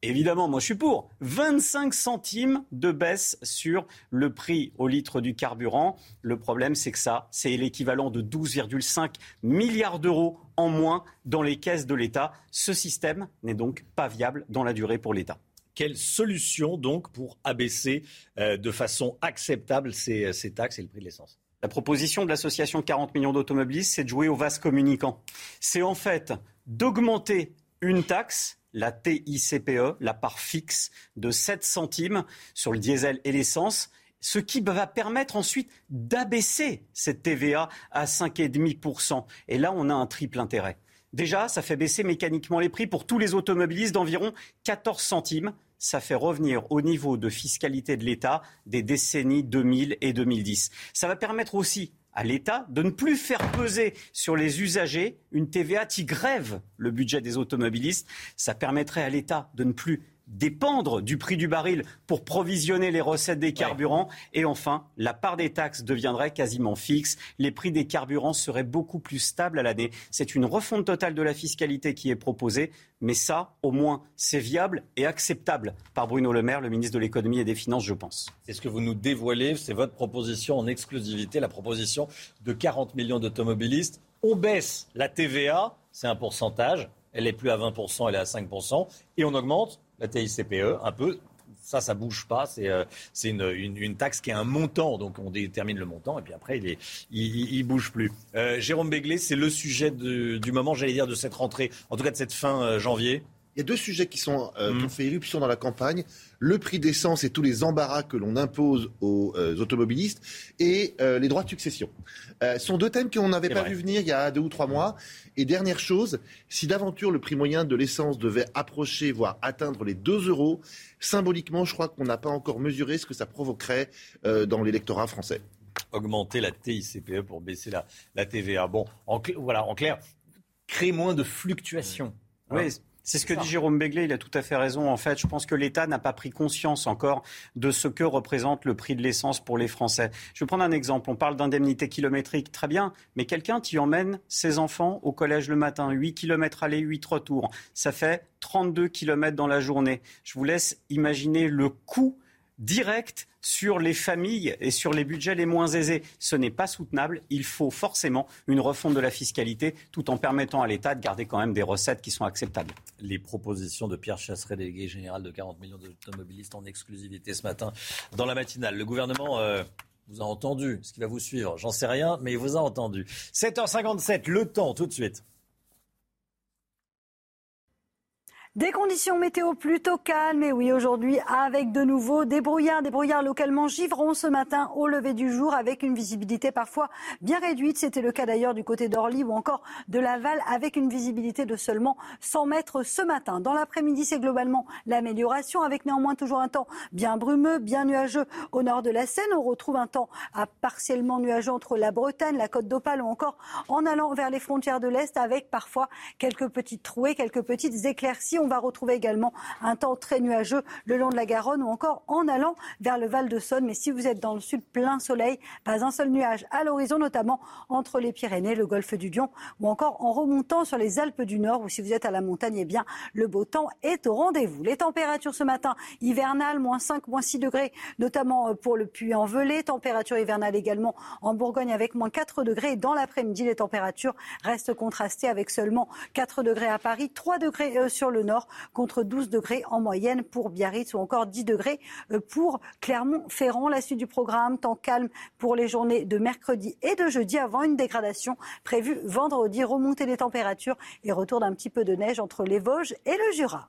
Évidemment, moi je suis pour. vingt-cinq centimes de baisse sur le prix au litre du carburant. Le problème, c'est que ça, c'est l'équivalent de douze virgule cinq milliards d'euros en moins dans les caisses de l'État. Ce système n'est donc pas viable dans la durée pour l'État. Quelle solution donc pour abaisser euh, de façon acceptable ces, ces taxes et le prix de l'essence ? La proposition de l'association quarante millions d'automobilistes, c'est de jouer au vase communicant. C'est en fait d'augmenter une taxe, la T I C P E, la part fixe de sept centimes sur le diesel et l'essence, ce qui va permettre ensuite d'abaisser cette T V A à cinq virgule cinq pour cent. Et là, on a un triple intérêt. Déjà, ça fait baisser mécaniquement les prix pour tous les automobilistes d'environ quatorze centimes. Ça fait revenir au niveau de fiscalité de l'État des décennies deux mille et deux mille dix. Ça va permettre aussi à l'État de ne plus faire peser sur les usagers une T V A qui grève le budget des automobilistes. Ça permettrait à l'État de ne plus dépendre du prix du baril pour provisionner les recettes des carburants. Ouais. Et enfin, la part des taxes deviendrait quasiment fixe. Les prix des carburants seraient beaucoup plus stables à l'année. C'est une refonte totale de la fiscalité qui est proposée. Mais ça, au moins, c'est viable et acceptable par Bruno Le Maire, le ministre de l'économie et des finances, je pense. C'est ce que vous nous dévoilez, c'est votre proposition en exclusivité, la proposition de quarante millions d'automobilistes. On baisse la T V A, c'est un pourcentage, elle n'est plus à vingt pour cent, elle est à cinq pour cent, et on augmente la T I C P E un peu. Ça, ça bouge pas. C'est, euh, c'est une, une, une taxe qui a un montant. Donc, on détermine le montant et puis après, il, est, il, il bouge plus. Euh, Jérôme Béglé, c'est le sujet de, du moment, j'allais dire, de cette rentrée, en tout cas de cette fin euh, janvier. Il y a deux sujets qui, sont, euh, mmh. qui ont fait éruption dans la campagne. Le prix d'essence et tous les embarras que l'on impose aux euh, automobilistes et euh, les droits de succession. Euh, ce sont deux thèmes qu'on n'avait c'est pas vrai. vu venir il y a deux ou trois mois. Et dernière chose, si d'aventure le prix moyen de l'essence devait approcher, voire atteindre les deux euros, symboliquement, je crois qu'on n'a pas encore mesuré ce que ça provoquerait euh, dans l'électorat français. Augmenter la T I C P E pour baisser la, la T V A. Bon, en, cl- voilà, en clair, créer moins de fluctuations. Oui. Hein. C'est ce que dit Jérôme Béglé, il a tout à fait raison. En fait, je pense que l'État n'a pas pris conscience encore de ce que représente le prix de l'essence pour les Français. Je vais prendre un exemple. On parle d'indemnité kilométrique, très bien, mais quelqu'un qui emmène ses enfants au collège le matin, huit kilomètres aller, huit retours, ça fait trente-deux kilomètres dans la journée. Je vous laisse imaginer le coût direct sur les familles et sur les budgets les moins aisés. Ce n'est pas soutenable. Il faut forcément une refonte de la fiscalité tout en permettant à l'État de garder quand même des recettes qui sont acceptables. Les propositions de Pierre Chasseret, délégué général de quarante millions d'automobilistes en exclusivité ce matin dans la matinale. Le gouvernement euh, vous a entendu. Ce qui va vous suivre, j'en sais rien, mais il vous a entendu. sept heures cinquante-sept, le temps tout de suite. Des conditions météo plutôt calmes, et oui, aujourd'hui, avec de nouveau des brouillards, des brouillards localement givrons ce matin au lever du jour, avec une visibilité parfois bien réduite. C'était le cas d'ailleurs du côté d'Orly ou encore de Laval, avec une visibilité de seulement cent mètres ce matin. Dans l'après-midi, c'est globalement l'amélioration, avec néanmoins toujours un temps bien brumeux, bien nuageux au nord de la Seine. On retrouve un temps à partiellement nuageux entre la Bretagne, la Côte d'Opale ou encore en allant vers les frontières de l'Est, avec parfois quelques petites trouées, quelques petites éclaircies. On va retrouver également un temps très nuageux le long de la Garonne ou encore en allant vers le Val de Saône. Mais si vous êtes dans le sud, plein soleil, pas un seul nuage à l'horizon, notamment entre les Pyrénées, le golfe du Lion ou encore en remontant sur les Alpes du Nord, ou si vous êtes à la montagne, eh bien, le beau temps est au rendez-vous. Les températures ce matin hivernales, moins cinq, moins six degrés, notamment pour le Puy-en-Velay. Température hivernale également en Bourgogne avec moins quatre degrés. Dans l'après-midi, les températures restent contrastées avec seulement quatre degrés à Paris, trois degrés sur le nord, contre douze degrés en moyenne pour Biarritz ou encore dix degrés pour Clermont-Ferrand. La suite du programme, temps calme pour les journées de mercredi et de jeudi avant une dégradation prévue vendredi. Remontée des températures et retour d'un petit peu de neige entre les Vosges et le Jura.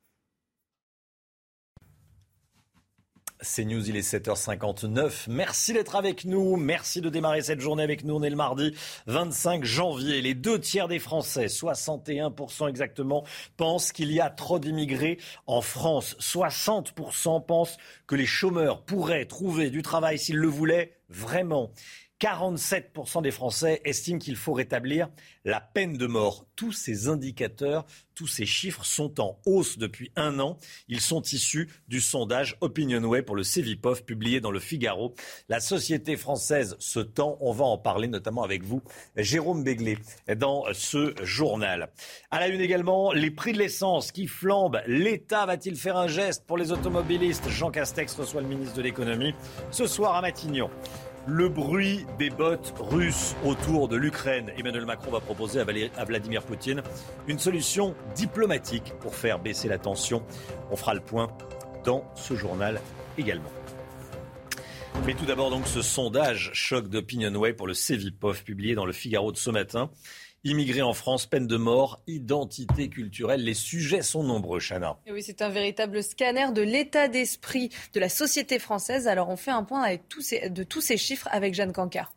C'est News, il est sept heures cinquante-neuf. Merci d'être avec nous. Merci de démarrer cette journée avec nous. On est le mardi vingt-cinq janvier. Les deux tiers des Français, soixante et un pour cent exactement, pensent qu'il y a trop d'immigrés en France. soixante pour cent pensent que les chômeurs pourraient trouver du travail s'ils le voulaient vraiment. quarante-sept pour cent des Français estiment qu'il faut rétablir la peine de mort. Tous ces indicateurs, tous ces chiffres sont en hausse depuis un an. Ils sont issus du sondage Opinionway pour le Cevipof publié dans le Figaro. La société française se tend. On va en parler notamment avec vous, Jérôme Béglé, dans ce journal. À la une également, les prix de l'essence qui flambent. L'État va-t-il faire un geste pour les automobilistes ? Jean Castex reçoit le ministre de l'économie ce soir à Matignon. Le bruit des bottes russes autour de l'Ukraine. Emmanuel Macron va proposer à, Valéry, à Vladimir Poutine une solution diplomatique pour faire baisser la tension. On fera le point dans ce journal également. Mais tout d'abord donc ce sondage choc d'Opinionway pour le Cevipof publié dans le Figaro de ce matin. Immigrés en France, peine de mort, identité culturelle, les sujets sont nombreux, Chana. Et oui, c'est un véritable scanner de l'état d'esprit de la société française. Alors on fait un point avec tous ces, de tous ces chiffres avec Jeanne Cancard.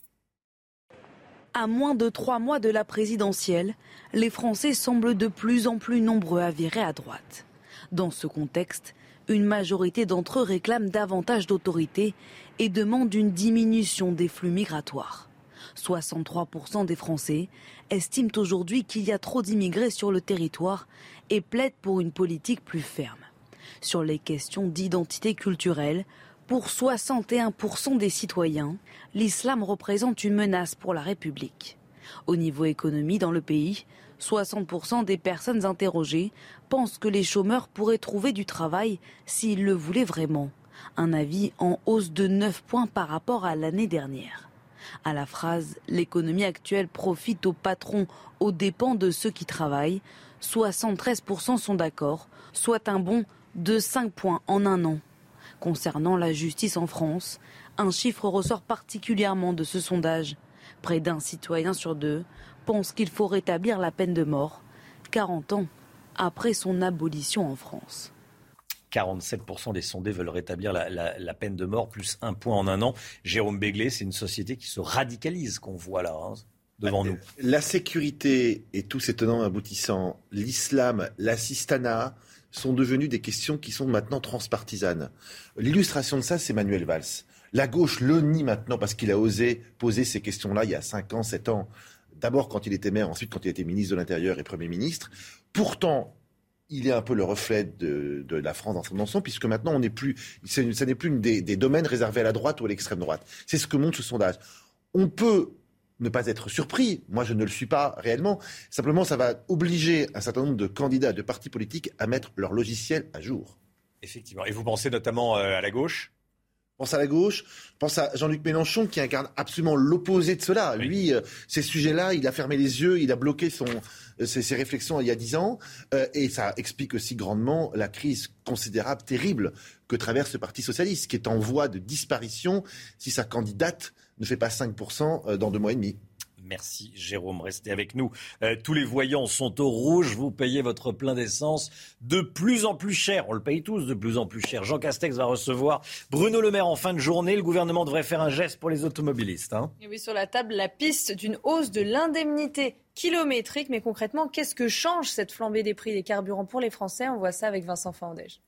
À moins de trois mois de la présidentielle, les Français semblent de plus en plus nombreux à virer à droite. Dans ce contexte, une majorité d'entre eux réclament davantage d'autorité et demandent une diminution des flux migratoires. soixante-trois pour cent des Français estiment aujourd'hui qu'il y a trop d'immigrés sur le territoire et plaident pour une politique plus ferme. Sur les questions d'identité culturelle, pour soixante et un pour cent des citoyens, l'islam représente une menace pour la République. Au niveau économie dans le pays, soixante pour cent des personnes interrogées pensent que les chômeurs pourraient trouver du travail s'ils le voulaient vraiment. Un avis en hausse de neuf points par rapport à l'année dernière. À la phrase « l'économie actuelle profite aux patrons aux dépens de ceux qui travaillent », soixante-treize pour cent sont d'accord, soit un bond de cinq points en un an. Concernant la justice en France, un chiffre ressort particulièrement de ce sondage. Près d'un citoyen sur deux pense qu'il faut rétablir la peine de mort, quarante ans après son abolition en France. quarante-sept pour cent des sondés veulent rétablir la, la, la peine de mort, plus un point en un an. Jérôme Béglé, c'est une société qui se radicalise qu'on voit là, hein, devant nous. La sécurité et tous ces tenants aboutissants, l'islam, l'assistanat, sont devenus des questions qui sont maintenant transpartisanes. L'illustration de ça, c'est Manuel Valls. La gauche le nie maintenant parce qu'il a osé poser ces questions-là il y a cinq ans, sept ans. D'abord quand il était maire, ensuite quand il était ministre de l'Intérieur et Premier ministre. Pourtant, il est un peu le reflet de, de la France dans son ensemble, puisque maintenant, on n'est plus, ça n'est plus une des, des domaines réservés à la droite ou à l'extrême droite. C'est ce que montre ce sondage. On peut ne pas être surpris, moi je ne le suis pas réellement, simplement ça va obliger un certain nombre de candidats, de partis politiques à mettre leur logiciel à jour. Effectivement. Et vous pensez notamment euh, à la gauche ? Pense à la gauche, pense à Jean-Luc Mélenchon qui incarne absolument l'opposé de cela. Oui. Lui, euh, ces sujets-là, il a fermé les yeux, il a bloqué son, euh, ses, ses réflexions il y a dix ans. Euh, et ça explique aussi grandement la crise considérable, terrible que traverse le Parti socialiste, qui est en voie de disparition si sa candidate ne fait pas cinq pour cent dans deux mois et demi. Merci Jérôme, restez avec nous. Euh, tous les voyants sont au rouge, vous payez votre plein d'essence de plus en plus cher. On le paye tous de plus en plus cher. Jean Castex va recevoir Bruno Le Maire en fin de journée. Le gouvernement devrait faire un geste pour les automobilistes. Hein. Et oui, sur la table, la piste d'une hausse de l'indemnité kilométrique. Mais concrètement, qu'est-ce que change cette flambée des prix des carburants pour les Français ? On voit ça avec Vincent Fandège.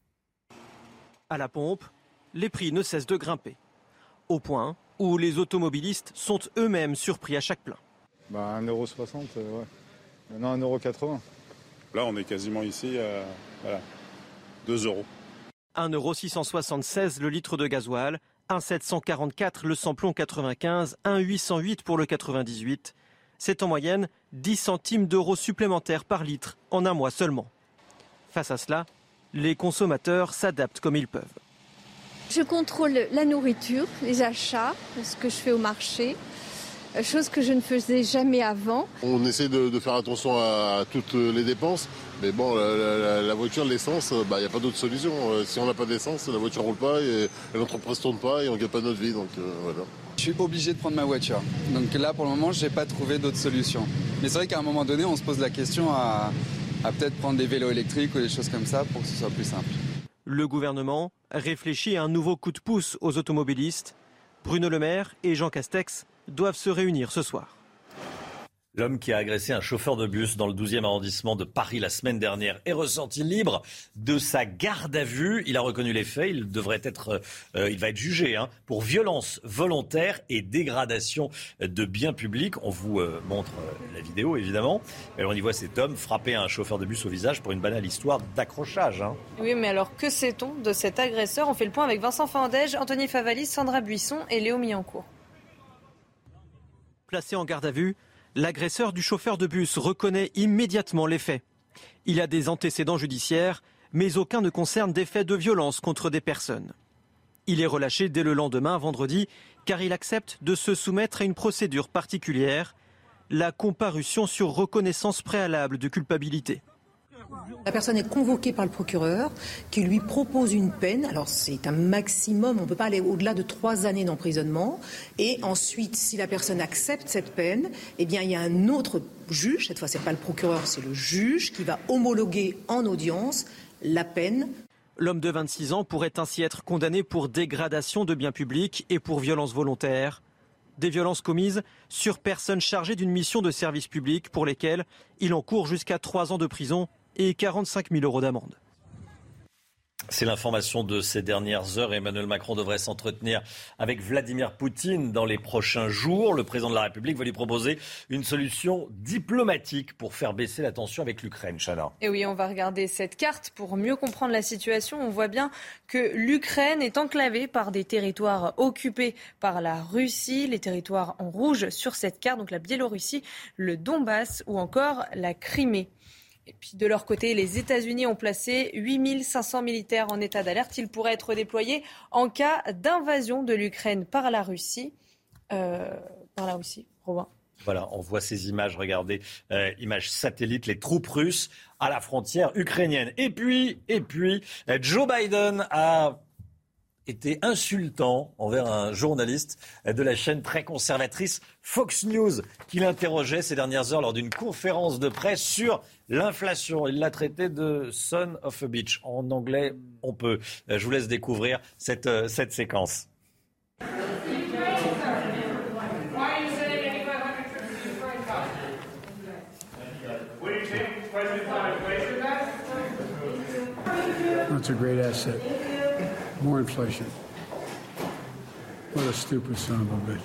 À la pompe, les prix ne cessent de grimper. Au point où les automobilistes sont eux-mêmes surpris à chaque plein. Bah, un euro soixante, euh, ouais. Maintenant un euro quatre-vingts. Là, on est quasiment ici à voilà, deux euros. un euro six cent soixante-seize le litre de gasoil, un euro sept cent quarante-quatre le samplon quatre-vingt-quinze, un euro huit cent huit pour le quatre-vingt-dix-huit. C'est en moyenne dix centimes d'euros supplémentaires par litre en un mois seulement. Face à cela, les consommateurs s'adaptent comme ils peuvent. Je contrôle la nourriture, les achats, ce que je fais au marché, chose que je ne faisais jamais avant. On essaie de, de faire attention à, à toutes les dépenses, mais bon, la, la, la voiture, l'essence, il bah, n'y a pas d'autre solution. Si on n'a pas d'essence, la voiture ne roule pas et, et l'entreprise ne tourne pas et on ne gagne pas notre vie. Donc, euh, voilà. Je suis obligé de prendre ma voiture. Donc là, pour le moment, je n'ai pas trouvé d'autre solution. Mais c'est vrai qu'à un moment donné, on se pose la question à, à peut-être prendre des vélos électriques ou des choses comme ça pour que ce soit plus simple. Le gouvernement réfléchit à un nouveau coup de pouce aux automobilistes. Bruno Le Maire et Jean Castex doivent se réunir ce soir. L'homme qui a agressé un chauffeur de bus dans le douzième arrondissement de Paris la semaine dernière est ressorti libre de sa garde à vue. Il a reconnu les faits. Il devrait être, euh, il va être jugé hein, pour violence volontaire et dégradation de biens publics. On vous euh, montre euh, la vidéo évidemment. Et on y voit cet homme frapper un chauffeur de bus au visage pour une banale histoire d'accrochage. Hein. Oui, mais alors que sait-on de cet agresseur ? On fait le point avec Vincent Fandège, Anthony Favali, Sandra Buisson et Léo Millancourt. Placé en garde à vue, l'agresseur du chauffeur de bus reconnaît immédiatement les faits. Il a des antécédents judiciaires, mais aucun ne concerne des faits de violence contre des personnes. Il est relâché dès le lendemain, vendredi, car il accepte de se soumettre à une procédure particulière, la comparution sur reconnaissance préalable de culpabilité. La personne est convoquée par le procureur qui lui propose une peine. Alors c'est un maximum, on ne peut pas aller au-delà de trois années d'emprisonnement. Et ensuite, si la personne accepte cette peine, eh bien il y a un autre juge, cette fois c'est pas le procureur, c'est le juge qui va homologuer en audience la peine. L'homme de vingt-six ans pourrait ainsi être condamné pour dégradation de biens publics et pour violence volontaire. Des violences commises sur personnes chargées d'une mission de service public pour lesquelles il encourt jusqu'à trois ans de prison et quarante-cinq mille euros d'amende. C'est l'information de ces dernières heures. Emmanuel Macron devrait s'entretenir avec Vladimir Poutine dans les prochains jours. Le président de la République va lui proposer une solution diplomatique pour faire baisser la tension avec l'Ukraine. Chana. Et oui, on va regarder cette carte pour mieux comprendre la situation. On voit bien que l'Ukraine est enclavée par des territoires occupés par la Russie. Les territoires en rouge sur cette carte, donc la Biélorussie, le Donbass ou encore la Crimée. Et puis de leur côté, les États-Unis ont placé huit mille cinq cents militaires en état d'alerte. Ils pourraient être déployés en cas d'invasion de l'Ukraine par la Russie. Euh, par la Russie, Robin. Voilà, on voit ces images, regardez, euh, images satellites, les troupes russes à la frontière ukrainienne. Et puis, et puis, euh, Joe Biden a été insultant envers un journaliste de la chaîne très conservatrice Fox News qui l'interrogeait ces dernières heures lors d'une conférence de presse sur l'inflation. Il l'a traité de son of a bitch. En anglais, on peut. Je vous laisse découvrir cette, cette séquence. That's a great asset. More inflation. What a stupid son of a bitch.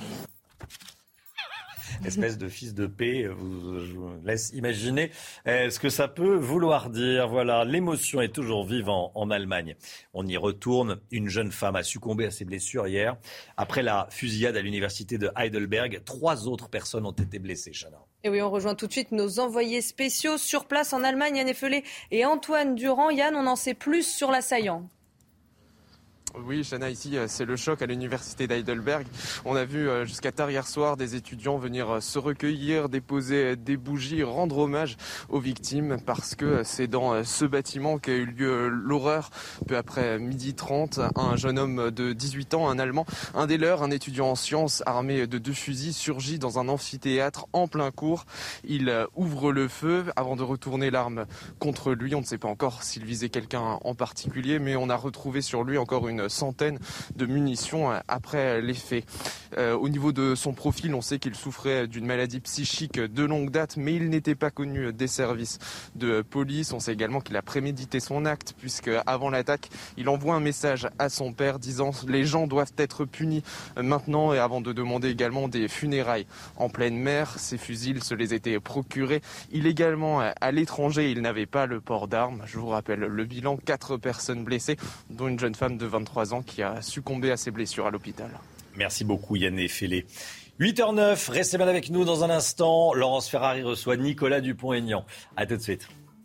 Espèce de fils de paix, vous, je vous laisse imaginer euh, ce que ça peut vouloir dire. Voilà, l'émotion est toujours vive en, en Allemagne. On y retourne. Une jeune femme a succombé à ses blessures hier. Après la fusillade à l'université de Heidelberg, trois autres personnes ont été blessées, Chana. Et oui, on rejoint tout de suite nos envoyés spéciaux sur place en Allemagne, Yann Effelé et Antoine Durand. Yann, on en sait plus sur l'assaillant. Oui, Chana, ici, c'est le choc à l'université d'Heidelberg. On a vu jusqu'à tard hier soir des étudiants venir se recueillir, déposer des bougies, rendre hommage aux victimes parce que c'est dans ce bâtiment qu'a eu lieu l'horreur. Peu après midi trente, un jeune homme de dix-huit ans, un Allemand, un des leurs, un étudiant en sciences armé de deux fusils, surgit dans un amphithéâtre en plein cours. Il ouvre le feu avant de retourner l'arme contre lui. On ne sait pas encore s'il visait quelqu'un en particulier, mais on a retrouvé sur lui encore une centaine de munitions après les faits. Euh, au niveau de son profil, on sait qu'il souffrait d'une maladie psychique de longue date, mais il n'était pas connu des services de police. On sait également qu'il a prémédité son acte, puisque avant l'attaque, il envoie un message à son père disant « Les gens doivent être punis maintenant » et avant de demander également des funérailles en pleine mer. Ces fusils se les étaient procurés illégalement à l'étranger. Il n'avait pas le port d'armes. Je vous rappelle le bilan, quatre personnes blessées, dont une jeune femme de vingt-trois ans qui a succombé à ses blessures à l'hôpital. Merci beaucoup Yann Effelé. huit heures neuf, restez bien avec nous dans un instant. Laurence Ferrari reçoit Nicolas Dupont-Aignan. A tout de suite.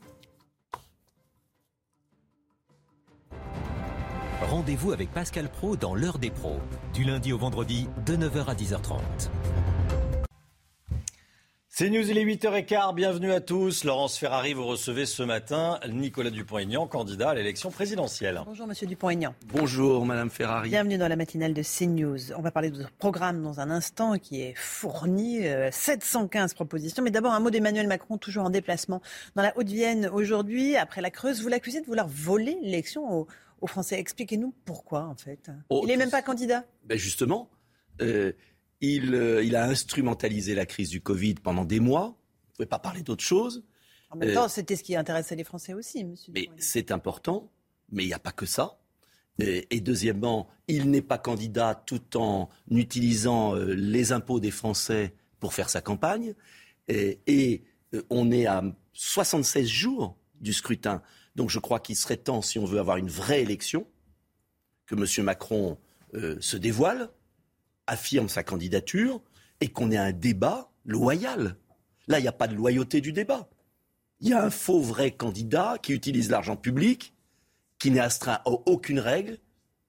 Rendez-vous avec Pascal Praud dans l'heure des pros, du lundi au vendredi de neuf heures à dix heures trente. C'est News, il est huit heures quinze, bienvenue à tous. Laurence Ferrari, vous recevez ce matin Nicolas Dupont-Aignan, candidat à l'élection présidentielle. Bonjour Monsieur Dupont-Aignan. Bonjour Madame Ferrari. Bienvenue dans la matinale de CNews. On va parler de votre programme dans un instant qui est fourni, euh, sept cent quinze propositions. Mais d'abord un mot d'Emmanuel Macron, toujours en déplacement dans la Haute-Vienne aujourd'hui. Après la Creuse, vous l'accusez de vouloir voler l'élection aux, aux Français. Expliquez-nous pourquoi en fait. Oh, il n'est même pas candidat. Ben justement... Euh... il, euh, il a instrumentalisé la crise du Covid pendant des mois. On ne pouvait pas parler d'autre chose. En même euh, temps, c'était ce qui intéressait les Français aussi, monsieur. Mais c'est important, mais il n'y a pas que ça. Et, et deuxièmement, il n'est pas candidat tout en utilisant euh, les impôts des Français pour faire sa campagne. Et, et euh, on est à soixante-seize jours du scrutin. Donc je crois qu'il serait temps, si on veut avoir une vraie élection, que M. Macron euh, se dévoile, affirme sa candidature et qu'on ait un débat loyal. Là, il n'y a pas de loyauté du débat. Il y a un faux vrai candidat qui utilise l'argent public, qui n'est astreint à aucune règle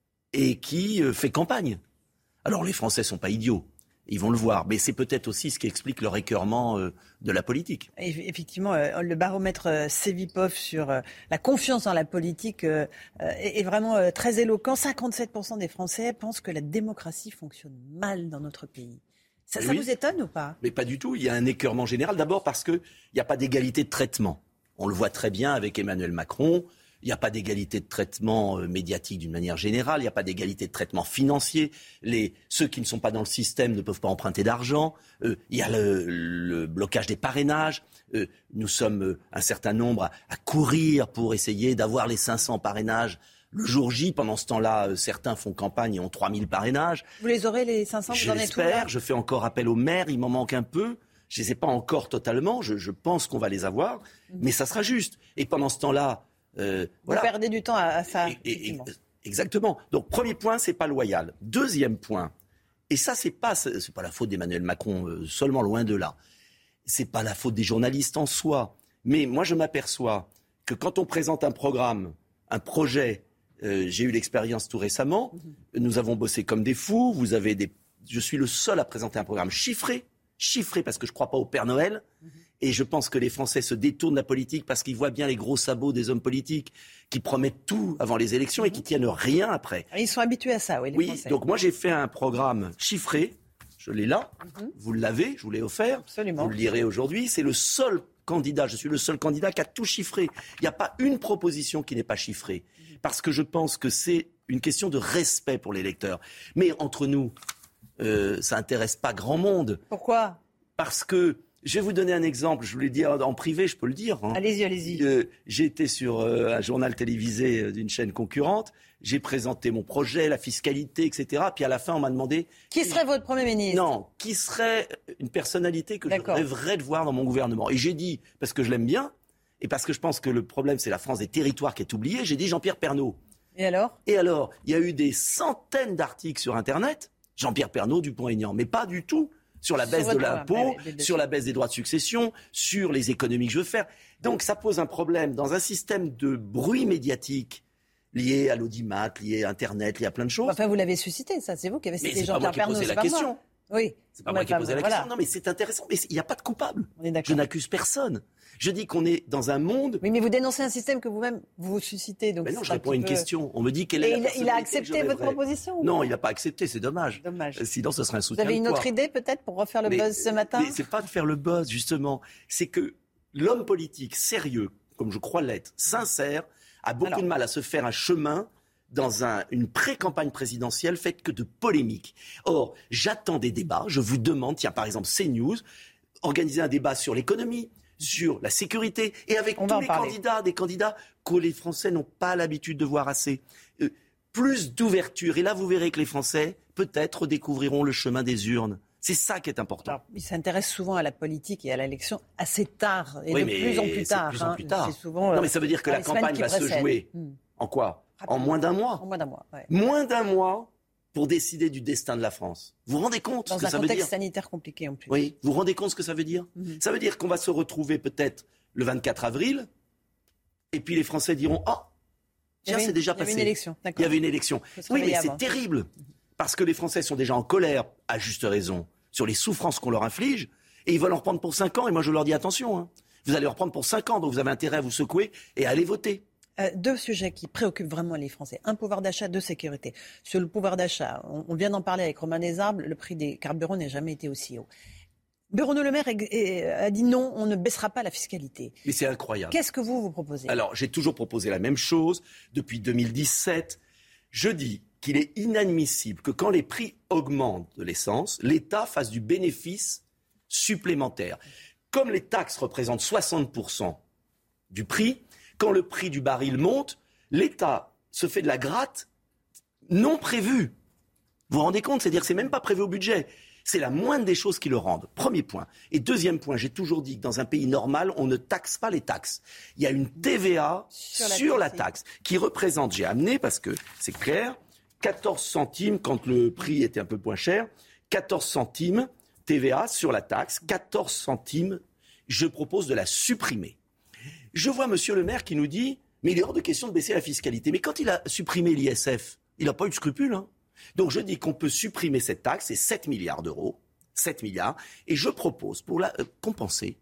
et qui euh, fait campagne. Alors les Français ne sont pas idiots. Ils vont le voir, mais c'est peut-être aussi ce qui explique leur écœurement euh, de la politique. Effectivement, euh, le baromètre euh, Cevipof sur euh, la confiance dans la politique euh, est, est vraiment euh, très éloquent. cinquante-sept pour cent des Français pensent que la démocratie fonctionne mal dans notre pays. Ça, ça oui. vous étonne ou pas ? Mais pas du tout. Il y a un écœurement général. D'abord parce qu'il n'y a pas d'égalité de traitement. On le voit très bien avec Emmanuel Macron. Il n'y a pas d'égalité de traitement euh, médiatique d'une manière générale. Il n'y a pas d'égalité de traitement financier. Les, ceux qui ne sont pas dans le système ne peuvent pas emprunter d'argent. Euh, il y a le, le blocage des parrainages. Euh, nous sommes euh, un certain nombre à, à courir pour essayer d'avoir les cinq cents parrainages le jour J. Pendant ce temps-là, euh, certains font campagne et ont trois mille parrainages. Vous les aurez, les cinq cents, vous en êtes où ? J'espère. Je fais encore appel aux maires. Il m'en manque un peu. Je ne les ai pas encore totalement. Je, je pense qu'on va les avoir. Mmh. Mais ça sera juste. Et pendant ce temps-là, Euh, Vous voilà. perdez du temps à, à ça. Et, et, et, exactement. Donc premier point, c'est pas loyal. Deuxième point, et ça c'est pas c'est pas la faute d'Emmanuel Macron euh, seulement, loin de là. C'est pas la faute des journalistes en soi. Mais moi je m'aperçois que quand on présente un programme, un projet, euh, j'ai eu l'expérience tout récemment. Mm-hmm. Nous avons bossé comme des fous. Vous avez des. Je suis le seul à présenter un programme chiffré, chiffré parce que je crois pas au Père Noël. Mm-hmm. Et je pense que les Français se détournent de la politique parce qu'ils voient bien les gros sabots des hommes politiques qui promettent tout avant les élections et qui tiennent rien après. Ils sont habitués à ça, oui, les oui, Français. Donc moi j'ai fait un programme chiffré, je l'ai là, mm-hmm. vous l'avez, je vous l'ai offert, Absolument. Vous le lirez aujourd'hui, c'est le seul candidat, je suis le seul candidat qui a tout chiffré. Il n'y a pas une proposition qui n'est pas chiffrée, parce que je pense que c'est une question de respect pour les électeurs. Mais entre nous, euh, ça n'intéresse pas grand monde. Pourquoi ? Parce que je vais vous donner un exemple, je vous l'ai dit en privé, je peux le dire. Hein. Allez-y, allez-y. Euh, j'ai été sur euh, un journal télévisé euh, d'une chaîne concurrente, j'ai présenté mon projet, la fiscalité, et cetera. Puis à la fin, on m'a demandé... Qui serait votre Premier ministre ? Non, qui serait une personnalité que D'accord. je rêverais de voir dans mon gouvernement. Et j'ai dit, parce que je l'aime bien, et parce que je pense que le problème, c'est la France des territoires qui est oubliée, j'ai dit Jean-Pierre Pernaut. Et alors ? Et alors, il y a eu des centaines d'articles sur Internet, Jean-Pierre Pernaut, Dupont-Aignan, mais pas du tout sur la baisse sur de l'impôt, ouais, sur la baisse des droits de succession, sur les économies que je veux faire. Donc ça pose un problème dans un système de bruit médiatique lié à l'audimat, lié à Internet, lié à plein de choses. Enfin, vous l'avez suscité, ça, c'est vous qui avez cité Jean-Pierre Pernaut, c'est pas moi qui ai posé la question. Oui. C'est pas moi qui ai posé la voilà. question. Non, mais c'est intéressant. Mais il n'y a pas de coupable. On est d'accord. Je n'accuse personne. Je dis qu'on est dans un monde... Oui, mais vous dénoncez un système que vous-même, vous suscitez. Donc mais non, c'est je réponds à une peu... question. On me dit quelle est Et la il, personnalité il a accepté votre proposition ? Non, il n'a pas accepté, c'est dommage. Dommage. Sinon, ce serait un soutien. Vous avez une de autre idée, peut-être, pour refaire le mais, buzz ce matin ? Mais c'est pas de faire le buzz, justement. C'est que l'homme politique sérieux, comme je crois l'être, sincère, a beaucoup Alors. de mal à se faire un chemin dans un, une pré-campagne présidentielle faite que de polémiques. Or, j'attends des débats. Je vous demande, tiens, par exemple, CNews, organiser un débat sur l'économie, sur la sécurité, et avec On tous les parler. candidats, des candidats que les Français n'ont pas l'habitude de voir assez. Euh, plus d'ouverture. Et là, vous verrez que les Français, peut-être, découvriront le chemin des urnes. C'est ça qui est important. Alors, ils s'intéressent souvent à la politique et à l'élection assez tard, et oui, de plus en plus tard. De plus en plus tard. Hein. C'est souvent, non, mais ça veut dire que la campagne va se jouer hmm. en quoi ? En moins d'un mois. En moins d'un mois, ouais. Moins d'un mois pour décider du destin de la France. Vous vous rendez compte Dans ce que ça veut dire ? Dans un contexte sanitaire compliqué en plus. Oui, vous vous rendez compte ce que ça veut dire ? mm-hmm. Ça veut dire qu'on va se retrouver peut-être le vingt-quatre avril, et puis les Français diront « Ah, tiens, c'est déjà passé. » Il y avait une élection, d'accord. Il y avait une élection. Oui, mais c'est avant. terrible, parce que les Français sont déjà en colère, à juste raison, sur les souffrances qu'on leur inflige, et ils veulent en reprendre pour cinq ans, et moi je leur dis « Attention, hein, vous allez en reprendre pour cinq ans, donc vous avez intérêt à vous secouer et à aller voter. » Euh, deux sujets qui préoccupent vraiment les Français. Un, pouvoir d'achat, deux, sécurité. Sur le pouvoir d'achat, on, on vient d'en parler avec Romain Desarbes, le prix des carburants n'a jamais été aussi haut. Bruno Le Maire est, est, a dit non, on ne baissera pas la fiscalité. Mais c'est incroyable. Qu'est-ce que vous, vous proposez ? Alors, j'ai toujours proposé la même chose depuis deux mille dix-sept. Je dis, qu'il est inadmissible que quand les prix augmentent de l'essence, l'État fasse du bénéfice supplémentaire. Comme les taxes représentent soixante pour cent du prix, quand le prix du baril monte, l'État se fait de la gratte non prévue. Vous vous rendez compte ? C'est-à-dire que c'est même pas prévu au budget. C'est la moindre des choses qui le rendent. Premier point. Et deuxième point, j'ai toujours dit que dans un pays normal, on ne taxe pas les taxes. Il y a une T V A sur la, sur la taxe qui représente, j'ai amené parce que c'est clair, quatorze centimes quand le prix était un peu moins cher, quatorze centimes T V A sur la taxe, quatorze centimes, je propose de la supprimer. Je vois monsieur le maire qui nous dit, mais il est hors de question de baisser la fiscalité. Mais quand il a supprimé l'I S F, il n'a pas eu de scrupule, hein. Donc je dis qu'on peut supprimer cette taxe, c'est sept milliards d'euros, sept milliards, et je propose pour la euh, compenser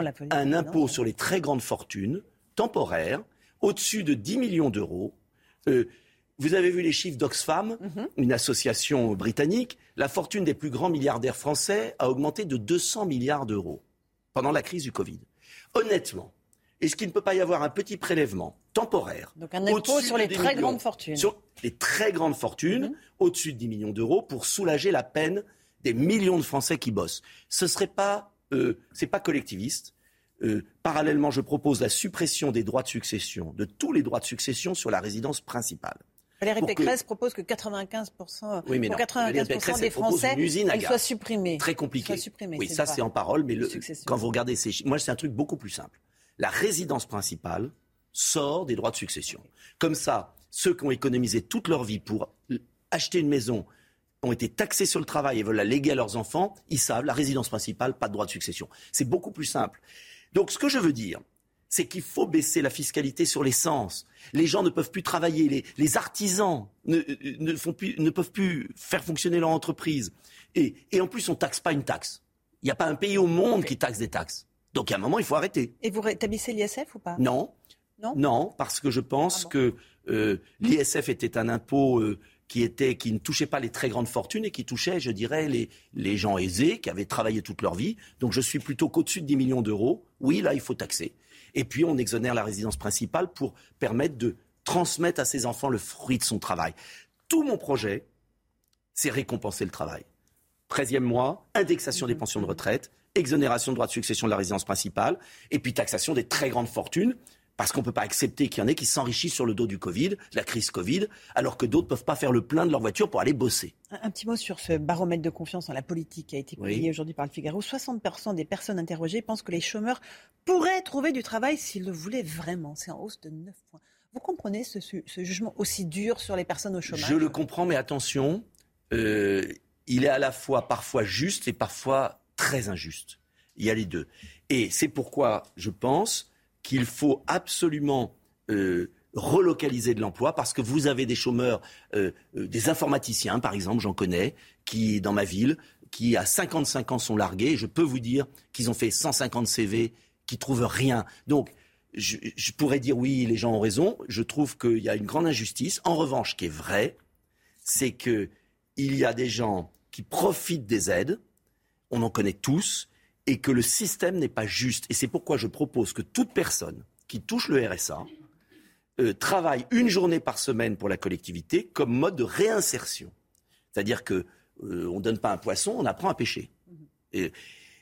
un impôt sur les très grandes fortunes, temporaire, au-dessus de dix millions d'euros. Euh, vous avez vu les chiffres d'Oxfam, mm-hmm. une association britannique, la fortune des plus grands milliardaires français a augmenté de deux cents milliards d'euros pendant la crise du Covid. Honnêtement, est-ce qu'il ne peut pas y avoir un petit prélèvement temporaire, donc un impôt sur les très millions, grandes fortunes, sur les très grandes fortunes, mmh. au-dessus de dix millions d'euros, pour soulager la peine des millions de Français qui bossent. Ce serait pas, euh, c'est pas collectiviste. Euh, parallèlement, je propose la suppression des droits de succession, de tous les droits de succession sur la résidence principale. Valérie Pécresse que... propose que quatre-vingt-quinze pour cent, oui, pour quatre-vingt-quinze pour cent des Français, elle soit supprimée. Très compliqué. Supprimée, oui, c'est ça c'est en parole, mais le, quand vous regardez ces chiffres, moi c'est un truc beaucoup plus simple. La résidence principale sort des droits de succession. Comme ça, ceux qui ont économisé toute leur vie pour acheter une maison, ont été taxés sur le travail et veulent la léguer à leurs enfants, ils savent, la résidence principale, pas de droit de succession. C'est beaucoup plus simple. Donc ce que je veux dire, c'est qu'il faut baisser la fiscalité sur l'essence. Les gens ne peuvent plus travailler, les, les artisans ne, ne, font plus, ne peuvent plus faire fonctionner leur entreprise. Et, et en plus, on ne taxe pas une taxe. Il n'y a pas un pays au monde qui taxe des taxes. Donc à un moment, il faut arrêter. Et vous rétablissez l'I S F ou pas ? Non. Non, non, parce que je pense ah bon. que euh, l'I S F était un impôt euh, qui, était, qui ne touchait pas les très grandes fortunes et qui touchait, je dirais, les, les gens aisés qui avaient travaillé toute leur vie. Donc je suis plutôt qu'au-dessus de dix millions d'euros. Oui, là, il faut taxer. Et puis on exonère la résidence principale pour permettre de transmettre à ses enfants le fruit de son travail. Tout mon projet, c'est récompenser le travail. treizième mois, indexation des pensions de retraite, exonération de droit de succession de la résidence principale, et puis taxation des très grandes fortunes, parce qu'on ne peut pas accepter qu'il y en ait qui s'enrichissent sur le dos du Covid, la crise Covid, alors que d'autres ne peuvent pas faire le plein de leur voiture pour aller bosser. Un, un petit mot sur ce baromètre de confiance dans la politique qui a été publié oui. aujourd'hui par le Figaro. soixante pour cent des personnes interrogées pensent que les chômeurs pourraient trouver du travail s'ils le voulaient vraiment. C'est en hausse de neuf points. Vous comprenez ce, ce jugement aussi dur sur les personnes au chômage ? Je le comprends, mais attention, euh, il est à la fois parfois juste et parfois très injuste. Il y a les deux. Et c'est pourquoi je pense qu'il faut absolument euh, relocaliser de l'emploi, parce que vous avez des chômeurs, euh, euh, des informaticiens par exemple, j'en connais, qui dans ma ville, qui à cinquante-cinq ans sont largués, et je peux vous dire qu'ils ont fait cent cinquante C V, qui trouvent rien. Donc je, je pourrais dire oui, les gens ont raison, je trouve qu'il y a une grande injustice. En revanche, ce qui est vrai, c'est qu'il y a des gens qui profitent des aides, on en connaît tous, et que le système n'est pas juste. Et c'est pourquoi je propose que toute personne qui touche le R S A euh, travaille une journée par semaine pour la collectivité comme mode de réinsertion. C'est-à-dire qu'on euh, ne donne pas un poisson, on apprend à pêcher. Et,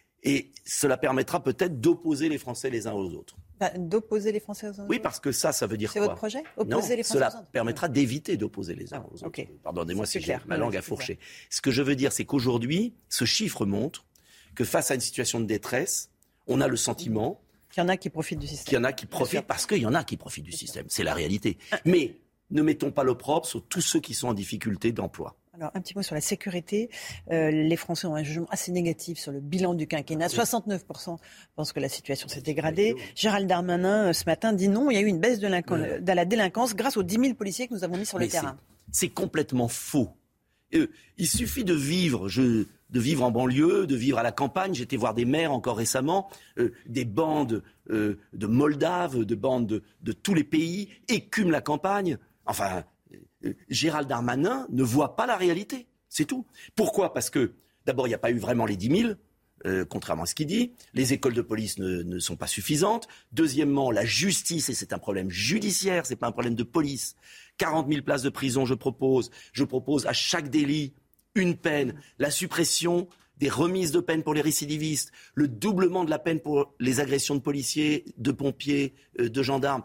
et cela permettra peut-être d'opposer les Français les uns aux autres. Bah, d'opposer les Français aux uns aux autres ? Oui, parce que ça, ça veut dire c'est quoi ? C'est votre projet ? Opposer non, les Français cela aux autres. Permettra d'éviter d'opposer les uns ah, aux autres. Okay. Pardonnez-moi c'est si clair. j'ai ma non, langue à fourcher. Ce que je veux dire, c'est qu'aujourd'hui, ce chiffre montre que face à une situation de détresse, on a le sentiment qu'il y en a qui profitent du système. Qu'il y en a qui profitent parce qu'il y en a qui profitent du système. C'est la réalité. Mais ne mettons pas l'opprobre sur tous ceux qui sont en difficulté d'emploi. Alors, un petit mot sur la sécurité. Euh, les Français ont un jugement assez négatif sur le bilan du quinquennat. soixante-neuf pour cent pensent que la situation s'est dégradée. Gérald Darmanin, ce matin, dit non, il y a eu une baisse de, ouais. de la délinquance grâce aux dix mille policiers que nous avons mis sur Mais le terrain. C'est, c'est complètement faux. Euh, il suffit de vivre, je, de vivre en banlieue, de vivre à la campagne. J'étais voir des maires encore récemment, euh, des bandes euh, de Moldaves, de bandes de, de tous les pays écument la campagne. Enfin, euh, Gérald Darmanin ne voit pas la réalité, c'est tout. Pourquoi ? Parce que, d'abord, il n'y a pas eu vraiment les dix mille. Euh, contrairement à ce qu'il dit. Les écoles de police ne, ne sont pas suffisantes. Deuxièmement, la justice, et c'est un problème judiciaire, c'est pas un problème de police. quarante mille places de prison, je propose. Je propose à chaque délit une peine. La suppression des remises de peine pour les récidivistes. Le doublement de la peine pour les agressions de policiers, de pompiers, euh, de gendarmes.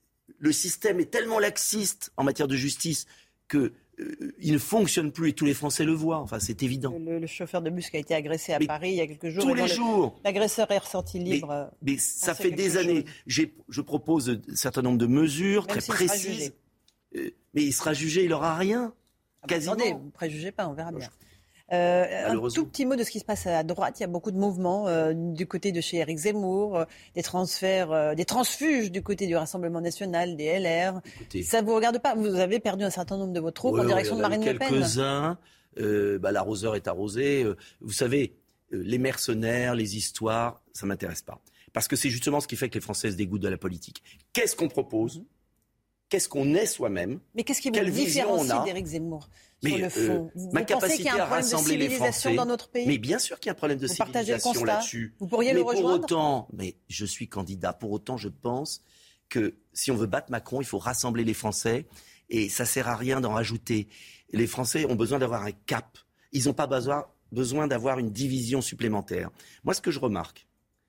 Le système est tellement laxiste en matière de justice que Euh, il ne fonctionne plus et tous les Français le voient. Enfin, c'est évident. Le, le chauffeur de bus qui a été agressé à mais Paris il y a quelques jours. Tous les le, jours. L'agresseur est ressorti libre. Mais, mais ça fait des années. J'ai, je propose un certain nombre de mesures Même très précises. Euh, mais il sera jugé, il n'aura rien. Ah bah Quasiment. Attendez, vous ne préjugez pas, on verra bien. Euh, un tout petit mot de ce qui se passe à droite. Il y a beaucoup de mouvements euh, du côté de chez Éric Zemmour, euh, des transferts, euh, des transfuges du côté du Rassemblement national, des L R. Écoutez, ça ne vous regarde pas. Vous avez perdu un certain nombre de vos troupes ouais, en direction ouais, de Marine Le Pen. Quelques-uns. Euh, bah, l'arroseur est arrosé. Euh, vous savez, euh, les mercenaires, les histoires, ça ne m'intéresse pas. Parce que c'est justement ce qui fait que les Français se dégoûtent de la politique. Qu'est-ce qu'on propose ? Qu'est-ce qu'on est soi-même ? Mais qu'est-ce qui vous différencie d'Éric Zemmour ? Sur mais le fond. Euh, ma capacité à rassembler les Français. Dans notre pays ? Mais bien sûr qu'il y a un problème de vous civilisation là-dessus. Vous pourriez mais le rejoindre ? pour autant, mais je suis candidat. Pour autant, je pense que si on veut battre Macron, il faut rassembler les Français. Et ça sert à rien d'en rajouter. Les Français ont besoin d'avoir un cap. Ils n'ont pas besoin, besoin d'avoir une division supplémentaire. Moi, ce que je remarque,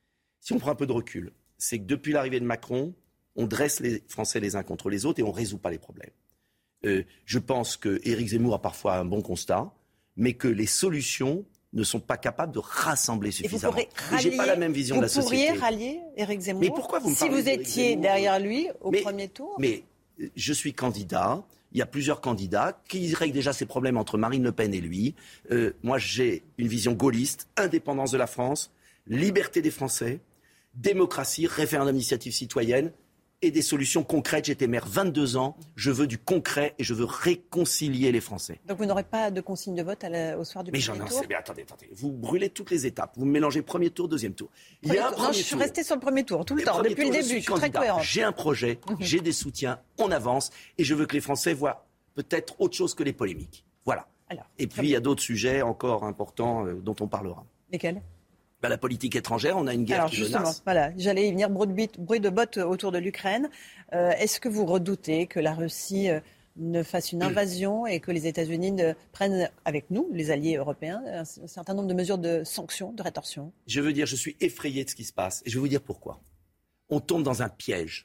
si on prend un peu de recul, c'est que depuis l'arrivée de Macron, on dresse les Français les uns contre les autres et on ne résout pas les problèmes. Euh, je pense que Éric Zemmour a parfois un bon constat, mais que les solutions ne sont pas capables de rassembler suffisamment. Et vous rallier, j'ai pas la même vision de la société. Vous pourriez rallier Éric Zemmour mais pourquoi vous me si vous étiez derrière lui au mais, premier tour ? Mais je suis candidat. Il y a plusieurs candidats qui règlent déjà ces problèmes entre Marine Le Pen et lui. Euh, moi, j'ai une vision gaulliste, indépendance de la France, liberté des Français, démocratie, référendum d'initiative citoyenne et des solutions concrètes. J'étais maire vingt-deux ans, je veux du concret et je veux réconcilier les Français. Donc vous n'aurez pas de consigne de vote à la, au soir du mais premier tour ? Mais j'en ai, mais attendez, attendez, vous brûlez toutes les étapes, vous mélangez premier tour, deuxième tour. Il y a un non, je suis restée sur le premier tour, tout le temps, depuis le début, je suis, je suis très cohérente. J'ai un projet, j'ai des soutiens, on avance et je veux que les Français voient peut-être autre chose que les polémiques. Voilà. Alors, et puis il y a d'autres sujets encore importants euh, dont on parlera. Lesquels ? Ben, la politique étrangère, on a une guerre Alors, qui justement, menace. Voilà, j'allais y venir, bruit de, bruit de bottes autour de l'Ukraine. Euh, est-ce que vous redoutez que la Russie euh, ne fasse une invasion et que les États-Unis ne prennent avec nous, les alliés européens, un, un certain nombre de mesures de sanctions, de rétorsion ? Je veux dire, je suis effrayé de ce qui se passe. Et je vais vous dire pourquoi. On tombe dans un piège.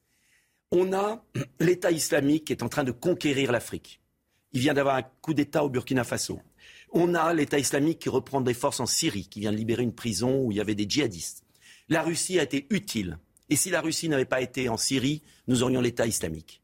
On a l'État islamique qui est en train de conquérir l'Afrique. Il vient d'avoir un coup d'État au Burkina Faso. On a l'État islamique qui reprend des forces en Syrie, qui vient de libérer une prison où il y avait des djihadistes. La Russie a été utile. Et si la Russie n'avait pas été en Syrie, nous aurions l'État islamique.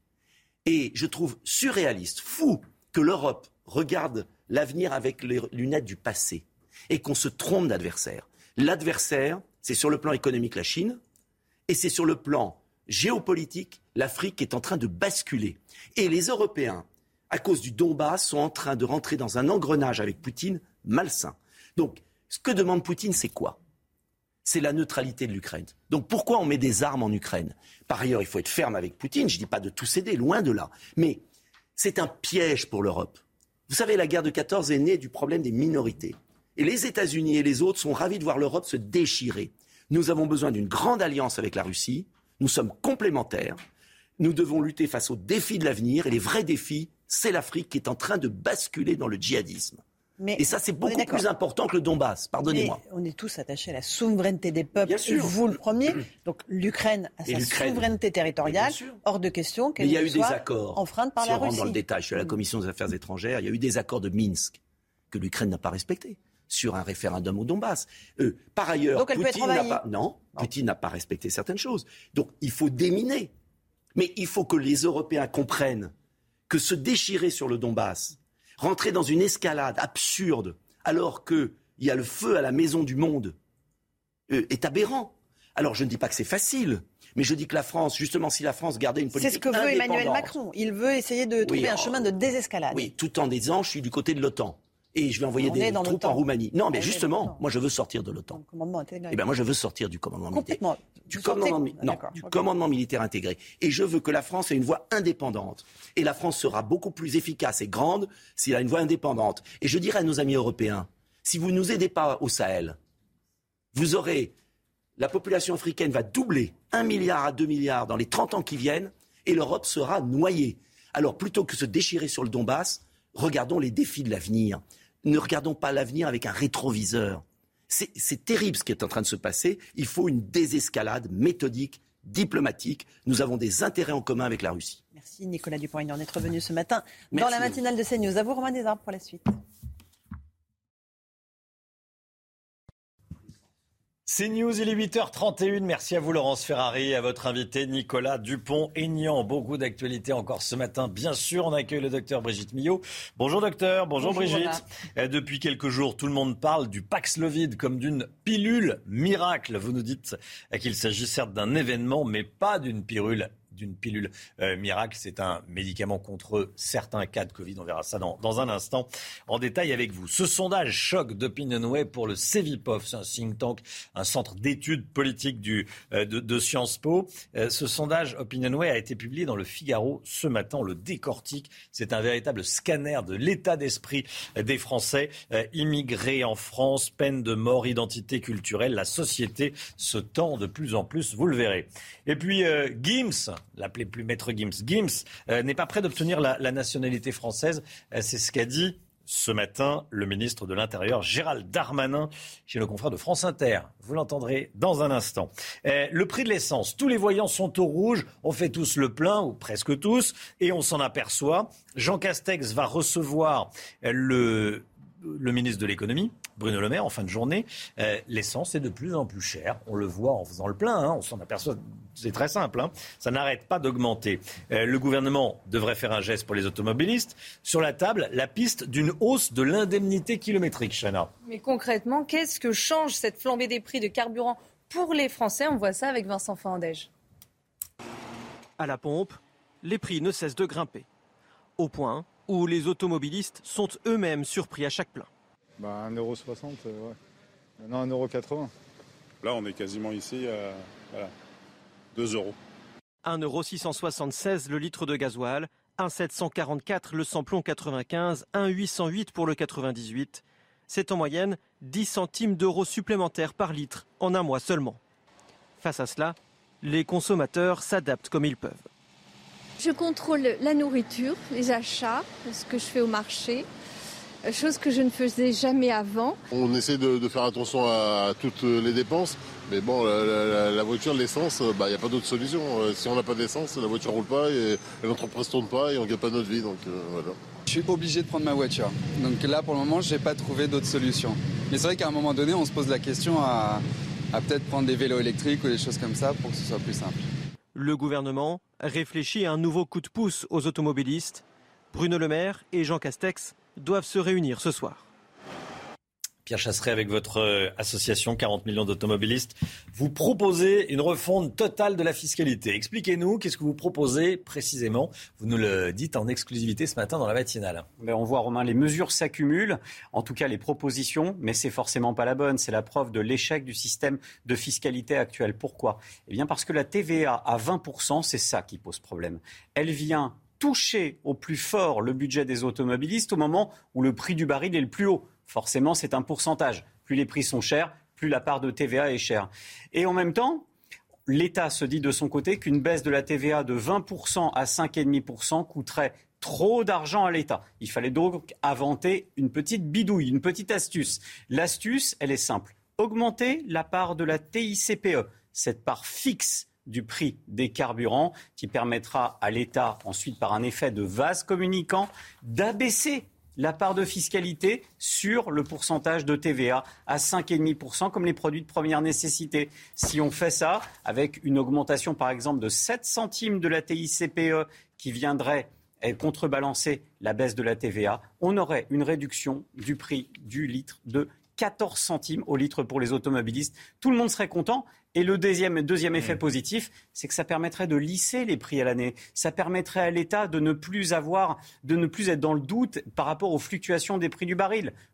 Et je trouve surréaliste, fou, que l'Europe regarde l'avenir avec les lunettes du passé et qu'on se trompe d'adversaire. L'adversaire, c'est sur le plan économique la Chine et c'est sur le plan géopolitique l'Afrique qui est en train de basculer. Et les Européens, à cause du Donbass, sont en train de rentrer dans un engrenage avec Poutine malsain. Donc, ce que demande Poutine, c'est quoi ? C'est la neutralité de l'Ukraine. Donc, pourquoi on met des armes en Ukraine ? Par ailleurs, il faut être ferme avec Poutine. Je ne dis pas de tout céder, loin de là. Mais c'est un piège pour l'Europe. Vous savez, la guerre de quatorze est née du problème des minorités. Et les États-Unis et les autres sont ravis de voir l'Europe se déchirer. Nous avons besoin d'une grande alliance avec la Russie. Nous sommes complémentaires. Nous devons lutter face aux défis de l'avenir. Et les vrais défis, c'est l'Afrique qui est en train de basculer dans le djihadisme. Mais et ça, c'est beaucoup plus important que le Donbass, pardonnez-moi. Mais on est tous attachés à la souveraineté des peuples, vous le premier. Donc l'Ukraine a sa souveraineté territoriale, hors de question qu'elle ne soit enfreinte par la Russie. Si on rentre dans le détail, je suis à la Commission des Affaires étrangères, il y a eu des accords de Minsk que l'Ukraine n'a pas respectés sur un référendum au Donbass. Euh, par ailleurs, Donc elle Poutine peut être n'a pas, non, non, Poutine n'a pas respecté certaines choses. Donc il faut déminer. Mais il faut que les Européens comprennent que se déchirer sur le Donbass, rentrer dans une escalade absurde, alors qu'il y a le feu à la maison du monde, euh, est aberrant. Alors je ne dis pas que c'est facile, mais je dis que la France, justement, si la France gardait une politique c'est ce que veut Emmanuel Macron. Il veut essayer de trouver oui, un oh, chemin de désescalade. Oui, tout en disant, je suis du côté de l'OTAN. Et je vais envoyer on des troupes en Roumanie. Non, mais on justement, moi je veux sortir de l'OTAN. Eh ben moi je veux sortir du commandement militaire. Du commandement, non, du commandement militaire intégré. Et je veux que la France ait une voix indépendante. Et la France sera beaucoup plus efficace et grande s'il a une voix indépendante. Et je dirais à nos amis européens, si vous ne nous aidez pas au Sahel, Vous aurez, la population africaine va doubler un milliard à deux milliards dans les trente ans qui viennent et l'Europe sera noyée. Alors plutôt que se déchirer sur le Donbass, regardons les défis de l'avenir. Ne regardons pas l'avenir avec un rétroviseur. C'est, c'est terrible ce qui est en train de se passer. Il faut une désescalade méthodique, diplomatique. Nous avons des intérêts en commun avec la Russie. Merci Nicolas Dupont-Aignan d'être venu ce matin dans Merci. la matinale de CNews. À vous Romain Desarbres pour la suite. C'est News, il est huit heures trente et une. Merci à vous Laurence Ferrari et à votre invité Nicolas Dupont-Aignan. Beaucoup d'actualités encore ce matin. Bien sûr, on accueille le docteur Brigitte Millot. Bonjour docteur, bonjour, bonjour Brigitte. Voilà. Depuis quelques jours, tout le monde parle du Paxlovid comme d'une pilule miracle. Vous nous dites qu'il s'agit certes d'un événement, mais pas d'une pilule. d'une pilule euh, miracle. C'est un médicament contre certains cas de Covid. On verra ça dans, dans un instant en détail avec vous. Ce sondage choc d'Opinionway pour le Cevipof, c'est un think tank, un centre d'études politiques du, euh, de, de Sciences Po. Euh, ce sondage Opinionway a été publié dans le Figaro ce matin. On le décortique. C'est un véritable scanner de l'état d'esprit des Français. Euh, immigrés en France, peine de mort, identité culturelle. La société se tend de plus en plus, vous le verrez. Et puis euh, Gims, l'appelez plus Maître Gims, Gims euh, n'est pas prêt d'obtenir la, la nationalité française. Euh, c'est ce qu'a dit ce matin le ministre de l'Intérieur, Gérald Darmanin, chez nos confrères de France Inter. Vous l'entendrez dans un instant. Euh, le prix de l'essence, tous les voyants sont au rouge. On fait tous le plein, ou presque tous, et on s'en aperçoit. Jean Castex va recevoir euh, le... le ministre de l'économie, Bruno Le Maire, en fin de journée. Euh, l'essence est de plus en plus chère. On le voit en faisant le plein, hein, on s'en aperçoit. C'est très simple, hein. Ça n'arrête pas d'augmenter. Euh, le gouvernement devrait faire un geste pour les automobilistes. Sur la table, la piste d'une hausse de l'indemnité kilométrique, Chana. Mais concrètement, qu'est-ce que change cette flambée des prix de carburant pour les Français? On voit ça avec Vincent Fandège. À la pompe, les prix ne cessent de grimper. Au point où les automobilistes sont eux-mêmes surpris à chaque plein. Bah, un euro soixante, euh, ouais. Maintenant un euro quatre-vingts. Là, on est quasiment ici à voilà, deux euros. un euro six cent soixante-seize le litre de gasoil, un euro sept cent quarante-quatre le samplon quatre-vingt-quinze, un euro huit cent huit pour le quatre-vingt-dix-huit. C'est en moyenne dix centimes d'euros supplémentaires par litre en un mois seulement. Face à cela, les consommateurs s'adaptent comme ils peuvent. Je contrôle la nourriture, les achats, ce que je fais au marché, chose que je ne faisais jamais avant. On essaie de, de faire attention à toutes les dépenses, mais bon, la, la, la voiture, l'essence, il bah, n'y a pas d'autre solution. Si on n'a pas d'essence, la voiture ne roule pas et, et l'entreprise ne tourne pas et on ne gagne pas notre vie. Donc, euh, voilà. Je suis obligé de prendre ma voiture. Donc là, pour le moment, je n'ai pas trouvé d'autre solution. Mais c'est vrai qu'à un moment donné, on se pose la question à, à peut-être prendre des vélos électriques ou des choses comme ça pour que ce soit plus simple. Le gouvernement réfléchit à un nouveau coup de pouce aux automobilistes. Bruno Le Maire et Jean Castex doivent se réunir ce soir. Pierre Chasseret, avec votre association quarante millions d'automobilistes, vous proposez une refonte totale de la fiscalité. Expliquez-nous, qu'est-ce que vous proposez précisément? Vous nous le dites en exclusivité ce matin dans la matinale. Ben on voit, Romain, les mesures s'accumulent, en tout cas les propositions, mais c'est forcément pas la bonne. C'est la preuve de l'échec du système de fiscalité actuel. Pourquoi? Eh bien parce que la T V A à vingt pour cent, c'est ça qui pose problème. Elle vient toucher au plus fort le budget des automobilistes au moment où le prix du baril est le plus haut. Forcément, c'est un pourcentage. Plus les prix sont chers, plus la part de T V A est chère. Et en même temps, l'État se dit de son côté qu'une baisse de la T V A de vingt pour cent à cinq virgule cinq pour cent coûterait trop d'argent à l'État. Il fallait donc inventer une petite bidouille, une petite astuce. L'astuce, elle est simple. Augmenter la part de la T I C P E, cette part fixe du prix des carburants qui permettra à l'État, ensuite par un effet de vase communicant, d'abaisser la part de fiscalité sur le pourcentage de T V A à cinq virgule cinq pour cent comme les produits de première nécessité. Si on fait ça avec une augmentation par exemple de sept centimes de la T I C P E qui viendrait contrebalancer la baisse de la T V A, on aurait une réduction du prix du litre de quatorze centimes au litre pour les automobilistes. Tout le monde serait content. Et le deuxième, deuxième effet positif, c'est que ça permettrait de lisser les prix à l'année. Ça permettrait à l'État de ne plus avoir, de ne plus être dans le doute par rapport aux fluctuations des prix du baril.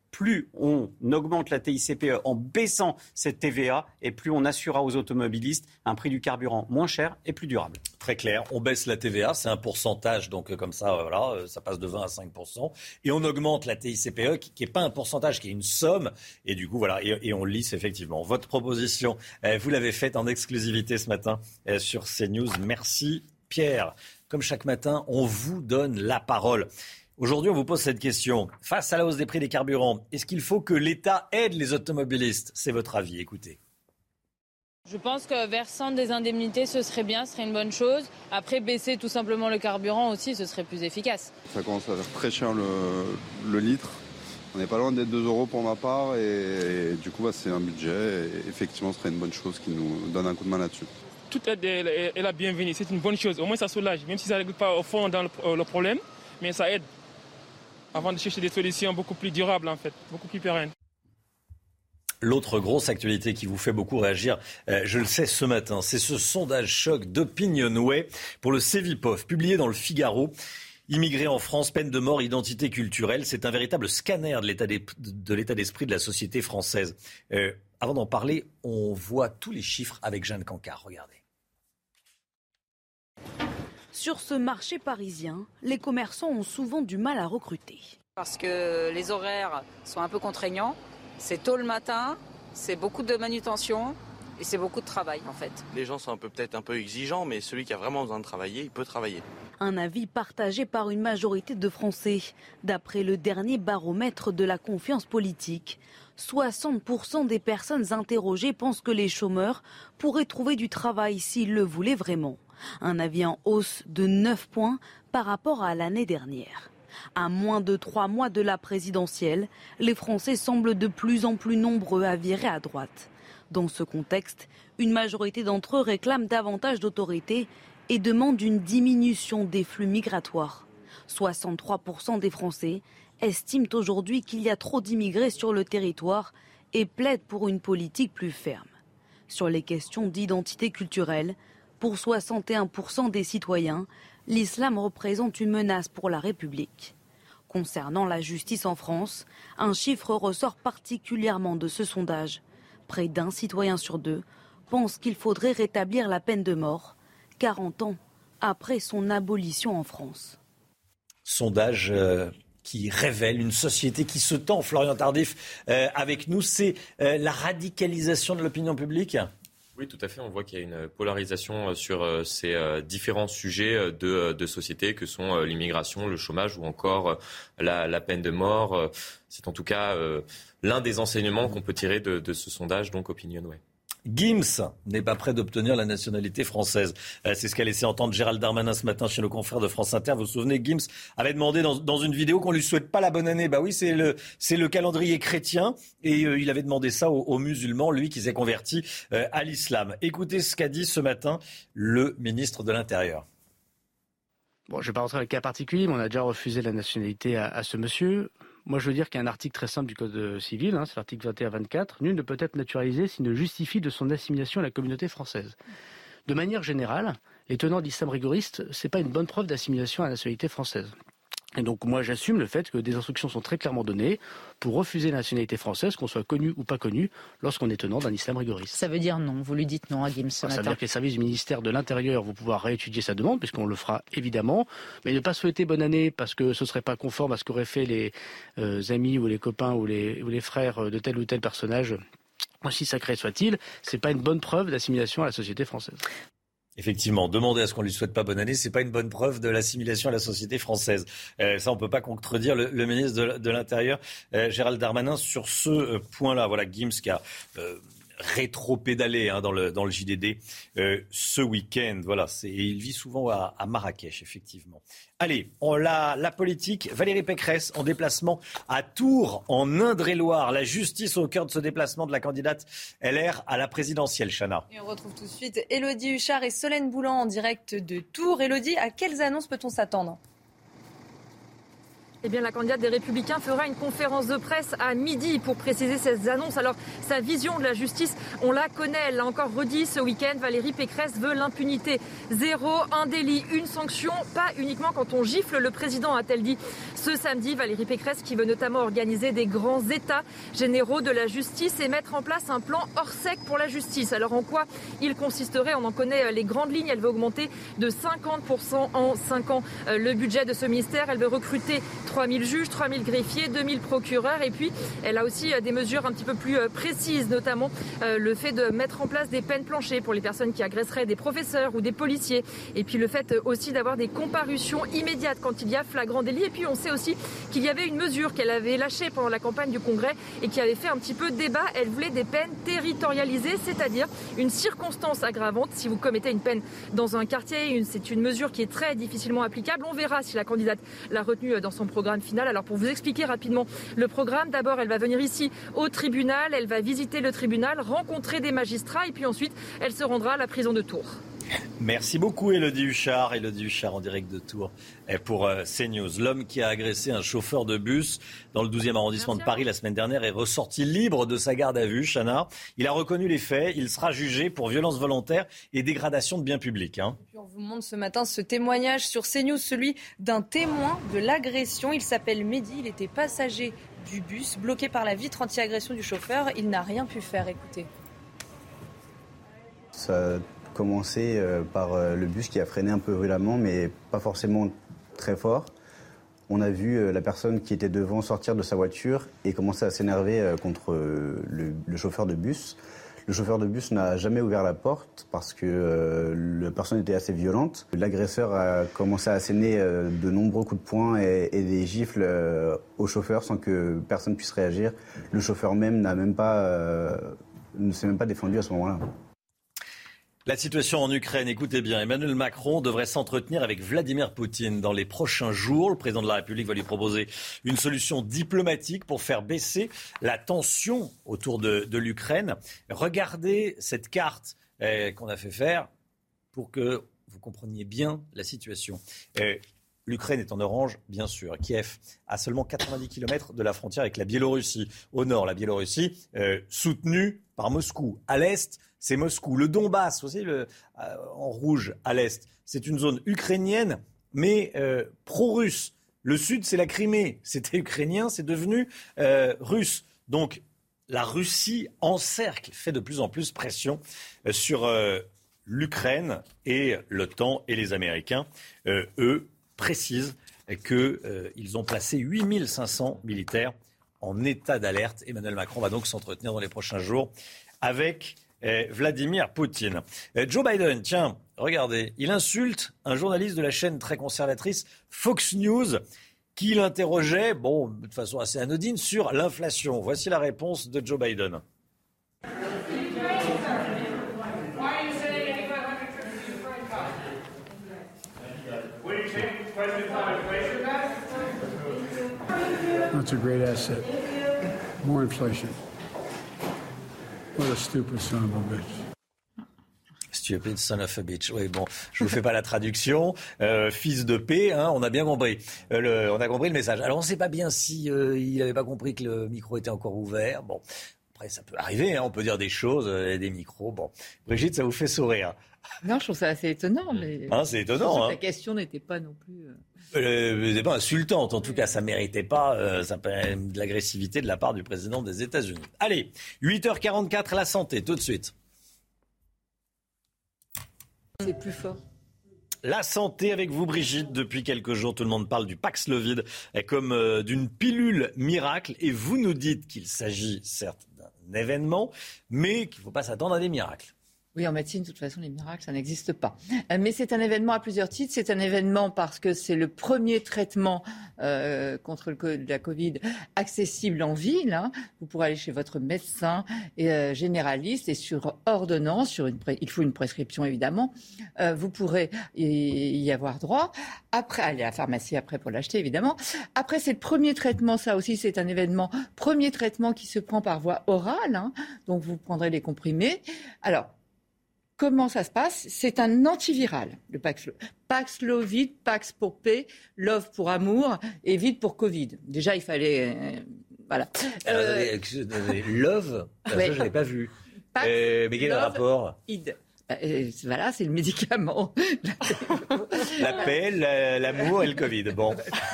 plus on augmente la T I C P E en baissant cette T V A, et plus on assurera aux automobilistes un prix du carburant moins cher et plus durable. Très clair, on baisse la T V A, c'est un pourcentage, donc comme ça, voilà, ça passe de vingt à cinq pour cent. Et on augmente la T I C P E, qui n'est pas un pourcentage, qui est une somme. Et du coup, voilà, et, et on lisse effectivement. Votre proposition, eh, vous l'avez faite en exclusivité ce matin eh, sur CNews. Merci Pierre. Comme chaque matin, on vous donne la parole. Aujourd'hui, on vous pose cette question. Face à la hausse des prix des carburants, est-ce qu'il faut que l'État aide les automobilistes ? C'est votre avis, écoutez. Je pense que versant des indemnités, ce serait bien, ce serait une bonne chose. Après, baisser tout simplement le carburant aussi, ce serait plus efficace. Ça commence à faire très cher le, le litre. On n'est pas loin d'être deux euros pour ma part et, et du coup, bah, c'est un budget. Et effectivement, ce serait une bonne chose qui nous donne un coup de main là-dessus. Toute aide est la bienvenue, c'est une bonne chose. Au moins, ça soulage, même si ça ne règle pas au fond dans le, le problème, mais ça aide. Avant de chercher des solutions beaucoup plus durables, en fait, beaucoup plus pérennes. L'autre grosse actualité qui vous fait beaucoup réagir, euh, je le sais ce matin, c'est ce sondage choc d'Opinionway pour le Cevipof, publié dans le Figaro. Immigré en France, peine de mort, identité culturelle, c'est un véritable scanner de l'état, des, de l'état d'esprit de la société française. Euh, avant d'en parler, on voit tous les chiffres avec Jeanne Cancard. Regardez. Sur ce marché parisien, les commerçants ont souvent du mal à recruter. Parce que les horaires sont un peu contraignants. C'est tôt le matin, c'est beaucoup de manutention et c'est beaucoup de travail en fait. Les gens sont un peu, peut-être un peu exigeants, mais celui qui a vraiment besoin de travailler, il peut travailler. Un avis partagé par une majorité de Français. D'après le dernier baromètre de la confiance politique, soixante pour cent des personnes interrogées pensent que les chômeurs pourraient trouver du travail s'ils le voulaient vraiment. Un avis en hausse de neuf points par rapport à l'année dernière. À moins de trois mois de la présidentielle, les Français semblent de plus en plus nombreux à virer à droite. Dans ce contexte, une majorité d'entre eux réclament davantage d'autorité et demandent une diminution des flux migratoires. soixante-trois pour cent des Français estiment aujourd'hui qu'il y a trop d'immigrés sur le territoire et plaident pour une politique plus ferme. Sur les questions d'identité culturelle, pour soixante et un pour cent des citoyens, l'islam représente une menace pour la République. Concernant la justice en France, un chiffre ressort particulièrement de ce sondage. Près d'un citoyen sur deux pense qu'il faudrait rétablir la peine de mort, quarante ans après son abolition en France. Sondage euh, qui révèle une société qui se tend. Florian Tardif euh, avec nous, c'est euh, la radicalisation de l'opinion publique ? Oui, tout à fait. On voit qu'il y a une polarisation sur ces différents sujets de, de société que sont l'immigration, le chômage ou encore la, la peine de mort. C'est en tout cas l'un des enseignements qu'on peut tirer de, de ce sondage, donc Opinionway. Gims n'est pas prêt d'obtenir la nationalité française. C'est ce qu'a laissé entendre Gérald Darmanin ce matin chez nos confrères de France Inter. Vous vous souvenez, Gims avait demandé dans, dans une vidéo qu'on lui souhaite pas la bonne année. Bah oui, c'est le, c'est le calendrier chrétien. Et euh, il avait demandé ça aux, aux musulmans, lui qui s'est converti euh, à l'islam. Écoutez ce qu'a dit ce matin le ministre de l'Intérieur. Bon, je ne vais pas rentrer dans le cas particulier, mais on a déjà refusé la nationalité à, à ce monsieur. Moi, je veux dire qu'il y a un article très simple du Code civil, hein, c'est l'article vingt et un vingt-quatre. Nul ne peut être naturalisé s'il ne justifie de son assimilation à la communauté française. De manière générale, les tenants de l'islam rigoriste, c'est pas une bonne preuve d'assimilation à la nationalité française. Et donc moi j'assume le fait que des instructions sont très clairement données pour refuser la nationalité française, qu'on soit connu ou pas connu, lorsqu'on est tenant d'un islam rigoriste. Ça veut dire non, vous lui dites non à Gims ce matin. Ça veut dire que les services du ministère de l'Intérieur vont pouvoir réétudier sa demande, puisqu'on le fera évidemment, mais ne pas souhaiter bonne année parce que ce ne serait pas conforme à ce qu'auraient fait les euh, amis ou les copains ou les, ou les frères de tel ou tel personnage, aussi sacré soit-il, c'est pas une bonne preuve d'assimilation à la société française. Effectivement, demander à ce qu'on lui souhaite pas bonne année, c'est pas une bonne preuve de l'assimilation à la société française. Euh, ça, on peut pas contredire le, le ministre de, de l'Intérieur, euh, Gérald Darmanin, sur ce euh, point-là. Voilà, Gims qui a euh, rétro-pédalé hein, dans le dans le J D D euh, ce week-end. Voilà, c'est, il vit souvent à, à Marrakech, effectivement. Allez, on la, la politique. Valérie Pécresse en déplacement à Tours, en Indre-et-Loire. La justice au cœur de ce déplacement de la candidate L R à la présidentielle, Chana. Et on retrouve tout de suite Élodie Huchard et Solène Boulan en direct de Tours. Élodie, à quelles annonces peut-on s'attendre ? Eh bien, la candidate des Républicains fera une conférence de presse à midi pour préciser ses annonces. Alors, sa vision de la justice, on la connaît. Elle l'a encore redit ce week-end. Valérie Pécresse veut l'impunité. Zéro, un délit, une sanction. Pas uniquement quand on gifle le président, a-t-elle dit ce samedi. Valérie Pécresse qui veut notamment organiser des grands états généraux de la justice et mettre en place un plan hors sec pour la justice. Alors, en quoi il consisterait? On en connaît les grandes lignes. Elle veut augmenter de cinquante pour cent en cinq ans le budget de ce ministère. Elle veut recruter trois mille juges, trois mille greffiers, deux mille procureurs. Et puis, elle a aussi des mesures un petit peu plus précises, notamment le fait de mettre en place des peines planchées pour les personnes qui agresseraient des professeurs ou des policiers. Et puis, le fait aussi d'avoir des comparutions immédiates quand il y a flagrant délit. Et puis, on sait aussi qu'il y avait une mesure qu'elle avait lâchée pendant la campagne du Congrès et qui avait fait un petit peu débat. Elle voulait des peines territorialisées, c'est-à-dire une circonstance aggravante. Si vous commettez une peine dans un quartier, c'est une mesure qui est très difficilement applicable. On verra si la candidate l'a retenue dans son programme final. Alors pour vous expliquer rapidement le programme, d'abord elle va venir ici au tribunal, elle va visiter le tribunal, rencontrer des magistrats et puis ensuite elle se rendra à la prison de Tours. Merci beaucoup Élodie Huchard. Élodie Huchard en direct de Tours pour CNews. L'homme qui a agressé un chauffeur de bus dans le douzième arrondissement de Paris la semaine dernière est ressorti libre de sa garde à vue, Chana. Il a reconnu les faits. Il sera jugé pour violence volontaire et dégradation de biens publics. Hein. Et puis on vous montre ce matin ce témoignage sur CNews, celui d'un témoin de l'agression. Il s'appelle Mehdi. Il était passager du bus, bloqué par la vitre anti-agression du chauffeur. Il n'a rien pu faire. Écoutez. Ça commencé par le bus qui a freiné un peu violemment, mais pas forcément très fort. On a vu la personne qui était devant sortir de sa voiture et commencer à s'énerver contre le, le chauffeur de bus. Le chauffeur de bus n'a jamais ouvert la porte parce que euh, la personne était assez violente. L'agresseur a commencé à asséner euh, de nombreux coups de poing et, et des gifles euh, au chauffeur sans que personne puisse réagir. Le chauffeur même n'a même pas, euh, ne s'est même pas défendu à ce moment-là. La situation en Ukraine, écoutez bien, Emmanuel Macron devrait s'entretenir avec Vladimir Poutine dans les prochains jours. Le président de la République va lui proposer une solution diplomatique pour faire baisser la tension autour de, de l'Ukraine. Regardez cette carte eh, qu'on a fait faire pour que vous compreniez bien la situation. Eh, L'Ukraine est en orange, bien sûr. Kiev, à seulement quatre-vingt-dix kilomètres de la frontière avec la Biélorussie. Au nord, la Biélorussie, euh, soutenue par Moscou. À l'est, c'est Moscou. Le Donbass, vous savez, le, euh, en rouge, à l'est, c'est une zone ukrainienne, mais euh, pro-russe. Le sud, c'est la Crimée. C'était ukrainien, c'est devenu euh, russe. Donc, la Russie encercle, fait de plus en plus pression euh, sur euh, l'Ukraine et l'OTAN et les Américains. Euh, eux, précise qu'ils euh, ont placé huit mille cinq cents militaires en état d'alerte. Emmanuel Macron va donc s'entretenir dans les prochains jours avec euh, Vladimir Poutine. Euh, Joe Biden, tiens, regardez, il insulte un journaliste de la chaîne très conservatrice Fox News qui l'interrogeait, bon, de façon assez anodine, sur l'inflation. Voici la réponse de Joe Biden. That's a great asset. More inflation. What a stupid son of a bitch. Stupid son of a bitch. Oui, bon, je vous fais pas la traduction. Euh, fils de paix, hein, on a bien compris. Euh, le, on a compris le message. Alors, on ne sait pas bien si euh, il n'avait pas compris que le micro était encore ouvert. Bon, après, ça peut arriver. Hein, on peut dire des choses, euh, des micros. Bon, Brigitte, ça vous fait sourire. Non, je trouve ça assez étonnant. Mais... Hein, c'est étonnant. Hein. La question n'était pas non plus... Euh... Euh, c'est pas insultante, en tout cas, ça méritait pas euh, ça, de l'agressivité de la part du président des États-Unis. Allez, huit heures quarante-quatre, la santé, tout de suite. C'est plus fort. La santé avec vous, Brigitte. Depuis quelques jours, tout le monde parle du Paxlovid comme euh, d'une pilule miracle. Et vous nous dites qu'il s'agit certes d'un événement, mais qu'il ne faut pas s'attendre à des miracles. Oui, en médecine, de toute façon, les miracles, ça n'existe pas. Mais c'est un événement à plusieurs titres. C'est un événement parce que c'est le premier traitement euh, contre le, la Covid accessible en ville. Hein. Vous pourrez aller chez votre médecin et, euh, généraliste et sur ordonnance, sur une pré- il faut une prescription évidemment, euh, vous pourrez y, y avoir droit. Après, aller à la pharmacie après pour l'acheter évidemment. Après, c'est le premier traitement, ça aussi, c'est un événement, premier traitement qui se prend par voie orale. Hein. Donc, vous prendrez les comprimés. Alors, comment ça se passe ? C'est un antiviral, le Paxlovid. Paxlovid, Pax pour paix, Love pour amour et Vid pour Covid. Déjà, il fallait... Euh, voilà. Euh, euh, love, ça, ouais. je n'ai pas vu. Pax, euh, mais quel love, rapport id. Euh, voilà, c'est le médicament. La paix, l'amour et le Covid. Bon.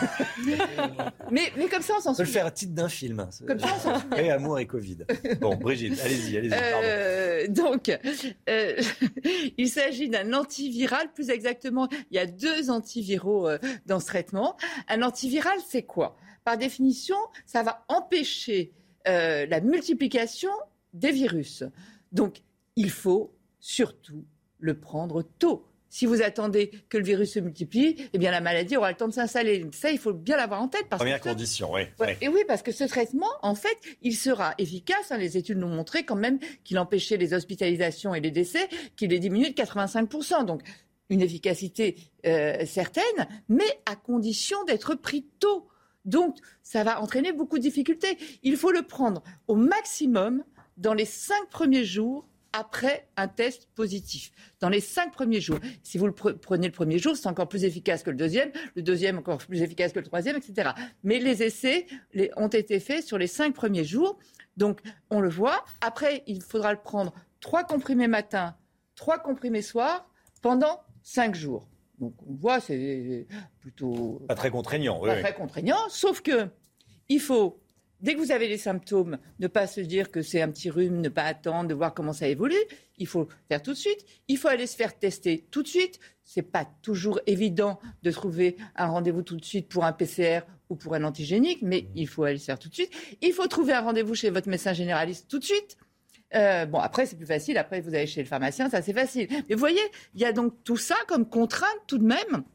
mais, mais comme ça, on s'en souvient. On peut le faire à titre d'un film. Comme ça, on s'en souvient. Paix, amour et Covid. Bon, Brigitte, allez-y, allez-y. Euh, donc, euh, il s'agit d'un antiviral. Plus exactement, il y a deux antiviraux euh, dans ce traitement. Un antiviral, c'est quoi ? Par définition, ça va empêcher euh, la multiplication des virus. Donc, il faut surtout le prendre tôt. Si vous attendez que le virus se multiplie, eh bien la maladie aura le temps de s'installer. Ça, il faut bien l'avoir en tête. Parce Première que condition, oui. Ouais, ouais. Et oui, parce que ce traitement, en fait, il sera efficace. Hein, les études nous ont montré quand même qu'il empêchait les hospitalisations et les décès, qu'il les diminue de quatre-vingt-cinq pour cent. Donc, une efficacité euh, certaine, mais à condition d'être pris tôt. Donc, ça va entraîner beaucoup de difficultés. Il faut le prendre au maximum dans les cinq premiers jours après un test positif. Dans les cinq premiers jours. Si vous le prenez le premier jour, c'est encore plus efficace que le deuxième, le deuxième encore plus efficace que le troisième, et cetera. Mais les essais les, ont été faits sur les cinq premiers jours. Donc, on le voit. Après, il faudra le prendre trois comprimés matin, trois comprimés soir, pendant cinq jours. Donc, on voit, c'est plutôt... Pas très contraignant. Pas oui, très oui. contraignant, sauf que il faut... Dès que vous avez les symptômes, ne pas se dire que c'est un petit rhume, ne pas attendre de voir comment ça évolue. Il faut faire tout de suite. Il faut aller se faire tester tout de suite. C'est pas toujours évident de trouver un rendez-vous tout de suite pour un P C R ou pour un antigénique, mais il faut aller se faire tout de suite. Il faut trouver un rendez-vous chez votre médecin généraliste tout de suite. Euh, bon, après, c'est plus facile. Après, vous allez chez le pharmacien, ça, c'est facile. Mais vous voyez, il y a donc tout ça comme contrainte tout de même.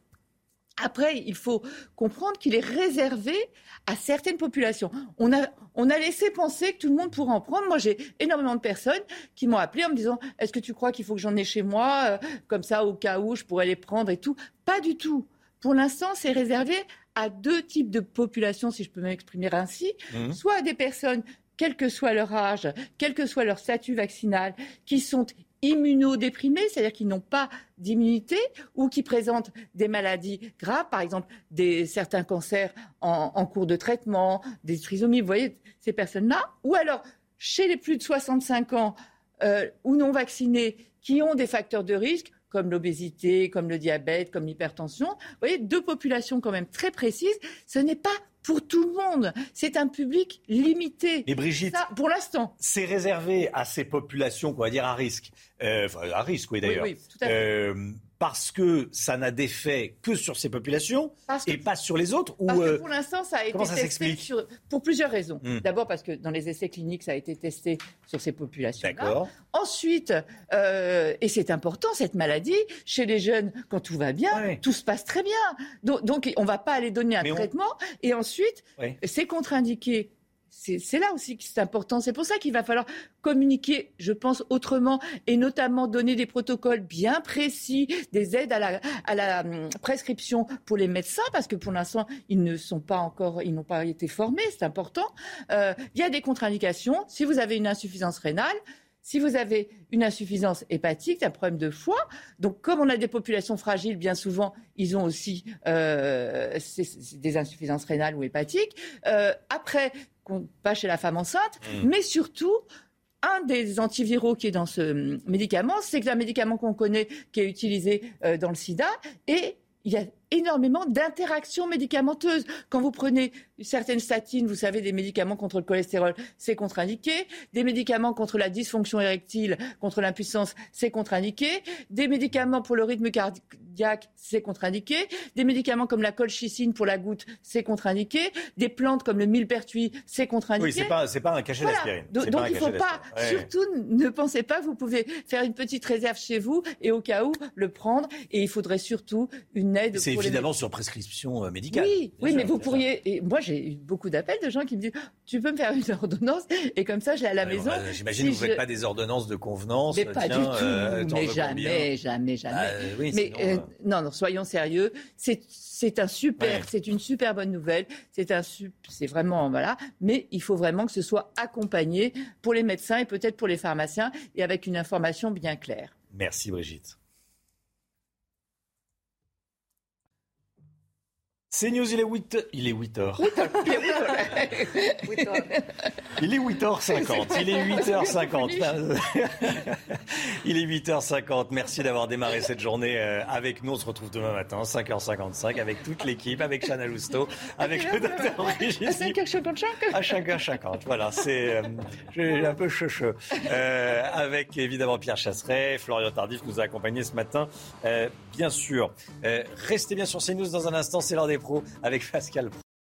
Après, il faut comprendre qu'il est réservé à certaines populations. On a, on a laissé penser que tout le monde pourrait en prendre. Moi, j'ai énormément de personnes qui m'ont appelé en me disant « Est-ce que tu crois qu'il faut que j'en ai chez moi euh, comme ça, au cas où je pourrais les prendre et tout ?» Pas du tout. Pour l'instant, c'est réservé à deux types de populations, si je peux m'exprimer ainsi. Mmh. Soit à des personnes, quel que soit leur âge, quel que soit leur statut vaccinal, qui sont immunodéprimés, c'est-à-dire qu'ils n'ont pas d'immunité ou qui présentent des maladies graves, par exemple des, certains cancers en, en cours de traitement, des trisomies, vous voyez, ces personnes-là. Ou alors, chez les plus de soixante-cinq ans euh, ou non vaccinés qui ont des facteurs de risque, comme l'obésité, comme le diabète, comme l'hypertension. Vous voyez, deux populations quand même très précises. Ce n'est pas pour tout le monde. C'est un public limité. Et Brigitte, ça, pour l'instant, c'est réservé à ces populations qu'on va dire à risque. Euh, enfin, à risque, oui, d'ailleurs. Oui, oui, tout à fait. Euh, parce que ça n'a d'effet que sur ces populations que, et pas sur les autres ou Parce que euh, pour l'instant, ça a été ça testé sur, pour plusieurs raisons. Hum. D'abord parce que dans les essais cliniques, ça a été testé sur ces populations-là. D'accord. Ensuite, euh, et c'est important, cette maladie, chez les jeunes, quand tout va bien, ouais. tout se passe très bien. Donc, donc on ne va pas aller donner un Mais traitement. On... Et ensuite, ouais. c'est contre-indiqué. C'est, c'est là aussi que c'est important. C'est pour ça qu'il va falloir communiquer, je pense, autrement et notamment donner des protocoles bien précis, des aides à la, à la hum, prescription pour les médecins parce que pour l'instant, ils ne sont pas encore, ils n'ont pas été formés, c'est important. Euh, il y a des contre-indications. Si vous avez une insuffisance rénale, si vous avez une insuffisance hépatique, un problème de foie, donc comme on a des populations fragiles, bien souvent, ils ont aussi euh, c'est, c'est des insuffisances rénales ou hépatiques. Euh, après, pas chez la femme enceinte, mmh. mais surtout, un des antiviraux qui est dans ce médicament, c'est que un médicament qu'on connaît, qui est utilisé euh, dans le sida, et il y a énormément d'interactions médicamenteuses. Quand vous prenez certaines statines, vous savez, des médicaments contre le cholestérol, c'est contre-indiqué. Des médicaments contre la dysfonction érectile, contre l'impuissance, c'est contre-indiqué. Des médicaments pour le rythme cardiaque, c'est contre-indiqué. Des médicaments comme la colchicine pour la goutte, c'est contre-indiqué. Des plantes comme le millepertuis, c'est contre-indiqué. Oui, c'est pas, c'est pas un cachet voilà. d'aspirine. Donc, donc il ne faut pas, ouais. surtout ne pensez pas que vous pouvez faire une petite réserve chez vous et au cas où le prendre. Et il faudrait surtout une aide. C'est pour évidemment les... sur prescription euh, médicale. Oui, oui, sûr, mais vous pourriez. Et moi, j'ai eu beaucoup d'appels de gens qui me disent tu peux me faire une ordonnance et comme ça, je l'ai à la ouais, maison. Bah, j'imagine si que vous ne je... faites pas des ordonnances de convenance. Mais pas tiens, du tout. Euh, mais jamais, jamais, jamais, bah, oui, mais sinon, euh, euh... non, non, soyons sérieux. C'est c'est un super, ouais. c'est une super bonne nouvelle. C'est un, c'est vraiment voilà. Mais il faut vraiment que ce soit accompagné pour les médecins et peut-être pour les pharmaciens et avec une information bien claire. Merci Brigitte. C'est News, il est huit heures. Il est huit heures. Il est huit heures cinquante. Il est huit heures cinquante. Il est huit heures cinquante. Merci d'avoir démarré cette journée avec nous. On se retrouve demain matin, cinq heures cinquante-cinq, avec toute l'équipe, avec Chana Lousteau, avec le docteur Brigitte. À cinq heures cinquante-cinq. À cinq heures cinquante. Voilà, c'est euh, j'ai un peu cheveux. Euh, avec évidemment Pierre Chasseret, Florian Tardif nous a accompagnés ce matin. Euh, bien sûr. Euh, restez bien sur CNews dans un instant, c'est l'heure des pros avec Pascal.